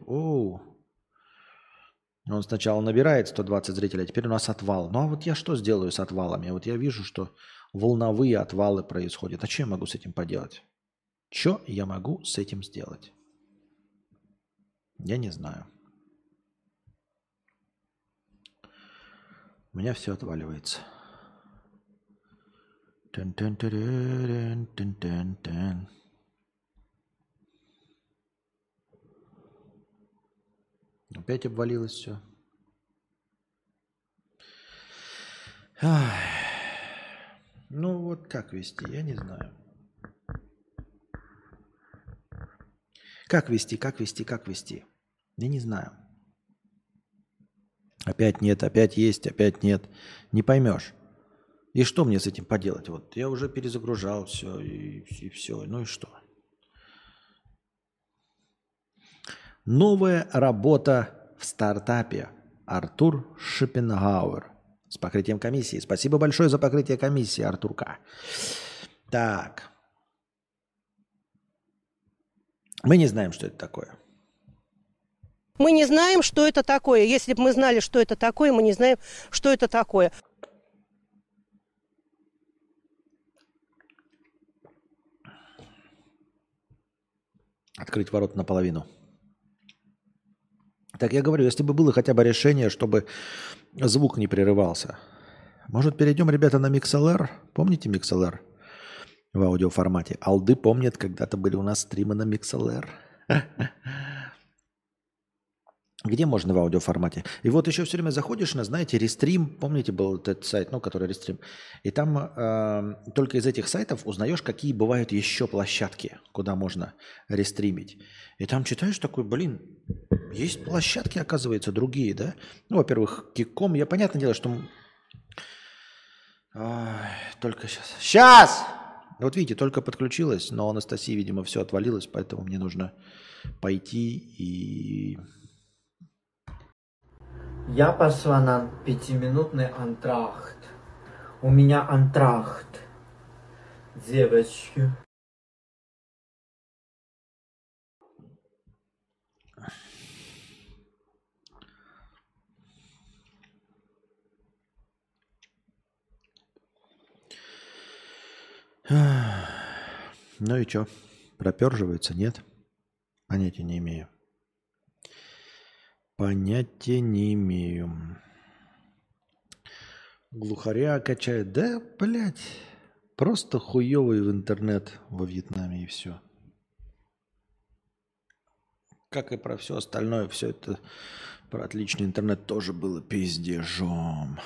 Он сначала набирает 120 зрителей, а теперь у нас отвал. Ну а вот я что сделаю с отвалами? Вот я вижу, что волновые отвалы происходят. А что я могу с этим поделать? Что я могу с этим сделать? Я не знаю. У меня все отваливается. Опять обвалилось все. Ну вот как вести, я не знаю. Как вести? Я не знаю. Опять нет, опять есть, опять нет. Не поймешь. И что мне с этим поделать? Вот я уже перезагружал все и все. Ну и что? Новая работа в стартапе. Артур Шопенгауэр. С покрытием комиссии. Спасибо большое за покрытие комиссии, Артурка. Так. Мы не знаем, что это такое. Мы не знаем, что это такое. Если бы мы знали, что это такое, мы не знаем, что это такое. Открыть ворот наполовину. Так я говорю, если бы было хотя бы решение, чтобы звук не прерывался. Может, перейдем, ребята, на MixLR? Помните MixLR в аудиоформате? Алды помнят, когда-то были у нас стримы на MixLR. Где можно в аудиоформате? И вот еще все время заходишь на, знаете, Рестрим. Помните, был этот сайт, ну, который Рестрим. И там только из этих сайтов узнаешь, какие бывают еще площадки, куда можно рестримить. И там читаешь такой, блин, есть площадки, оказывается, другие, да? Ну, во-первых, Кикком. Я, понятное дело, что... только сейчас. Сейчас! Вот видите, только подключилась, но у Анастасии, видимо, все отвалилось, поэтому мне нужно пойти и... Я пошла на 5-минутный антрахт. У меня антрахт. Девочки. Ну и что? Проперживается, нет? Понятия не имею. Понятия не имею. Глухаря качает. Да, блядь. Просто хуёвый в интернет во Вьетнаме и все. Как и про все остальное, все это про отличный интернет тоже было пиздежом.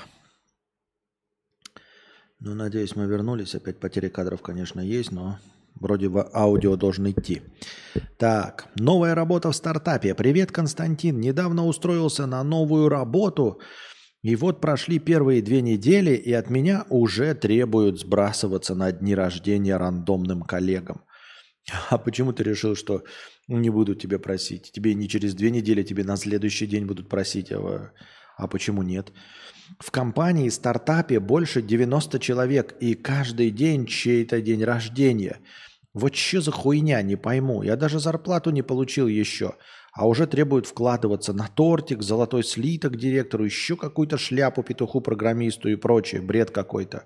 Ну, надеюсь, мы вернулись. Опять потери кадров, конечно, есть, но вроде в аудио должен идти. Так, новая работа в стартапе. Привет, Константин. Недавно устроился на новую работу. И вот прошли первые 2 недели, и от меня уже требуют сбрасываться на дни рождения рандомным коллегам. А почему ты решил, что не будут тебя просить? Тебе не через 2 недели, тебе на следующий день будут просить. А почему нет? В компании, стартапе больше 90 человек, и каждый день чей-то день рождения. Вот что за хуйня, не пойму. Я даже зарплату не получил еще, а уже требуют вкладываться на тортик, золотой слиток директору, еще какую-то шляпу петуху-программисту и прочее. Бред какой-то.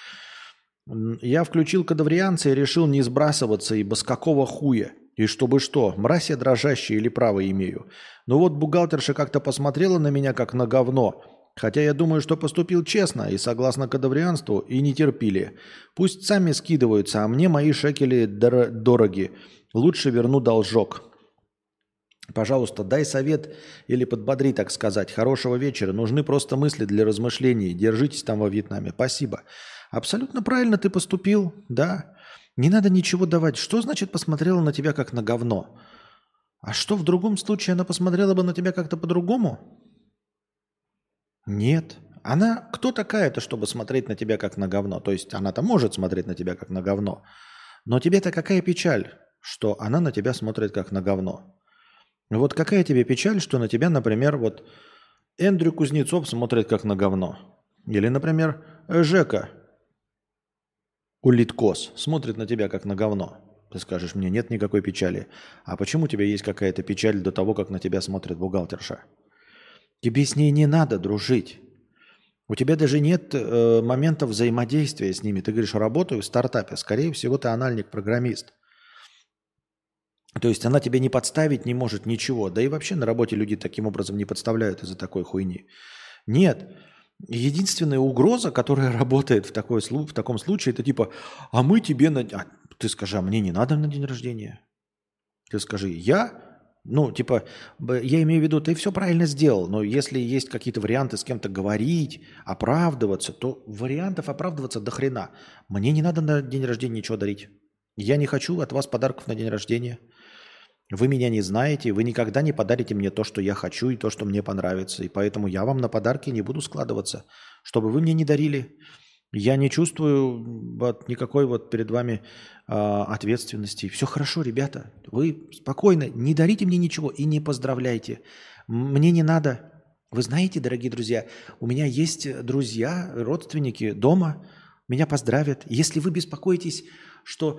Я включил кадаврианца и решил не сбрасываться, ибо с какого хуя? И чтобы что, мразь я дрожащая или право имею? Но вот бухгалтерша как-то посмотрела на меня как на говно, хотя я думаю, что поступил честно и согласно кадаврианству, и не терпили. Пусть сами скидываются, а мне мои шекели дороги. Лучше верну должок. Пожалуйста, дай совет или подбодри, так сказать. Хорошего вечера. Нужны просто мысли для размышлений. Держитесь там во Вьетнаме. Спасибо. Абсолютно правильно ты поступил, да. Не надо ничего давать. Что значит посмотрела на тебя как на говно? А что в другом случае она посмотрела бы на тебя как-то по-другому? Нет. Она кто такая-то, чтобы смотреть на тебя как на говно? То есть она-то может смотреть на тебя как на говно. Но тебе-то какая печаль, что она на тебя смотрит как на говно? Вот какая тебе печаль, что на тебя, например, вот Эндрю Кузнецов смотрит как на говно. Или, например, Жека Улиткос смотрит на тебя как на говно. Ты скажешь, мне нет никакой печали. А почему у тебя есть какая-то печаль до того, как на тебя смотрит бухгалтерша? Тебе с ней не надо дружить. У тебя даже нет момента взаимодействия с ними. Ты говоришь, работаю в стартапе. Скорее всего, ты анальник-программист. То есть она тебя не подставить не может ничего. Да и вообще на работе люди таким образом не подставляют из-за такой хуйни. Нет. Единственная угроза, которая работает в таком случае, это типа, а мы тебе... Ты скажи, а мне не надо на день рождения? Ты скажи, я... Ну, типа, я имею в виду, ты все правильно сделал, но если есть какие-то варианты с кем-то говорить, оправдываться, то вариантов оправдываться до хрена. Мне не надо на день рождения ничего дарить. Я не хочу от вас подарков на день рождения. Вы меня не знаете, вы никогда не подарите мне то, что я хочу и то, что мне понравится. И поэтому я вам на подарки не буду складываться, чтобы вы мне не дарили. Я не чувствую вот никакой вот перед вами ответственности. Все хорошо, ребята. Вы спокойно, не дарите мне ничего и не поздравляйте. Мне не надо. Вы знаете, дорогие друзья, у меня есть друзья, родственники дома. Меня поздравят. Если вы беспокоитесь, что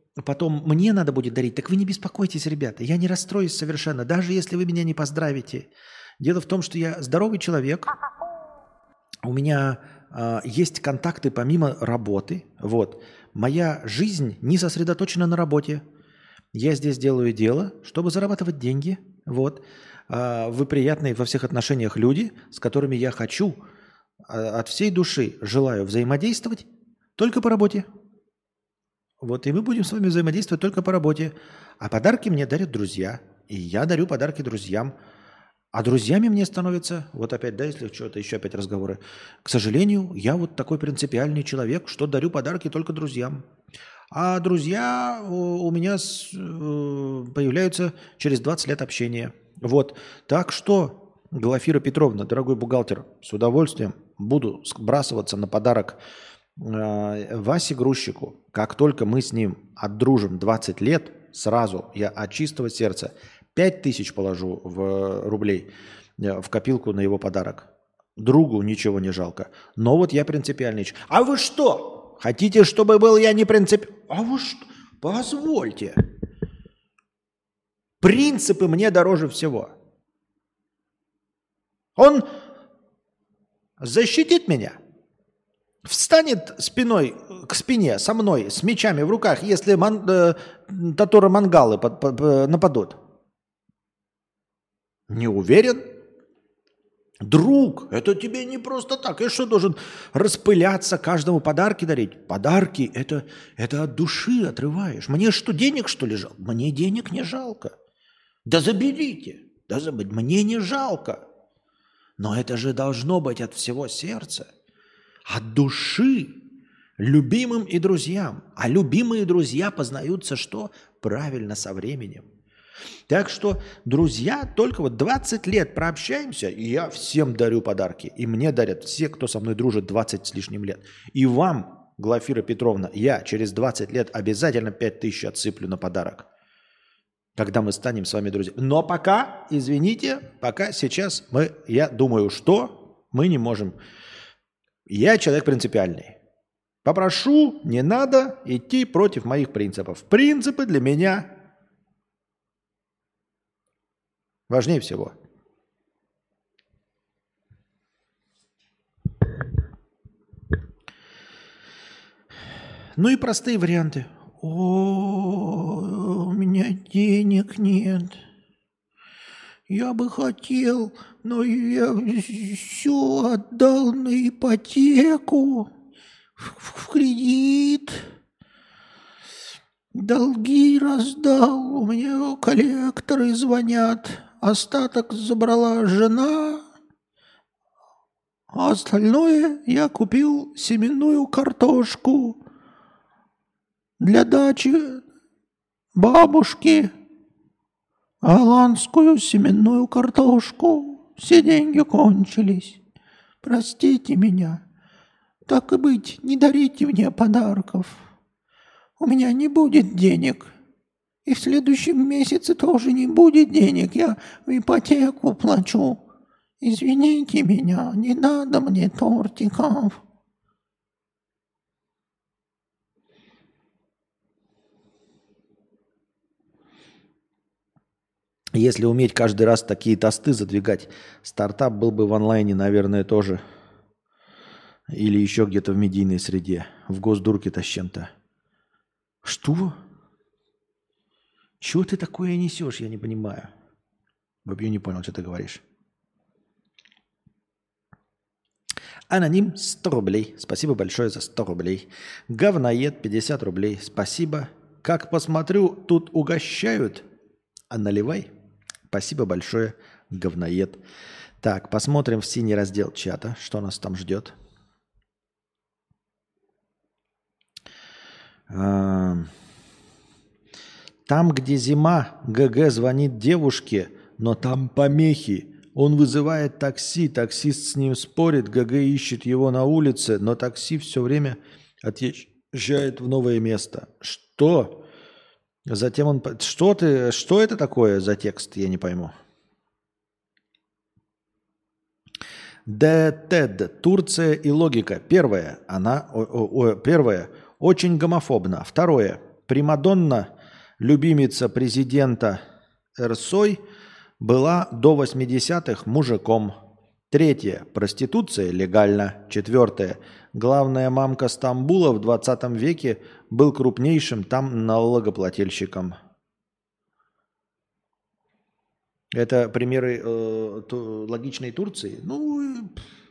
потом мне надо будет дарить, так вы не беспокойтесь, ребята, я не расстроюсь совершенно, даже если вы меня не поздравите. Дело в том, что я здоровый человек, у меня есть контакты помимо работы, вот. Моя жизнь не сосредоточена на работе. Я здесь делаю дело, чтобы зарабатывать деньги, вот. Вы приятные во всех отношениях люди, с которыми я хочу от всей души желаю взаимодействовать только по работе. Вот, и мы будем с вами взаимодействовать только по работе. А подарки мне дарят друзья. И я дарю подарки друзьям. А друзьями мне становятся, вот опять, да, если что-то, еще опять разговоры. К сожалению, я вот такой принципиальный человек, что дарю подарки только друзьям. А друзья у меня появляются через 20 лет общения. Вот. Так что, Глафира Петровна, дорогой бухгалтер, с удовольствием буду сбрасываться на подарок Васе Грузчику. Как только мы с ним отдружим 20 лет, сразу я от чистого сердца 5000 положу в рублей в копилку на его подарок. Другу ничего не жалко. Но вот я принципиальный. А вы что? Хотите, чтобы был я не принципиальный? А вы что? Позвольте. Принципы мне дороже всего. Он защитит меня. Встанет спиной к спине со мной, с мечами в руках, если татаро-монгалы нападут. Не уверен? Друг, это тебе не просто так. Я что, должен распыляться, каждому подарки дарить? Подарки, это от души отрываешь. Мне что, денег что ли жалко? Мне денег не жалко. Да заберите. Мне не жалко. Но это же должно быть от всего сердца. От души. Любимым и друзьям. А любимые друзья познаются что? Правильно, со временем. Так что, друзья, только вот 20 лет прообщаемся, и я всем дарю подарки. И мне дарят все, кто со мной дружит 20 с лишним лет. И вам, Глафира Петровна, я через 20 лет обязательно 5000 отсыплю на подарок. Когда мы станем с вами друзьями. Но пока, извините, пока сейчас я думаю, что мы не можем. Я человек принципиальный. Попрошу, не надо идти против моих принципов. Принципы для меня важнее всего. Ну и простые варианты. У меня денег нет. Я бы хотел, но я все отдал на ипотеку, в кредит. Долги раздал, у меня коллекторы звонят. Остаток забрала жена, а остальное я купил семенную картошку для дачи бабушки, голландскую семенную картошку. Все деньги кончились. Простите меня. Так и быть, не дарите мне подарков. У меня не будет денег. И в следующем месяце тоже не будет денег. Я в ипотеку плачу. Извините меня, не надо мне тортиков. Если уметь каждый раз такие тосты задвигать, стартап был бы в онлайне, наверное, тоже. Или еще где-то в медийной среде. В Госдурке-то с чем-то. Что? Чего ты такое несешь, я не понимаю. Вообще не понял, что ты говоришь. Аноним 100 рублей. Спасибо большое за 100 рублей. Говноед 50 рублей. Спасибо. Как посмотрю, тут угощают. А наливай. Спасибо большое, говноед. Так, посмотрим в синий раздел чата, что нас там ждет. Там, где зима, ГГ звонит девушке, но там помехи. Он вызывает такси, таксист с ним спорит, ГГ ищет его на улице, но такси все время отъезжает в новое место. Что? Затем он... Что это такое за текст? Я не пойму. ДТЭД. Турция и логика. Первое. Первое. Очень гомофобно. Второе. Примадонна, любимица президента Эрсой, была до 80-х мужиком. Третье. Проституция легальна. Четвертое. Главная мамка Стамбула в 20 веке был крупнейшим там налогоплательщиком. Это примеры логичной Турции? Ну,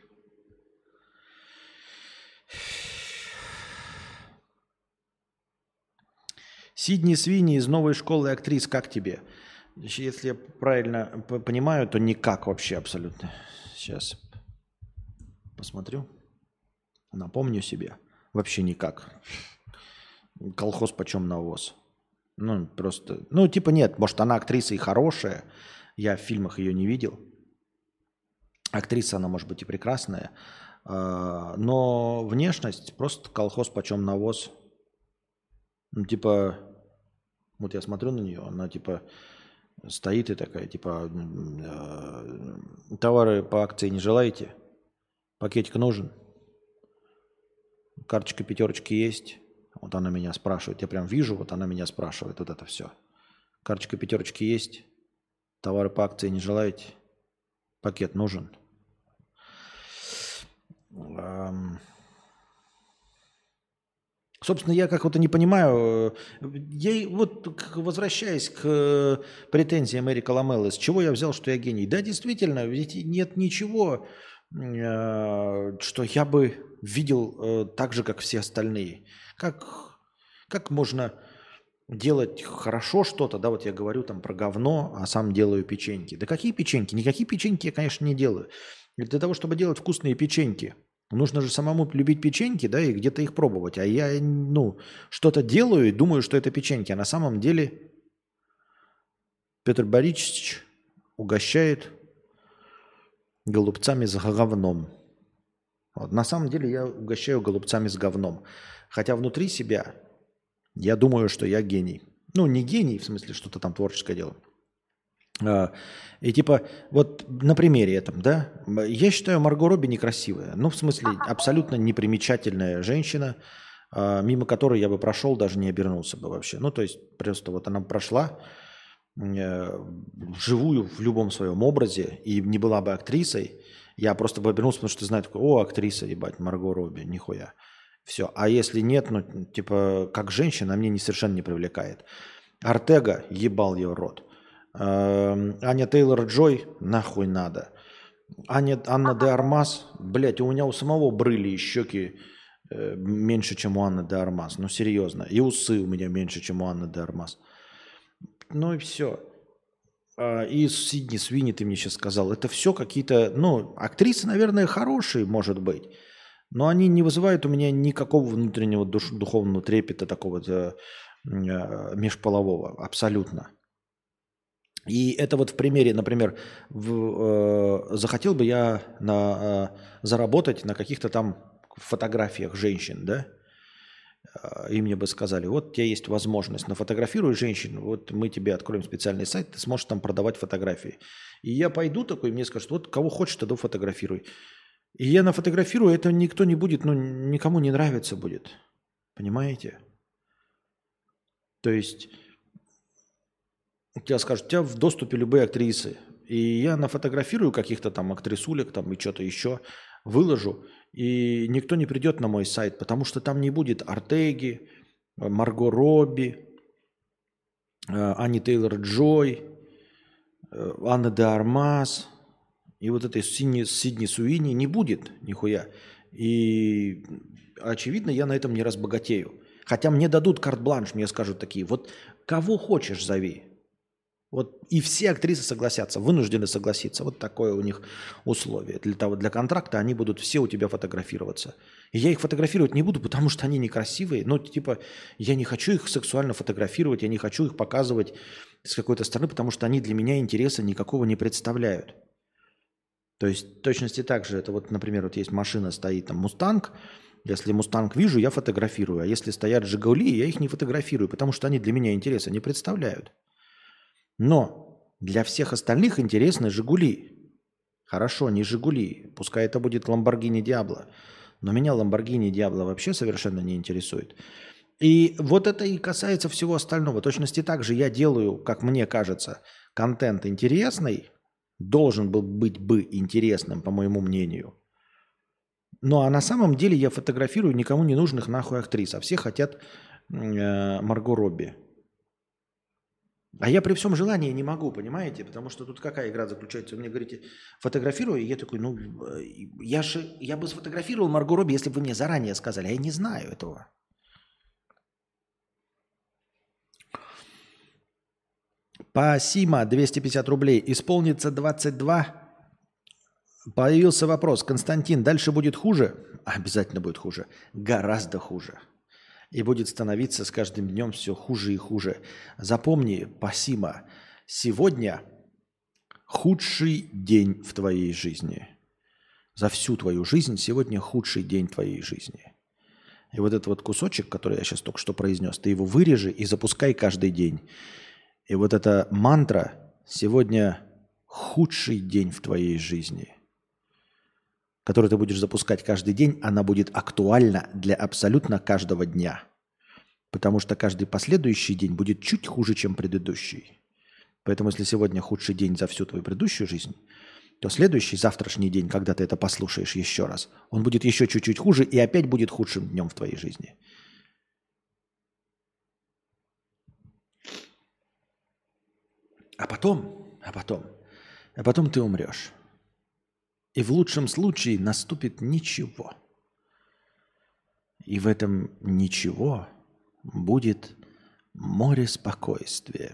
Сидни Свини из новой школы актрис, как тебе? Если я правильно понимаю, то никак вообще абсолютно. Сейчас посмотрю. Напомню себе. Вообще никак. Колхоз почем навоз. Ну, просто... Ну, типа нет, может, она актриса и хорошая. Я в фильмах ее не видел. Актриса она может быть и прекрасная. Но внешность просто колхоз почем навоз. Ну, типа... Вот я смотрю на нее, она типа стоит и такая, типа, товары по акции не желаете? Пакетик нужен? Карточка пятерочки есть? Вот она меня спрашивает. Я прям вижу, вот она меня спрашивает. Вот это все. Карточка пятерочки есть? Товары по акции не желаете? Пакет нужен? Собственно, я как-то не понимаю, вот возвращаясь к претензиям Эрика Ламеллы, с чего я взял, что я гений? Да, действительно, ведь нет ничего, что я бы видел так же, как все остальные. Как можно делать хорошо что-то, да, вот я говорю там про говно, а сам делаю печеньки. Да какие печеньки? Никакие печеньки я, конечно, не делаю. Для того, чтобы делать вкусные печеньки, нужно же самому любить печеньки, да, и где-то их пробовать. А я, что-то делаю и думаю, что это печеньки. А на самом деле Петр Борисович угощает голубцами с говном. Вот. На самом деле я угощаю голубцами с говном. Хотя внутри себя я думаю, что я гений. Ну, не гений, в смысле, что-то там творческое делаю. И типа, вот на примере этом, да, я считаю Марго Робби некрасивая. Ну, в смысле, абсолютно непримечательная женщина, мимо которой я бы прошел, даже не обернулся бы вообще. Ну, то есть, просто вот она прошла живую в любом своем образе и не была бы актрисой, я просто бы обернулся, потому что знаю, такой, о, актриса, ебать, Марго Робби, нихуя. Все. А если нет, ну, типа, как женщина, мне совершенно не привлекает. Ортега, ебал ее рот. Аня Тейлор-Джой, нахуй надо. Анна де Армас, блядь, у меня у самого брыли и щеки меньше, чем у Анны де Армас. Ну, серьезно. И усы у меня меньше, чем у Анны де Армас. Ну и все. И Сидни Свини ты мне сейчас сказал. Это все какие-то, ну, актрисы, наверное, хорошие, может быть. Но они не вызывают у меня никакого внутреннего духовного трепета такого межполового. Абсолютно. И это вот в примере, например, захотел бы я заработать на каких-то там фотографиях женщин, да? И мне бы сказали, вот у тебя есть возможность, нафотографируй женщин, вот мы тебе откроем специальный сайт, ты сможешь там продавать фотографии. И я пойду такой, мне скажут, вот кого хочешь, тогда фотографируй. И я нафотографирую, это никто не будет, ну, никому не нравится будет. Понимаете? То есть... Тебе скажут, у тебя в доступе любые актрисы. И я нафотографирую каких-то там актрисулек там, и что-то еще, выложу, и никто не придет на мой сайт, потому что там не будет Ортеги, Марго Робби, Ани Тейлор-Джой, Анны де Армас, и вот этой Сидни Суини не будет нихуя. И очевидно, я на этом не разбогатею. Хотя мне дадут карт-бланш, мне скажут такие, вот кого хочешь зови. Вот и все актрисы согласятся, вынуждены согласиться. Вот такое у них условие. Для контракта они будут все у тебя фотографироваться. И я их фотографировать не буду, потому что они некрасивые. Ну, типа, я не хочу их сексуально фотографировать, я не хочу их показывать с какой-то стороны, потому что они для меня интереса никакого не представляют. То есть, в точности так же, это вот, например, вот есть машина, стоит там Мустанг. Если Мустанг вижу, я фотографирую. А если стоят Жигули, я их не фотографирую, потому что они для меня интереса не представляют. Но для всех остальных интересны «Жигули». Хорошо, не «Жигули». Пускай это будет «Ламборгини Диабло». Но меня «Ламборгини Диабло» вообще совершенно не интересует. И вот это и касается всего остального. В точности так же я делаю, как мне кажется, контент интересный, должен был быть бы интересным, по моему мнению. Ну а на самом деле я фотографирую никому не нужных нахуй актрис, а все хотят Марго Робби. А я при всем желании не могу, понимаете? Потому что тут какая игра заключается? Вы мне говорите, фотографирую, и я такой, ну, я бы сфотографировал Марго Робби, если бы вы мне заранее сказали, а я не знаю этого. Спасибо, 250 рублей. Исполнится 22. Появился вопрос. Константин, дальше будет хуже? Обязательно будет хуже. Гораздо хуже. И будет становиться с каждым днем все хуже и хуже. Запомни, спасибо, сегодня худший день в твоей жизни. За всю твою жизнь сегодня худший день твоей жизни. И вот этот вот кусочек, который я сейчас только что произнес, ты его вырежи и запускай каждый день. И вот эта мантра «сегодня худший день в твоей жизни», которую ты будешь запускать каждый день, она будет актуальна для абсолютно каждого дня. Потому что каждый последующий день будет чуть хуже, чем предыдущий. Поэтому если сегодня худший день за всю твою предыдущую жизнь, то следующий, завтрашний день, когда ты это послушаешь еще раз, он будет еще чуть-чуть хуже и опять будет худшим днем в твоей жизни. А потом ты умрешь. И в лучшем случае наступит ничего. И в этом ничего будет море спокойствия.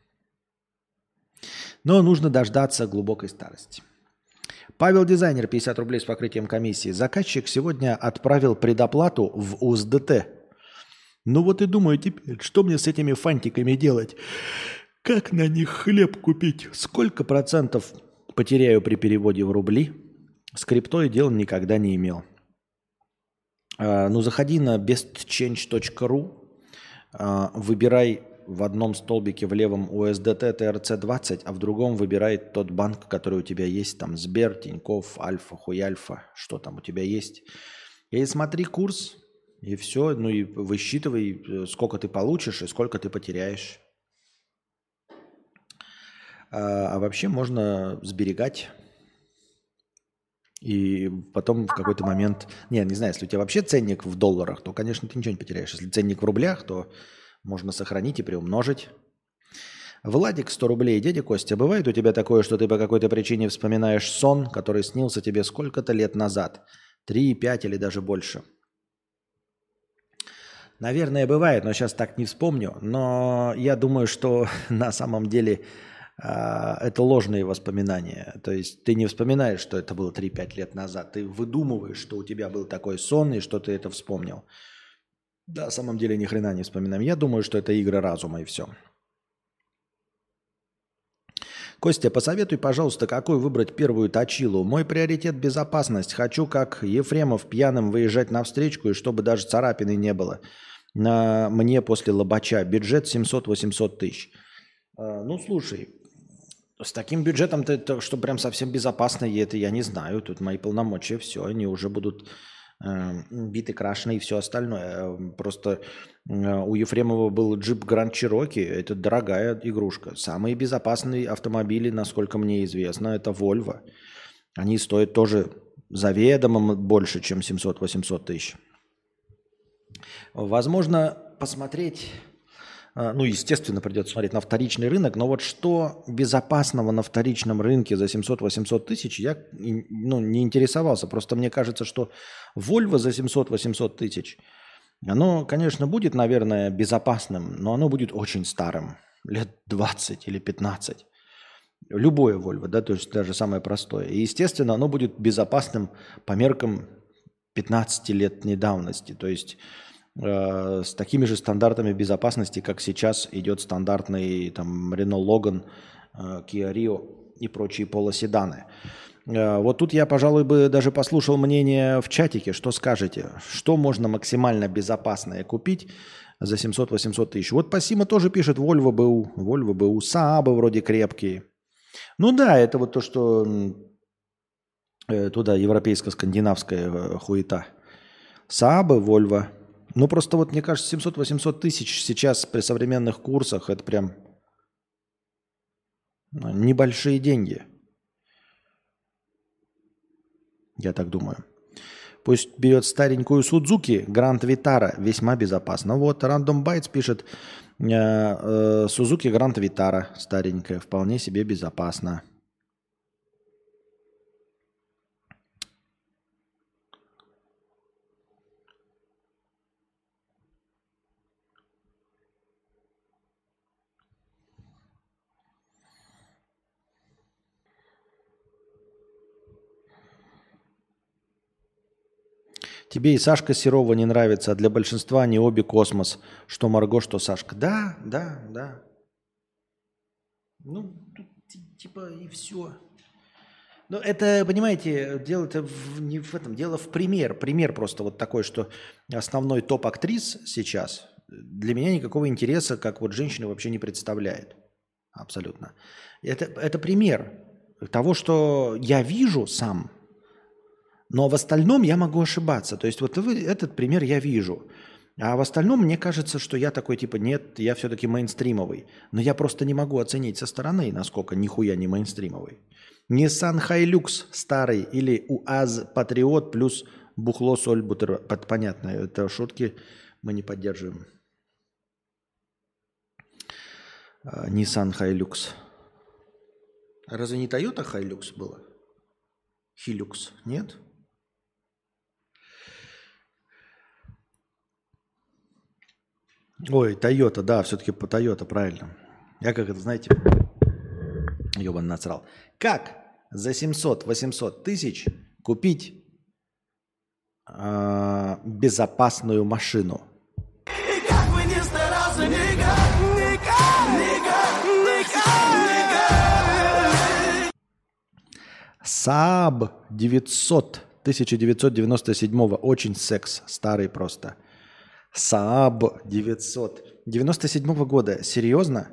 Но нужно дождаться глубокой старости. Павел Дизайнер, 50 рублей с покрытием комиссии. Заказчик сегодня отправил предоплату в УСДТ. Ну вот и думаю теперь, что мне с этими фантиками делать? Как на них хлеб купить? Сколько процентов потеряю при переводе в рубли? С криптой дел никогда не имел. Ну, заходи на bestchange.ru, выбирай в одном столбике в левом USDT TRC20, а в другом выбирай тот банк, который у тебя есть, там Сбер, Тинькофф, Альфа, Хуяльфа, что там у тебя есть. И смотри курс, и все, ну и высчитывай, сколько ты получишь и сколько ты потеряешь. А вообще можно сберегать. И потом в какой-то момент... Не знаю, если у тебя вообще ценник в долларах, то, конечно, ты ничего не потеряешь. Если ценник в рублях, то можно сохранить и приумножить. Владик, 100 рублей. Дядя Костя, бывает у тебя такое, что ты по какой-то причине вспоминаешь сон, который снился тебе сколько-то лет назад? 3, 5 или даже больше? Наверное, бывает, но сейчас так не вспомню. Но я думаю, что на самом деле... это ложные воспоминания. То есть ты не вспоминаешь, что это было 3-5 лет назад. Ты выдумываешь, что у тебя был такой сон и что ты это вспомнил. Да, на самом деле ни хрена не вспоминаем. Я думаю, что это игры разума и все. Костя, посоветуй, пожалуйста, какую выбрать первую точилу. Мой приоритет – безопасность. Хочу, как Ефремов, пьяным выезжать на встречку, и чтобы даже царапины не было. На мне после лобача. Бюджет 700-800 тысяч. Ну, слушай, с таким бюджетом, что прям совсем безопасно, и это я не знаю. Тут мои полномочия, все, они уже будут биты, крашены и все остальное. Просто у Ефремова был джип Grand Cherokee, это дорогая игрушка. Самые безопасные автомобили, насколько мне известно, это Volvo. Они стоят тоже заведомо больше, чем 700-800 тысяч. Возможно, посмотреть... Ну, естественно, придется смотреть на вторичный рынок, но вот что безопасного на вторичном рынке за 700-800 тысяч, я не интересовался. Просто мне кажется, что Volvo за 700-800 тысяч, оно, конечно, будет, наверное, безопасным, но оно будет очень старым, лет 20 или 15. Любое Volvo, да, то есть даже самое простое. И, естественно, оно будет безопасным по меркам 15-летней давности, то есть... с такими же стандартами безопасности, как сейчас идет стандартный там Renault Logan, Kia Rio и прочие полоседаны. Вот тут я, пожалуй, бы даже послушал мнение в чатике, что скажете, что можно максимально безопасное купить за 700-800 тысяч. Вот Пассима тоже пишет Volvo БУ, Saab вроде крепкие. Ну да, это вот то, что туда европейско-скандинавская хуета. Saab, Volvo. Ну, просто вот, мне кажется, 700-800 тысяч сейчас при современных курсах это прям небольшие деньги. Я так думаю. Пусть берет старенькую Судзуки Гранд Витара, весьма безопасно. Вот, Random Bytes пишет, Сузуки Гранд Витара старенькая, вполне себе безопасно. Тебе и Сашка Серова не нравится, а для большинства они обе космос. Что Марго, что Сашка. Да, да, да. Ну, тут типа и все. Но это, понимаете, дело-то не в этом. Дело в пример. Пример просто вот такой, что основной топ актрис сейчас для меня никакого интереса, как вот женщина, вообще не представляет. Абсолютно. Это пример того, что я вижу сам. Но в остальном я могу ошибаться. То есть вот этот пример я вижу. А в остальном мне кажется, что я такой типа, нет, я все-таки мейнстримовый. Но я просто не могу оценить со стороны, насколько нихуя не мейнстримовый. Nissan Hilux старый или УАЗ Патриот плюс бухло, соль, бутерброд. Понятно, это шутки мы не поддерживаем. Nissan Hilux. Разве не Toyota Hilux было? Hilux, нет? Ой, Toyota, да, все-таки по Toyota, правильно. Я как это, знаете, ебан насрал. Как за 700-800 тысяч купить безопасную машину? И как бы ни старался, Saab 900 1997, очень секс, старый просто. Saab 900 97 года, серьезно?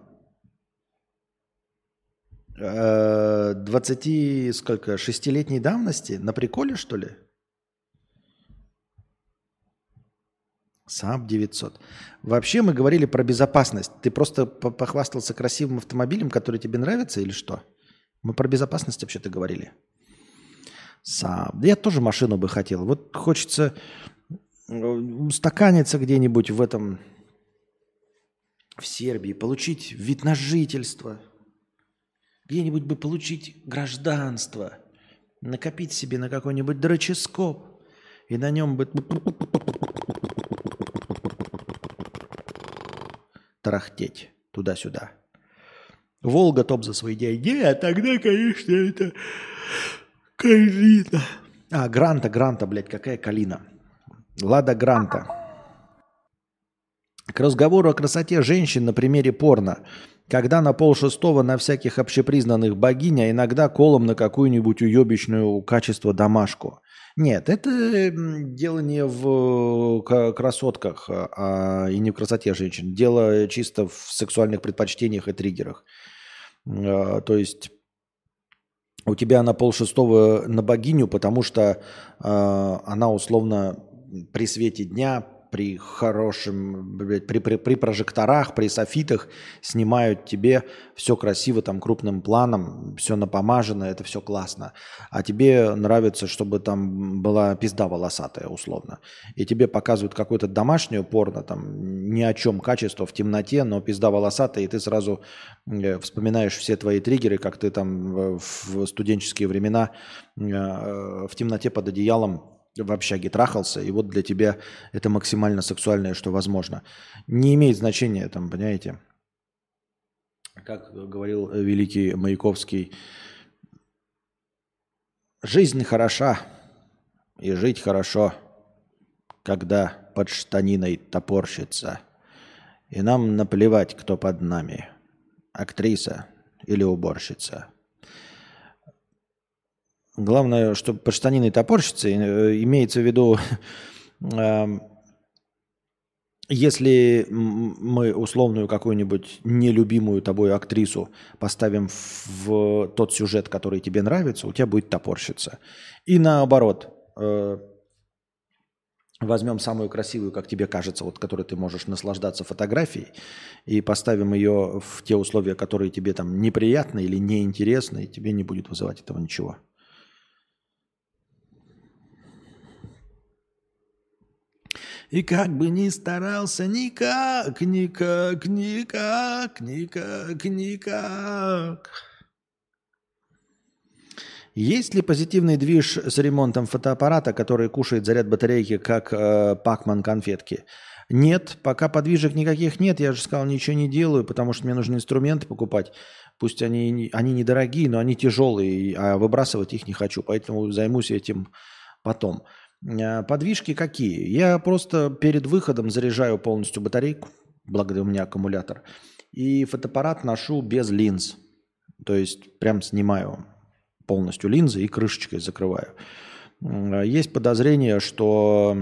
20, сколько, 6-летней давности? На приколе, что ли? Saab 900. Вообще мы говорили про безопасность. Ты просто похвастался красивым автомобилем, который тебе нравится или что? Мы про безопасность вообще-то говорили. Saab. Я тоже машину бы хотел. Вот хочется устаканиться где-нибудь в этом, в Сербии, получить вид на жительство. Где-нибудь бы получить гражданство, накопить себе на какой-нибудь дроческоп и на нем бы тарахтеть туда-сюда. Волга топ за свои деньги, а тогда, конечно, это Калина. Гранта, блядь, какая Калина? Лада Гранта. К разговору о красоте женщин на примере порно. Когда на 5:30 на всяких общепризнанных богинь, а иногда колом на какую-нибудь уебищную качество домашку. Нет, это дело не в красотках и не в красоте женщин. Дело чисто в сексуальных предпочтениях и триггерах. То есть у тебя на 5:30 на богиню, потому что она условно при свете дня, при хорошем, при прожекторах, при софитах снимают тебе все красиво там крупным планом, все напомажено, это все классно. А тебе нравится, чтобы там была пизда волосатая условно. И тебе показывают какое-то домашнее порно, там ни о чем качество в темноте, но пизда волосатая, и ты сразу вспоминаешь все твои триггеры, как ты там в студенческие времена в темноте под одеялом в общаге трахался, и вот для тебя это максимально сексуальное, что возможно. Не имеет значения, там, понимаете, как говорил великий Маяковский, жизнь хороша, и жить хорошо, когда под штаниной топорщится, и нам наплевать, кто под нами, актриса или уборщица. Главное, чтобы под штаниной топорщится, имеется в виду, если мы условную какую-нибудь нелюбимую тобой актрису поставим в тот сюжет, который тебе нравится, у тебя будет топорщиться. И наоборот, возьмем самую красивую, как тебе кажется, вот которой ты можешь наслаждаться фотографией, и поставим ее в те условия, которые тебе там неприятны или неинтересны, и тебе не будет вызывать этого ничего. И как бы ни старался, никак, никак, никак, никак, никак. Есть ли позитивный движ с ремонтом фотоаппарата, который кушает заряд батарейки, как Пакман конфетки? Нет, пока подвижек никаких нет. Я же сказал, ничего не делаю, потому что мне нужно инструменты покупать. Пусть они недорогие, но они тяжелые, а выбрасывать их не хочу. Поэтому займусь этим потом. Подвижки какие? Я просто перед выходом заряжаю полностью батарейку, благодаря у меня аккумулятор, и фотоаппарат ношу без линз. То есть прям снимаю полностью линзы и крышечкой закрываю. Есть подозрение, что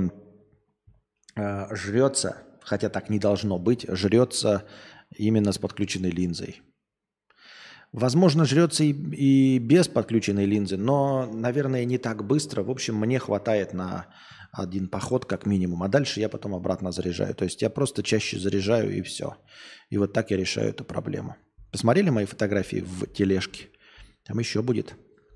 жрется, хотя так не должно быть, жрется именно с подключенной линзой. Возможно, жрется и без подключенной линзы, но, наверное, не так быстро. В общем, мне хватает на один поход как минимум, а дальше я потом обратно заряжаю. То есть я просто чаще заряжаю и все. И вот так я решаю эту проблему. Посмотрели мои фотографии в тележке? Там еще будет.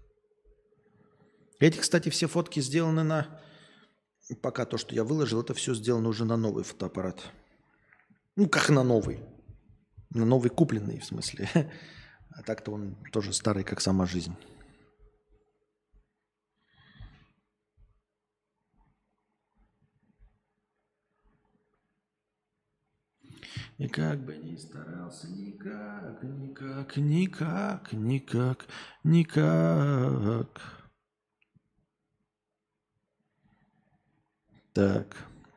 Эти, кстати, все фотки сделаны на... Пока то, что я выложил, это все сделано уже на новый фотоаппарат. Ну, как на новый. На новый купленный, в смысле. А так-то он тоже старый, как сама жизнь. И как бы ни старался, никак, никак, никак, никак, никак. Так.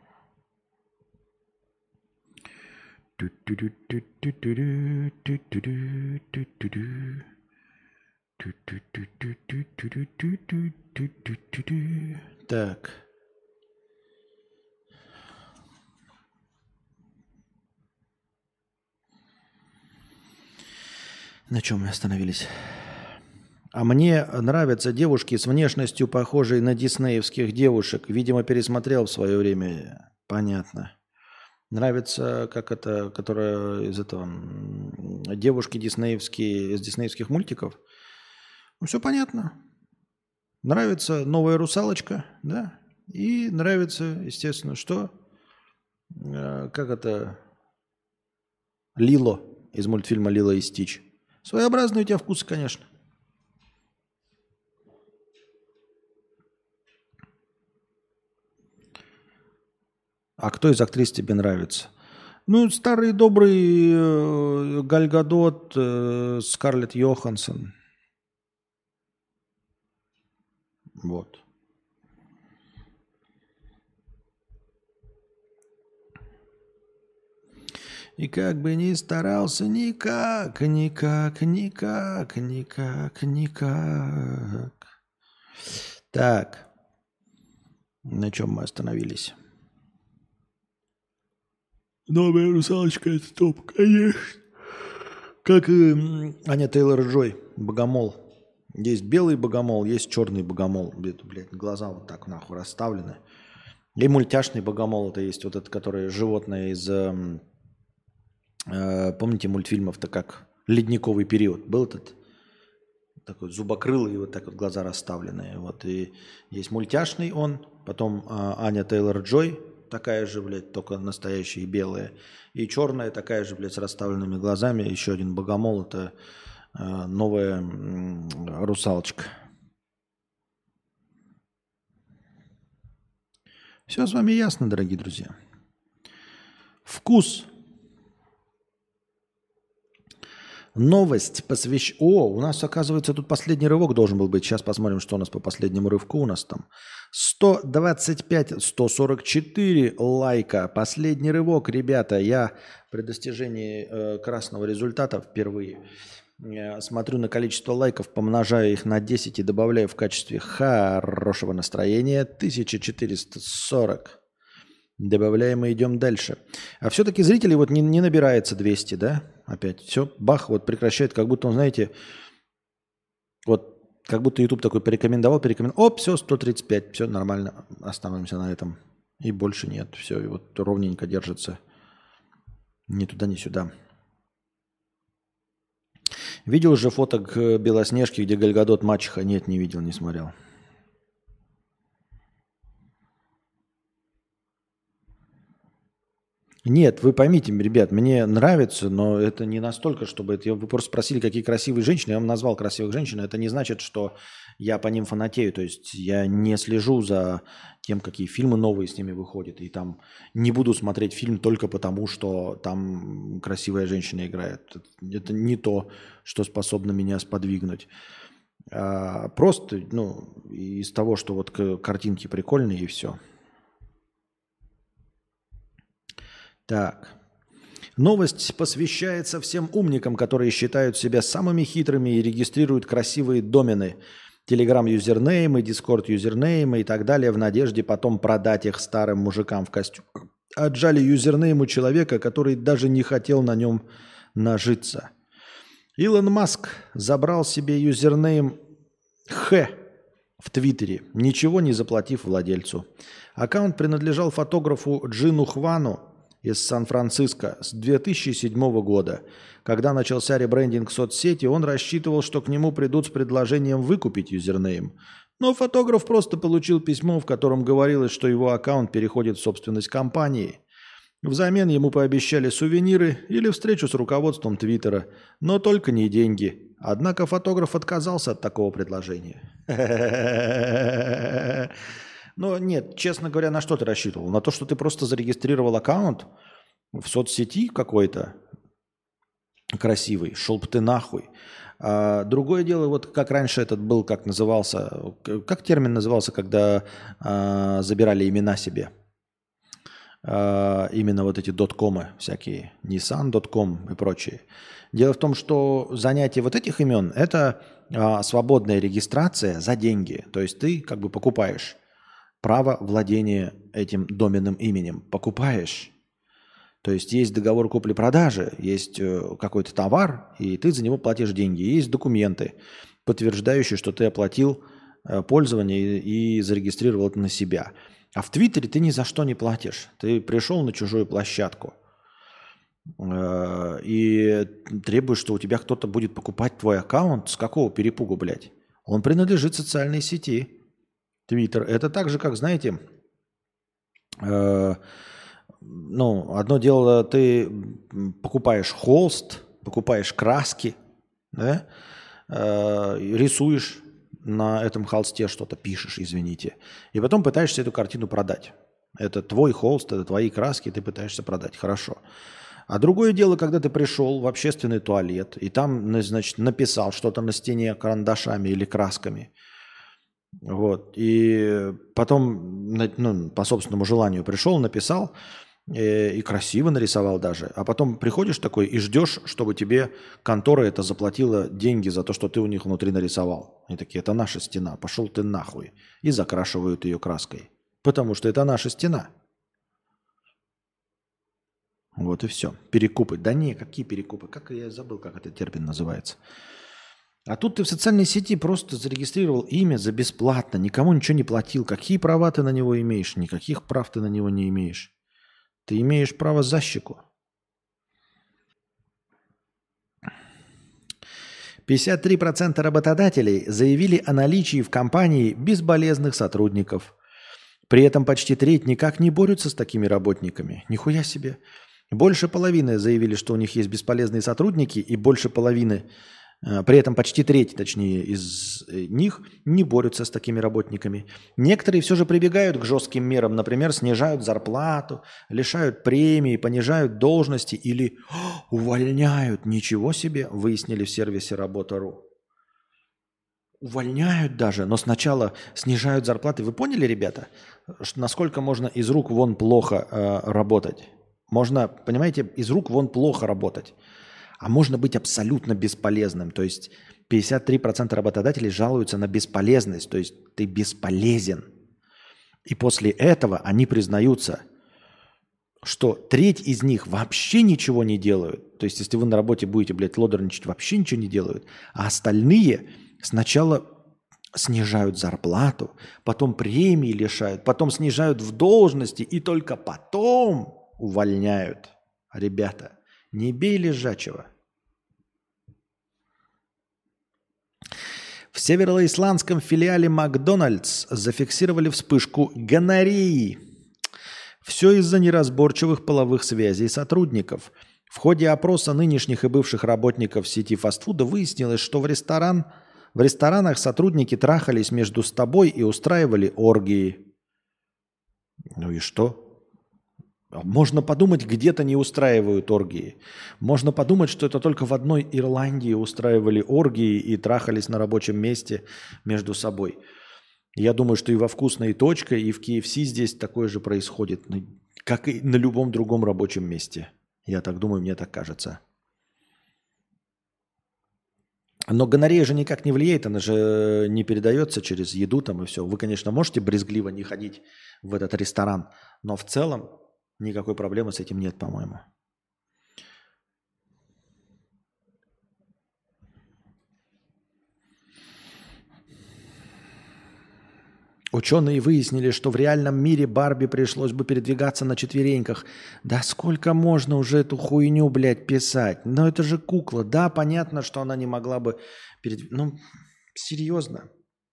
Так. На чем мы остановились? А мне нравятся девушки с внешностью, похожей на диснеевских девушек. Видимо, пересмотрел в свое время. Понятно. Нравится, как это, которая из этого девушки диснеевские, из диснеевских мультиков. Ну, все понятно. Нравится новая русалочка, да? И нравится, естественно, что? Как это? Лило из мультфильма «Лило и Стич». Своеобразный у тебя вкус, конечно. А кто из актрис тебе нравится? Ну, старый добрый Галь Гадот, Скарлетт Йоханссон. Вот. И как бы ни старался, никак, никак, никак, никак, никак. Так. На чем мы остановились? Новая русалочка — это топ, конечно. Как и Аня Тейлор-Джой, богомол. Есть белый богомол, есть черный богомол. Блядь, глаза вот так нахуй расставлены. И мультяшный богомол, это есть вот это, которое животное из... помните мультфильмов-то как «Ледниковый период»? Был этот такой зубокрылый, и вот так вот глаза расставленные. Вот. И есть мультяшный он, потом Аня Тейлор-Джой, такая же, блядь, только настоящая и белая. И черная такая же, блядь, с расставленными глазами. Еще один богомол, это новая русалочка. Все с вами ясно, дорогие друзья. Вкус. Новость посвящена... О, у нас, оказывается, тут последний рывок должен был быть. Сейчас посмотрим, что у нас по последнему рывку. У нас там 125-144 лайка. Последний рывок, ребята. Я при достижении красного результата впервые смотрю на количество лайков, помножаю их на 10 и добавляю в качестве хорошего настроения 1440. Добавляем и идем дальше. А все-таки зрителей вот не набирается 200, да? Опять все, бах, вот прекращает, как будто он, знаете, вот как будто YouTube такой порекомендовал. Оп, все, 135, все нормально, остановимся на этом. И больше нет. Все, и вот ровненько держится. Ни туда, ни сюда. Видел уже фото к Белоснежке, где Гальгадот мачеха? Нет, не видел, не смотрел. Нет, вы поймите, ребят, мне нравится, но это не настолько, чтобы... Вы просто спросили, какие красивые женщины. Я вам назвал красивых женщин. Это не значит, что я по ним фанатею. То есть я не слежу за тем, какие фильмы новые с ними выходят. И там не буду смотреть фильм только потому, что там красивая женщина играет. Это не то, что способно меня сподвигнуть. Просто, из того, что вот картинки прикольные и все. Так. Новость посвящается всем умникам, которые считают себя самыми хитрыми и регистрируют красивые домены, Telegram-юзернеймы, Discord-юзернеймы и так далее в надежде потом продать их старым мужикам в костюмах. Отжали юзернейм у человека, который даже не хотел на нем нажиться. Илон Маск забрал себе юзернейм Х в Твиттере, ничего не заплатив владельцу. Аккаунт принадлежал фотографу Джину Хвану из Сан-Франциско с 2007 года. Когда начался ребрендинг соцсети, он рассчитывал, что к нему придут с предложением выкупить юзернейм. Но фотограф просто получил письмо, в котором говорилось, что его аккаунт переходит в собственность компании. Взамен ему пообещали сувениры или встречу с руководством Твиттера, но только не деньги. Однако фотограф отказался от такого предложения. Но нет, честно говоря, на что ты рассчитывал? На то, что ты просто зарегистрировал аккаунт в соцсети какой-то красивый, шел бы ты нахуй. Другое дело, вот как раньше этот был, как назывался, как термин назывался, когда забирали имена себе? Именно вот эти доткомы всякие, Nissan.com и прочие. Дело в том, что занятие вот этих имен – это свободная регистрация за деньги. То есть ты как бы покупаешь право владения этим доменным именем. Покупаешь. То есть есть договор купли-продажи, есть какой-то товар, и ты за него платишь деньги. Есть документы, подтверждающие, что ты оплатил пользование и зарегистрировал это на себя. А в Твиттере ты ни за что не платишь. Ты пришел на чужую площадку и требуешь, что у тебя кто-то будет покупать твой аккаунт. С какого перепугу, блядь? Он принадлежит социальной сети. Твиттер. Это так же, как, знаете, одно дело, ты покупаешь холст, покупаешь краски, да, рисуешь на этом холсте что-то, пишешь, извините, и потом пытаешься эту картину продать. Это твой холст, это твои краски, ты пытаешься продать. Хорошо. А другое дело, когда ты пришел в общественный туалет и там, значит, написал что-то на стене карандашами или красками. Вот. И потом, по собственному желанию пришел, написал и красиво нарисовал даже. А потом приходишь такой и ждешь, чтобы тебе контора это заплатила деньги за то, что ты у них внутри нарисовал. И такие, это наша стена, пошел ты нахуй. И закрашивают ее краской. Потому что это наша стена. Вот и все. Перекупы. Да не, какие перекупы? Как я забыл, как этот термин называется. А тут ты в социальной сети просто зарегистрировал имя за бесплатно, никому ничего не платил. Какие права ты на него имеешь? Никаких прав ты на него не имеешь. Ты имеешь право защику. 53% работодателей заявили о наличии в компании бесполезных сотрудников. При этом почти треть никак не борются с такими работниками. Нихуя себе. Больше половины заявили, что у них есть бесполезные сотрудники, и больше половины... При этом почти треть, точнее, из них не борются с такими работниками. Некоторые все же прибегают к жестким мерам, например, снижают зарплату, лишают премии, понижают должности или увольняют. Ничего себе, выяснили в сервисе Работа.ру. Увольняют даже, но сначала снижают зарплаты. Вы поняли, ребята, насколько можно из рук вон плохо работать? Можно, понимаете, из рук вон плохо работать. А можно быть абсолютно бесполезным. То есть 53% работодателей жалуются на бесполезность. То есть ты бесполезен. И после этого они признаются, что треть из них вообще ничего не делают. То есть если вы на работе будете, блядь, лодерничать, вообще ничего не делают. А остальные сначала снижают зарплату, потом премии лишают, потом снижают в должности и только потом увольняют. Ребята, не бей лежачего. В североисландском филиале Макдональдс зафиксировали вспышку гонореи. Все из-за неразборчивых половых связей сотрудников. В ходе опроса нынешних и бывших работников сети фастфуда выяснилось, что в ресторанах сотрудники трахались между собой и устраивали оргии. Ну и что? Можно подумать, где-то не устраивают оргии. Можно подумать, что это только в одной Ирландии устраивали оргии и трахались на рабочем месте между собой. Я думаю, что и во «Вкусной точке», и в KFC здесь такое же происходит, как и на любом другом рабочем месте. Я так думаю, мне так кажется. Но гонорея же никак не влияет, она же не передается через еду там и все. Вы, конечно, можете брезгливо не ходить в этот ресторан, но в целом никакой проблемы с этим нет, по-моему. Ученые выяснили, что в реальном мире Барби пришлось бы передвигаться на четвереньках. Да сколько можно уже эту хуйню, блядь, писать? Но это же кукла. Да, понятно, что она не могла бы Ну, серьезно.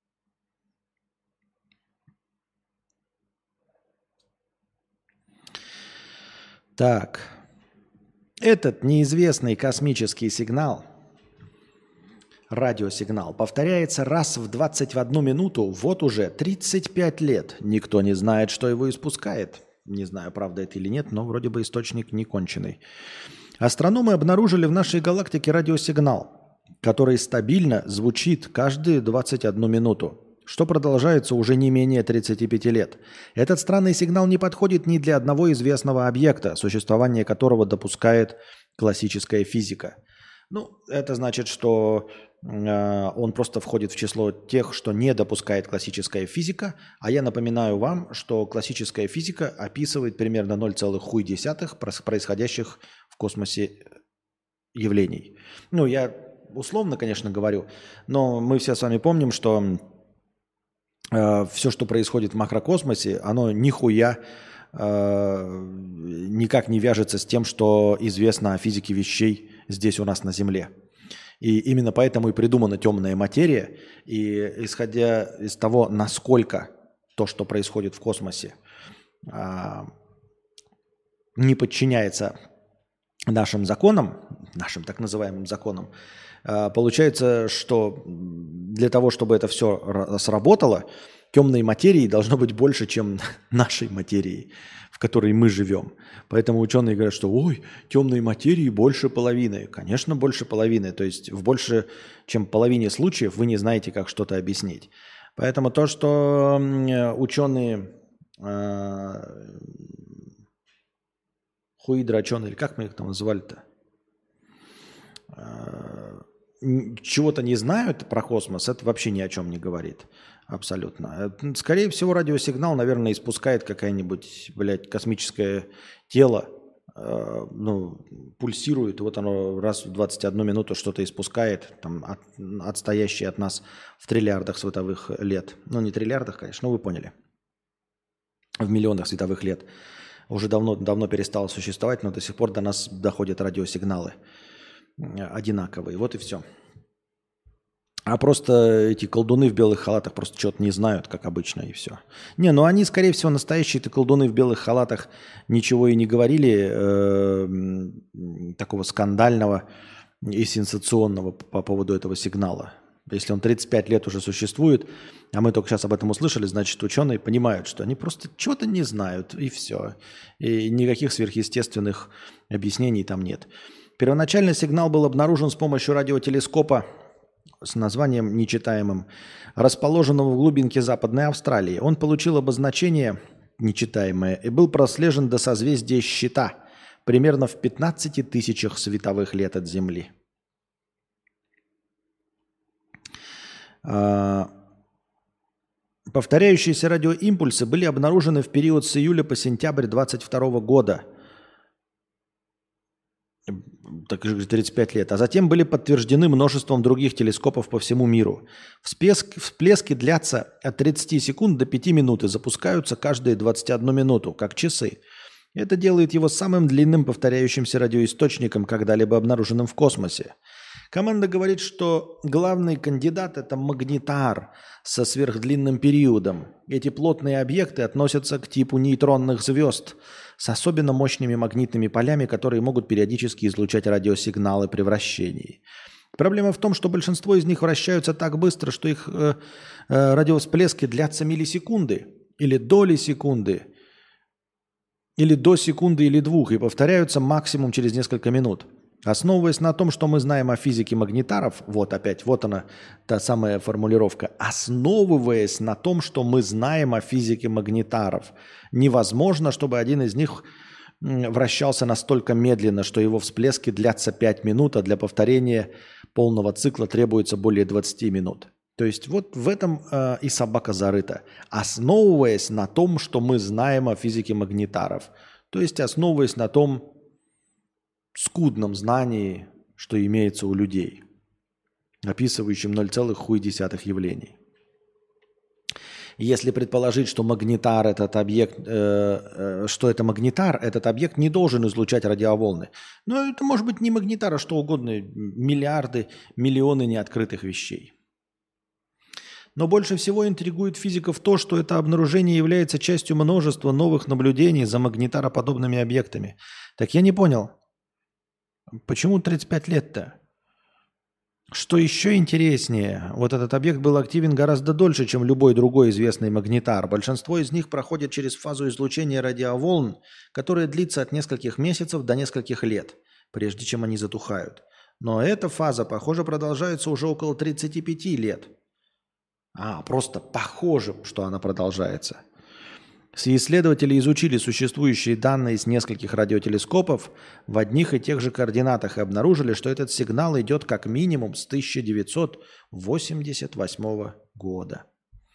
Так. Этот неизвестный космический сигнал, радиосигнал, повторяется раз в 21 минуту вот уже 35 лет. Никто не знает, что его испускает. Не знаю, правда это или нет, но вроде бы источник не конченый. Астрономы обнаружили в нашей галактике радиосигнал, который стабильно звучит каждые 21 минуту, что продолжается уже не менее 35 лет. Этот странный сигнал не подходит ни для одного известного объекта, существование которого допускает классическая физика. Ну, это значит, что он просто входит в число тех, что не допускает классическая физика. А я напоминаю вам, что классическая физика описывает примерно 0,1 происходящих в космосе явлений. Ну, я условно, конечно, говорю, но мы все с вами помним, что все, что происходит в макрокосмосе, оно нихуя никак не вяжется с тем, что известно о физике вещей здесь у нас на Земле. И именно поэтому и придумана темная материя. И исходя из того, насколько то, что происходит в космосе, не подчиняется нашим законам, нашим так называемым законам, получается, что для того, чтобы это все сработало, темной материи должно быть больше, чем нашей материи, в которой мы живем. Поэтому ученые говорят, что ой, темной материи больше половины. Конечно, больше половины. То есть в больше, чем половине случаев вы не знаете, как что-то объяснить. Поэтому то, что ученые, хуи-драченые, или как мы их там называли-то, чего-то не знают про космос, это вообще ни о чем не говорит. Абсолютно. Скорее всего, радиосигнал, наверное, испускает какое-нибудь, блядь, космическое тело, пульсирует, вот оно раз в 21 минуту что-то испускает, там, отстоящее от нас в триллиардах световых лет. Ну, не триллиардах, конечно, но вы поняли. В миллионах световых лет. Уже давно перестало существовать, но до сих пор до нас доходят радиосигналы одинаковые. Вот и все. А просто эти колдуны в белых халатах просто что-то не знают, как обычно, и все. Не, ну они, скорее всего, настоящие-то колдуны в белых халатах ничего и не говорили такого скандального и сенсационного по поводу этого сигнала. Если он 35 лет уже существует, а мы только сейчас об этом услышали, значит, ученые понимают, что они просто чего-то не знают, и все. И никаких сверхъестественных объяснений там нет. Первоначально сигнал был обнаружен с помощью радиотелескопа с названием нечитаемым, расположенного в глубинке Западной Австралии. Он получил обозначение нечитаемое и был прослежен до созвездия Щита, примерно в 15 тысячах световых лет от Земли. Повторяющиеся радиоимпульсы были обнаружены в период с июля по сентябрь 2022 года. Так же 35 лет. А затем были подтверждены множеством других телескопов по всему миру. Всплески длятся от 30 секунд до 5 минут и запускаются каждые 21 минуту, как часы. Это делает его самым длинным повторяющимся радиоисточником, когда-либо обнаруженным в космосе. Команда говорит, что главный кандидат – это магнитар со сверхдлинным периодом. Эти плотные объекты относятся к типу нейтронных звезд с особенно мощными магнитными полями, которые могут периодически излучать радиосигналы при вращении. Проблема в том, что большинство из них вращаются так быстро, что их радиовсплески длятся миллисекунды или доли секунды, или до секунды или двух, и повторяются максимум через несколько минут. Основываясь на том, что мы знаем о физике магнитаров, вот опять, вот она, та самая формулировка, основываясь на том, что мы знаем о физике магнитаров, невозможно, чтобы один из них вращался настолько медленно, что его всплески длятся 5 минут, а для повторения полного цикла требуется более 20 минут. То есть вот в этом и собака зарыта, основываясь на том, что мы знаем о физике магнитаров, то есть основываясь на том скудном знании, что имеется у людей, описывающем 0,1 явлений. Если предположить, что магнитар этот объект, что это магнитар, этот объект не должен излучать радиоволны. Но это может быть не магнитар, а что угодно, миллиарды, миллионы неоткрытых вещей. Но больше всего интригует физиков то, что это обнаружение является частью множества новых наблюдений за магнитароподобными объектами. Так я не понял, почему 35 лет-то? Что еще интереснее, вот этот объект был активен гораздо дольше, чем любой другой известный магнитар. Большинство из них проходят через фазу излучения радиоволн, которая длится от нескольких месяцев до нескольких лет, прежде чем они затухают. Но эта фаза, похоже, продолжается уже около 35 лет. Просто похоже, что она продолжается. Исследователи изучили существующие данные с нескольких радиотелескопов в одних и тех же координатах и обнаружили, что этот сигнал идет как минимум с 1988 года.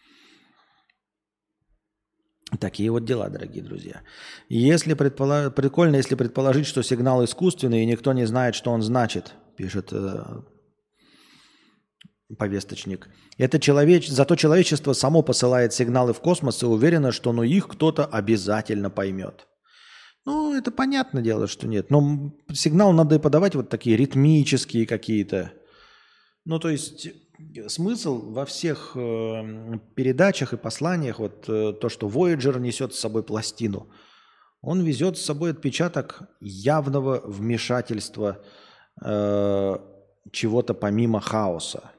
Такие вот дела, дорогие друзья. Прикольно, если предположить, что сигнал искусственный, и никто не знает, что он значит, пишет повесточник. Зато человечество само посылает сигналы в космос и уверено, что их кто-то обязательно поймет. Это понятное дело, что нет. Но сигнал надо и подавать вот такие ритмические какие-то. То есть смысл во всех передачах и посланиях, вот то, что Voyager несет с собой пластину, он везет с собой отпечаток явного вмешательства чего-то помимо хаоса.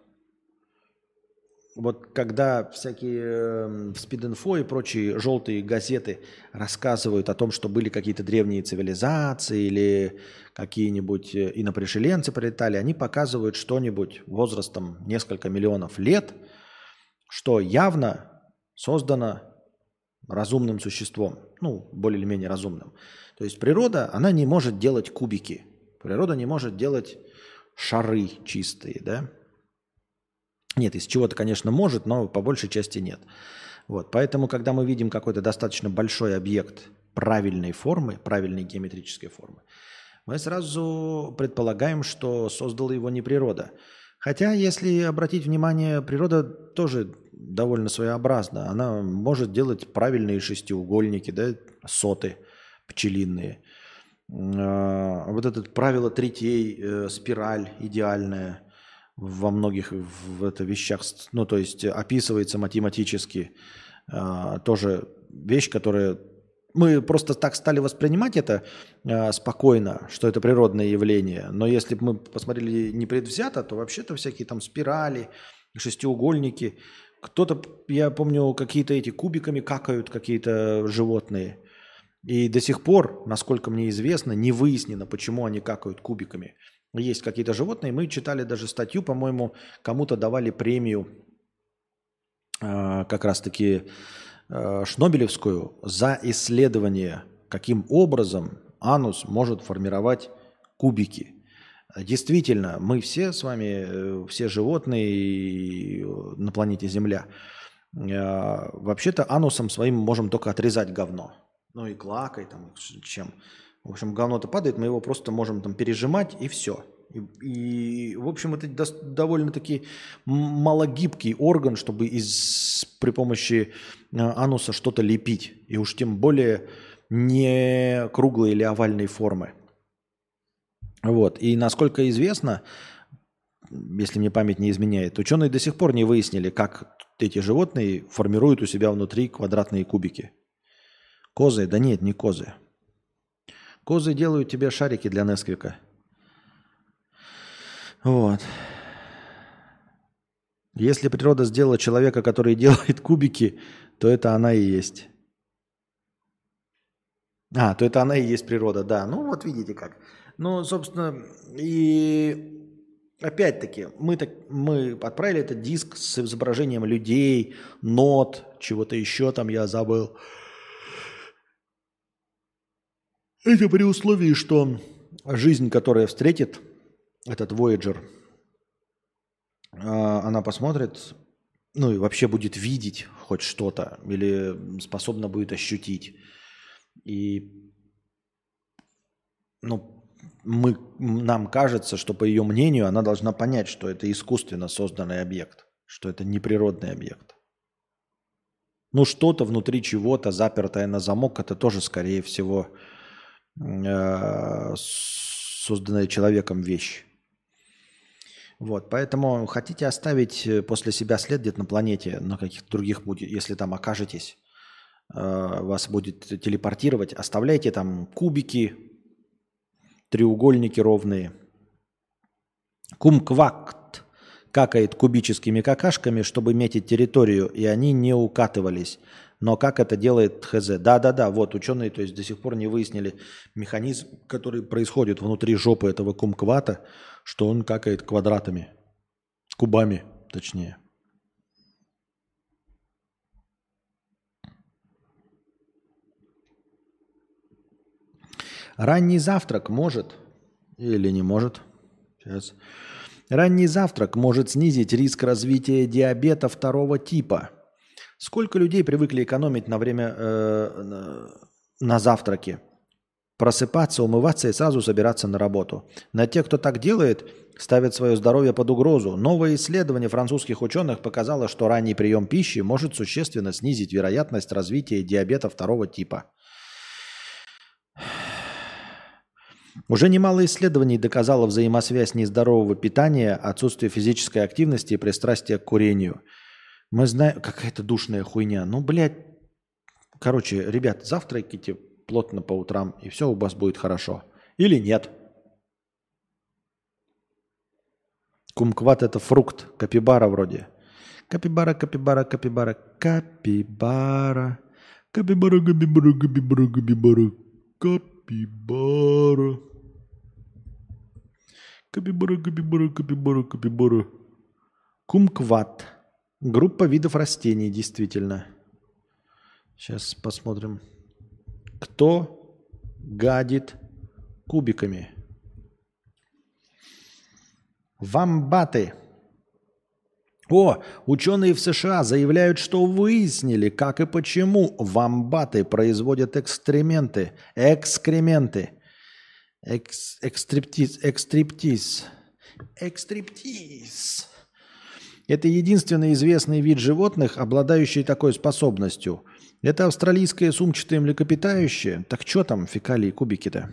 Вот когда всякие спид-инфо и прочие желтые газеты рассказывают о том, что были какие-то древние цивилизации или какие-нибудь инопришеленцы прилетали, они показывают что-нибудь возрастом несколько миллионов лет, что явно создано разумным существом, более или менее разумным. То есть природа, она не может делать кубики, природа не может делать шары чистые, да? Нет, из чего-то, конечно, может, но по большей части нет. Вот. Поэтому, когда мы видим какой-то достаточно большой объект правильной формы, правильной геометрической формы, мы сразу предполагаем, что создала его не природа. Хотя, если обратить внимание, природа тоже довольно своеобразна. Она может делать правильные шестиугольники, да, соты пчелиные. Вот это правило третей, спираль идеальная во многих вещах, то есть описывается математически, тоже вещь, которая... Мы просто так стали воспринимать это спокойно, что это природное явление, но если бы мы посмотрели непредвзято, то вообще-то всякие там спирали, шестиугольники, кто-то, я помню, какие-то эти кубиками какают какие-то животные, и до сих пор, насколько мне известно, не выяснено, почему они какают кубиками. Есть какие-то животные. Мы читали даже статью, по-моему, кому-то давали премию как раз-таки шнобелевскую за исследование, каким образом анус может формировать кубики. Действительно, мы все с вами, все животные на планете Земля, вообще-то анусом своим можем только отрезать говно. И клакой, там, чем. В общем, говно-то падает, мы его просто можем там пережимать, и все. В общем, это довольно-таки малогибкий орган, чтобы при помощи ануса что-то лепить. И уж тем более не круглой или овальной формы. Вот. И насколько известно, если мне память не изменяет, ученые до сих пор не выяснили, как эти животные формируют у себя внутри квадратные кубики. Козы? Да нет, не козы. Козы делают тебе шарики для Несквика. Вот. Если природа сделала человека, который делает кубики, то это она и есть. То это она и есть природа, да. Ну вот видите как. Ну, собственно, и опять-таки мы отправили этот диск с изображением людей, нот, чего-то еще там я забыл. Это при условии, что жизнь, которая встретит этот Voyager, она посмотрит, ну и вообще будет видеть хоть что-то или способна будет ощутить. И нам кажется, что по ее мнению она должна понять, что это искусственно созданный объект, что это не природный объект. Ну что-то внутри чего-то, запертое на замок, это тоже, скорее всего, созданная человеком вещь. Вот, поэтому хотите оставить после себя след где-то на планете, на каких-то других путях, если там окажетесь, вас будет телепортировать, оставляйте там кубики, треугольники ровные. Кумквакт какает кубическими какашками, чтобы метить территорию, и они не укатывались. Но как это делает ХЗ? Да, вот ученые, то есть до сих пор не выяснили механизм, который происходит внутри жопы этого кумквата, что он какает квадратами, кубами точнее. Ранний завтрак может или не может. Сейчас. Ранний завтрак может снизить риск развития диабета второго типа. Сколько людей привыкли экономить на время на завтраке? Просыпаться, умываться и сразу собираться на работу. На тех, кто так делает, ставят свое здоровье под угрозу. Новое исследование французских ученых показало, что ранний прием пищи может существенно снизить вероятность развития диабета второго типа. Уже немало исследований доказало взаимосвязь нездорового питания, отсутствия физической активности и пристрастия к курению. Мы знаем, какая-то душная хуйня. Ну, блядь. Короче, ребят, завтракайте плотно по утрам, и все у вас будет хорошо. Или нет. Кумкват – это фрукт. Капибара вроде. Капибара, капибара, капибара, капибара. Капибара, капибара, капибара, капибара. Капибара. Капибара, капибара, капибара, капибара. Кумкват. Группа видов растений, действительно. Сейчас посмотрим. Кто гадит кубиками? Вамбаты. Ученые в США заявляют, что выяснили, как и почему вамбаты производят экскременты. Экстриптиз. Это единственный известный вид животных, обладающий такой способностью. Это австралийское сумчатое млекопитающее. Так что там фекалии, кубики-то?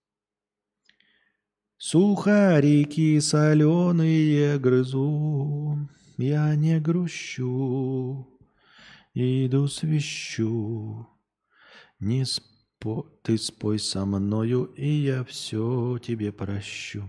Сухарики соленые грызу, я не грущу, иду свищу. Ты спой со мною, и я все тебе прощу.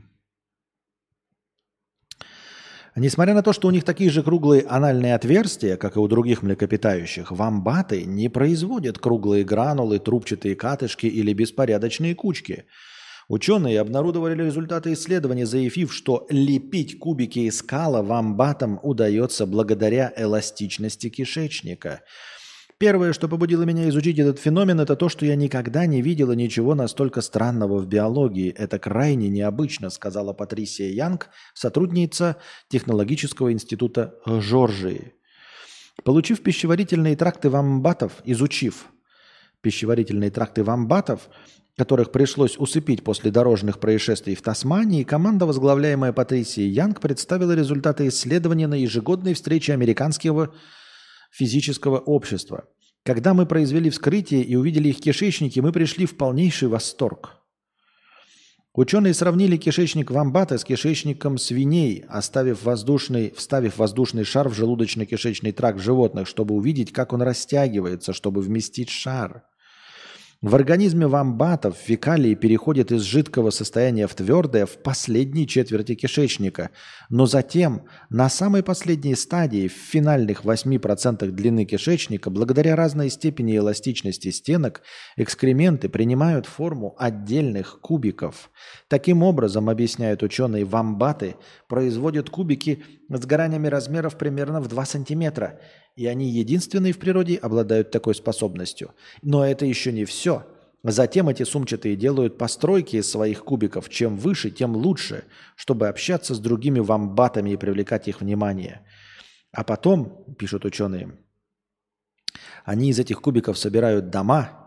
Несмотря на то, что у них такие же круглые анальные отверстия, как и у других млекопитающих, вамбаты не производят круглые гранулы, трубчатые катышки или беспорядочные кучки. Ученые обнародовали результаты исследований, заявив, что лепить кубики из кала вамбатам удается благодаря эластичности кишечника. Первое, что побудило меня изучить этот феномен, это то, что я никогда не видела ничего настолько странного в биологии. Это крайне необычно, сказала Патрисия Янг, сотрудница технологического института Жоржии. Изучив пищеварительные тракты вамбатов, которых пришлось усыпить после дорожных происшествий в Тасмании, команда, возглавляемая Патрисией Янг, представила результаты исследования на ежегодной встрече Американского физического общества. Когда мы произвели вскрытие и увидели их кишечники, мы пришли в полнейший восторг. Ученые сравнили кишечник вомбата с кишечником свиней, вставив воздушный шар в желудочно-кишечный тракт животных, чтобы увидеть, как он растягивается, чтобы вместить шар. В организме вомбатов фекалии переходят из жидкого состояния в твердое в последней четверти кишечника, но затем на самой последней стадии, в финальных 8% длины кишечника, благодаря разной степени эластичности стенок, экскременты принимают форму отдельных кубиков. Таким образом, объясняют ученые, вомбаты производят кубики с гранями размеров примерно в 2 сантиметра. И они единственные в природе обладают такой способностью. Но это еще не все. Затем эти сумчатые делают постройки из своих кубиков. Чем выше, тем лучше, чтобы общаться с другими вомбатами и привлекать их внимание. А потом, пишут ученые, они из этих кубиков собирают дома,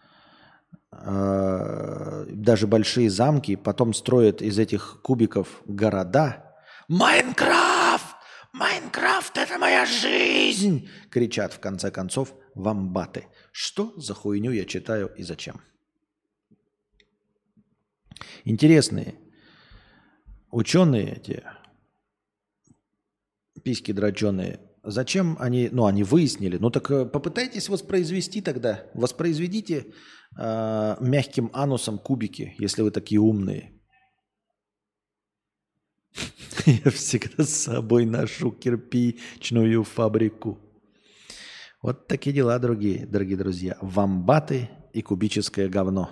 даже большие замки, потом строят из этих кубиков города. Майнкрафт! «Майнкрафт – это моя жизнь!» – кричат в конце концов вомбаты. Что за хуйню я читаю и зачем? Интересные ученые эти, письки дроченые, зачем они, они выяснили, так попытайтесь воспроизвести тогда, воспроизведите мягким анусом кубики, если вы такие умные. Я всегда с собой ношу кирпичную фабрику. Вот такие дела, дорогие друзья. Вомбаты и кубическое говно.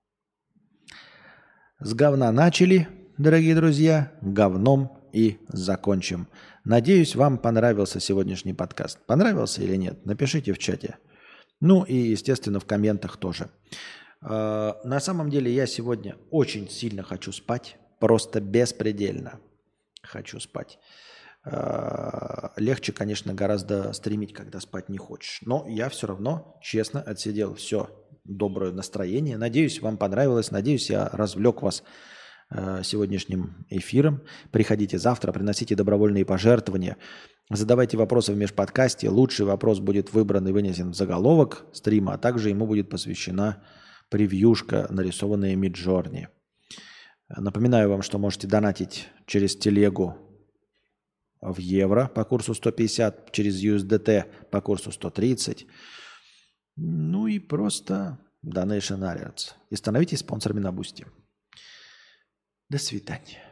С говна начали, дорогие друзья, говном и закончим. Надеюсь, вам понравился сегодняшний подкаст. Понравился или нет? Напишите в чате. И, естественно, в комментах тоже. На самом деле, я сегодня очень сильно хочу спать. Просто беспредельно хочу спать. Легче, конечно, гораздо стримить, когда спать не хочешь. Но я все равно честно отсидел все доброе настроение. Надеюсь, вам понравилось. Надеюсь, я развлек вас сегодняшним эфиром. Приходите завтра, приносите добровольные пожертвования. Задавайте вопросы в межподкасте. Лучший вопрос будет выбран и вынесен в заголовок стрима, а также ему будет посвящена превьюшка, нарисованная Midjourney. Напоминаю вам, что можете донатить через телегу в евро по курсу 150, через USDT по курсу 130. И просто donation alerts. И становитесь спонсорами на Бусти. До свидания.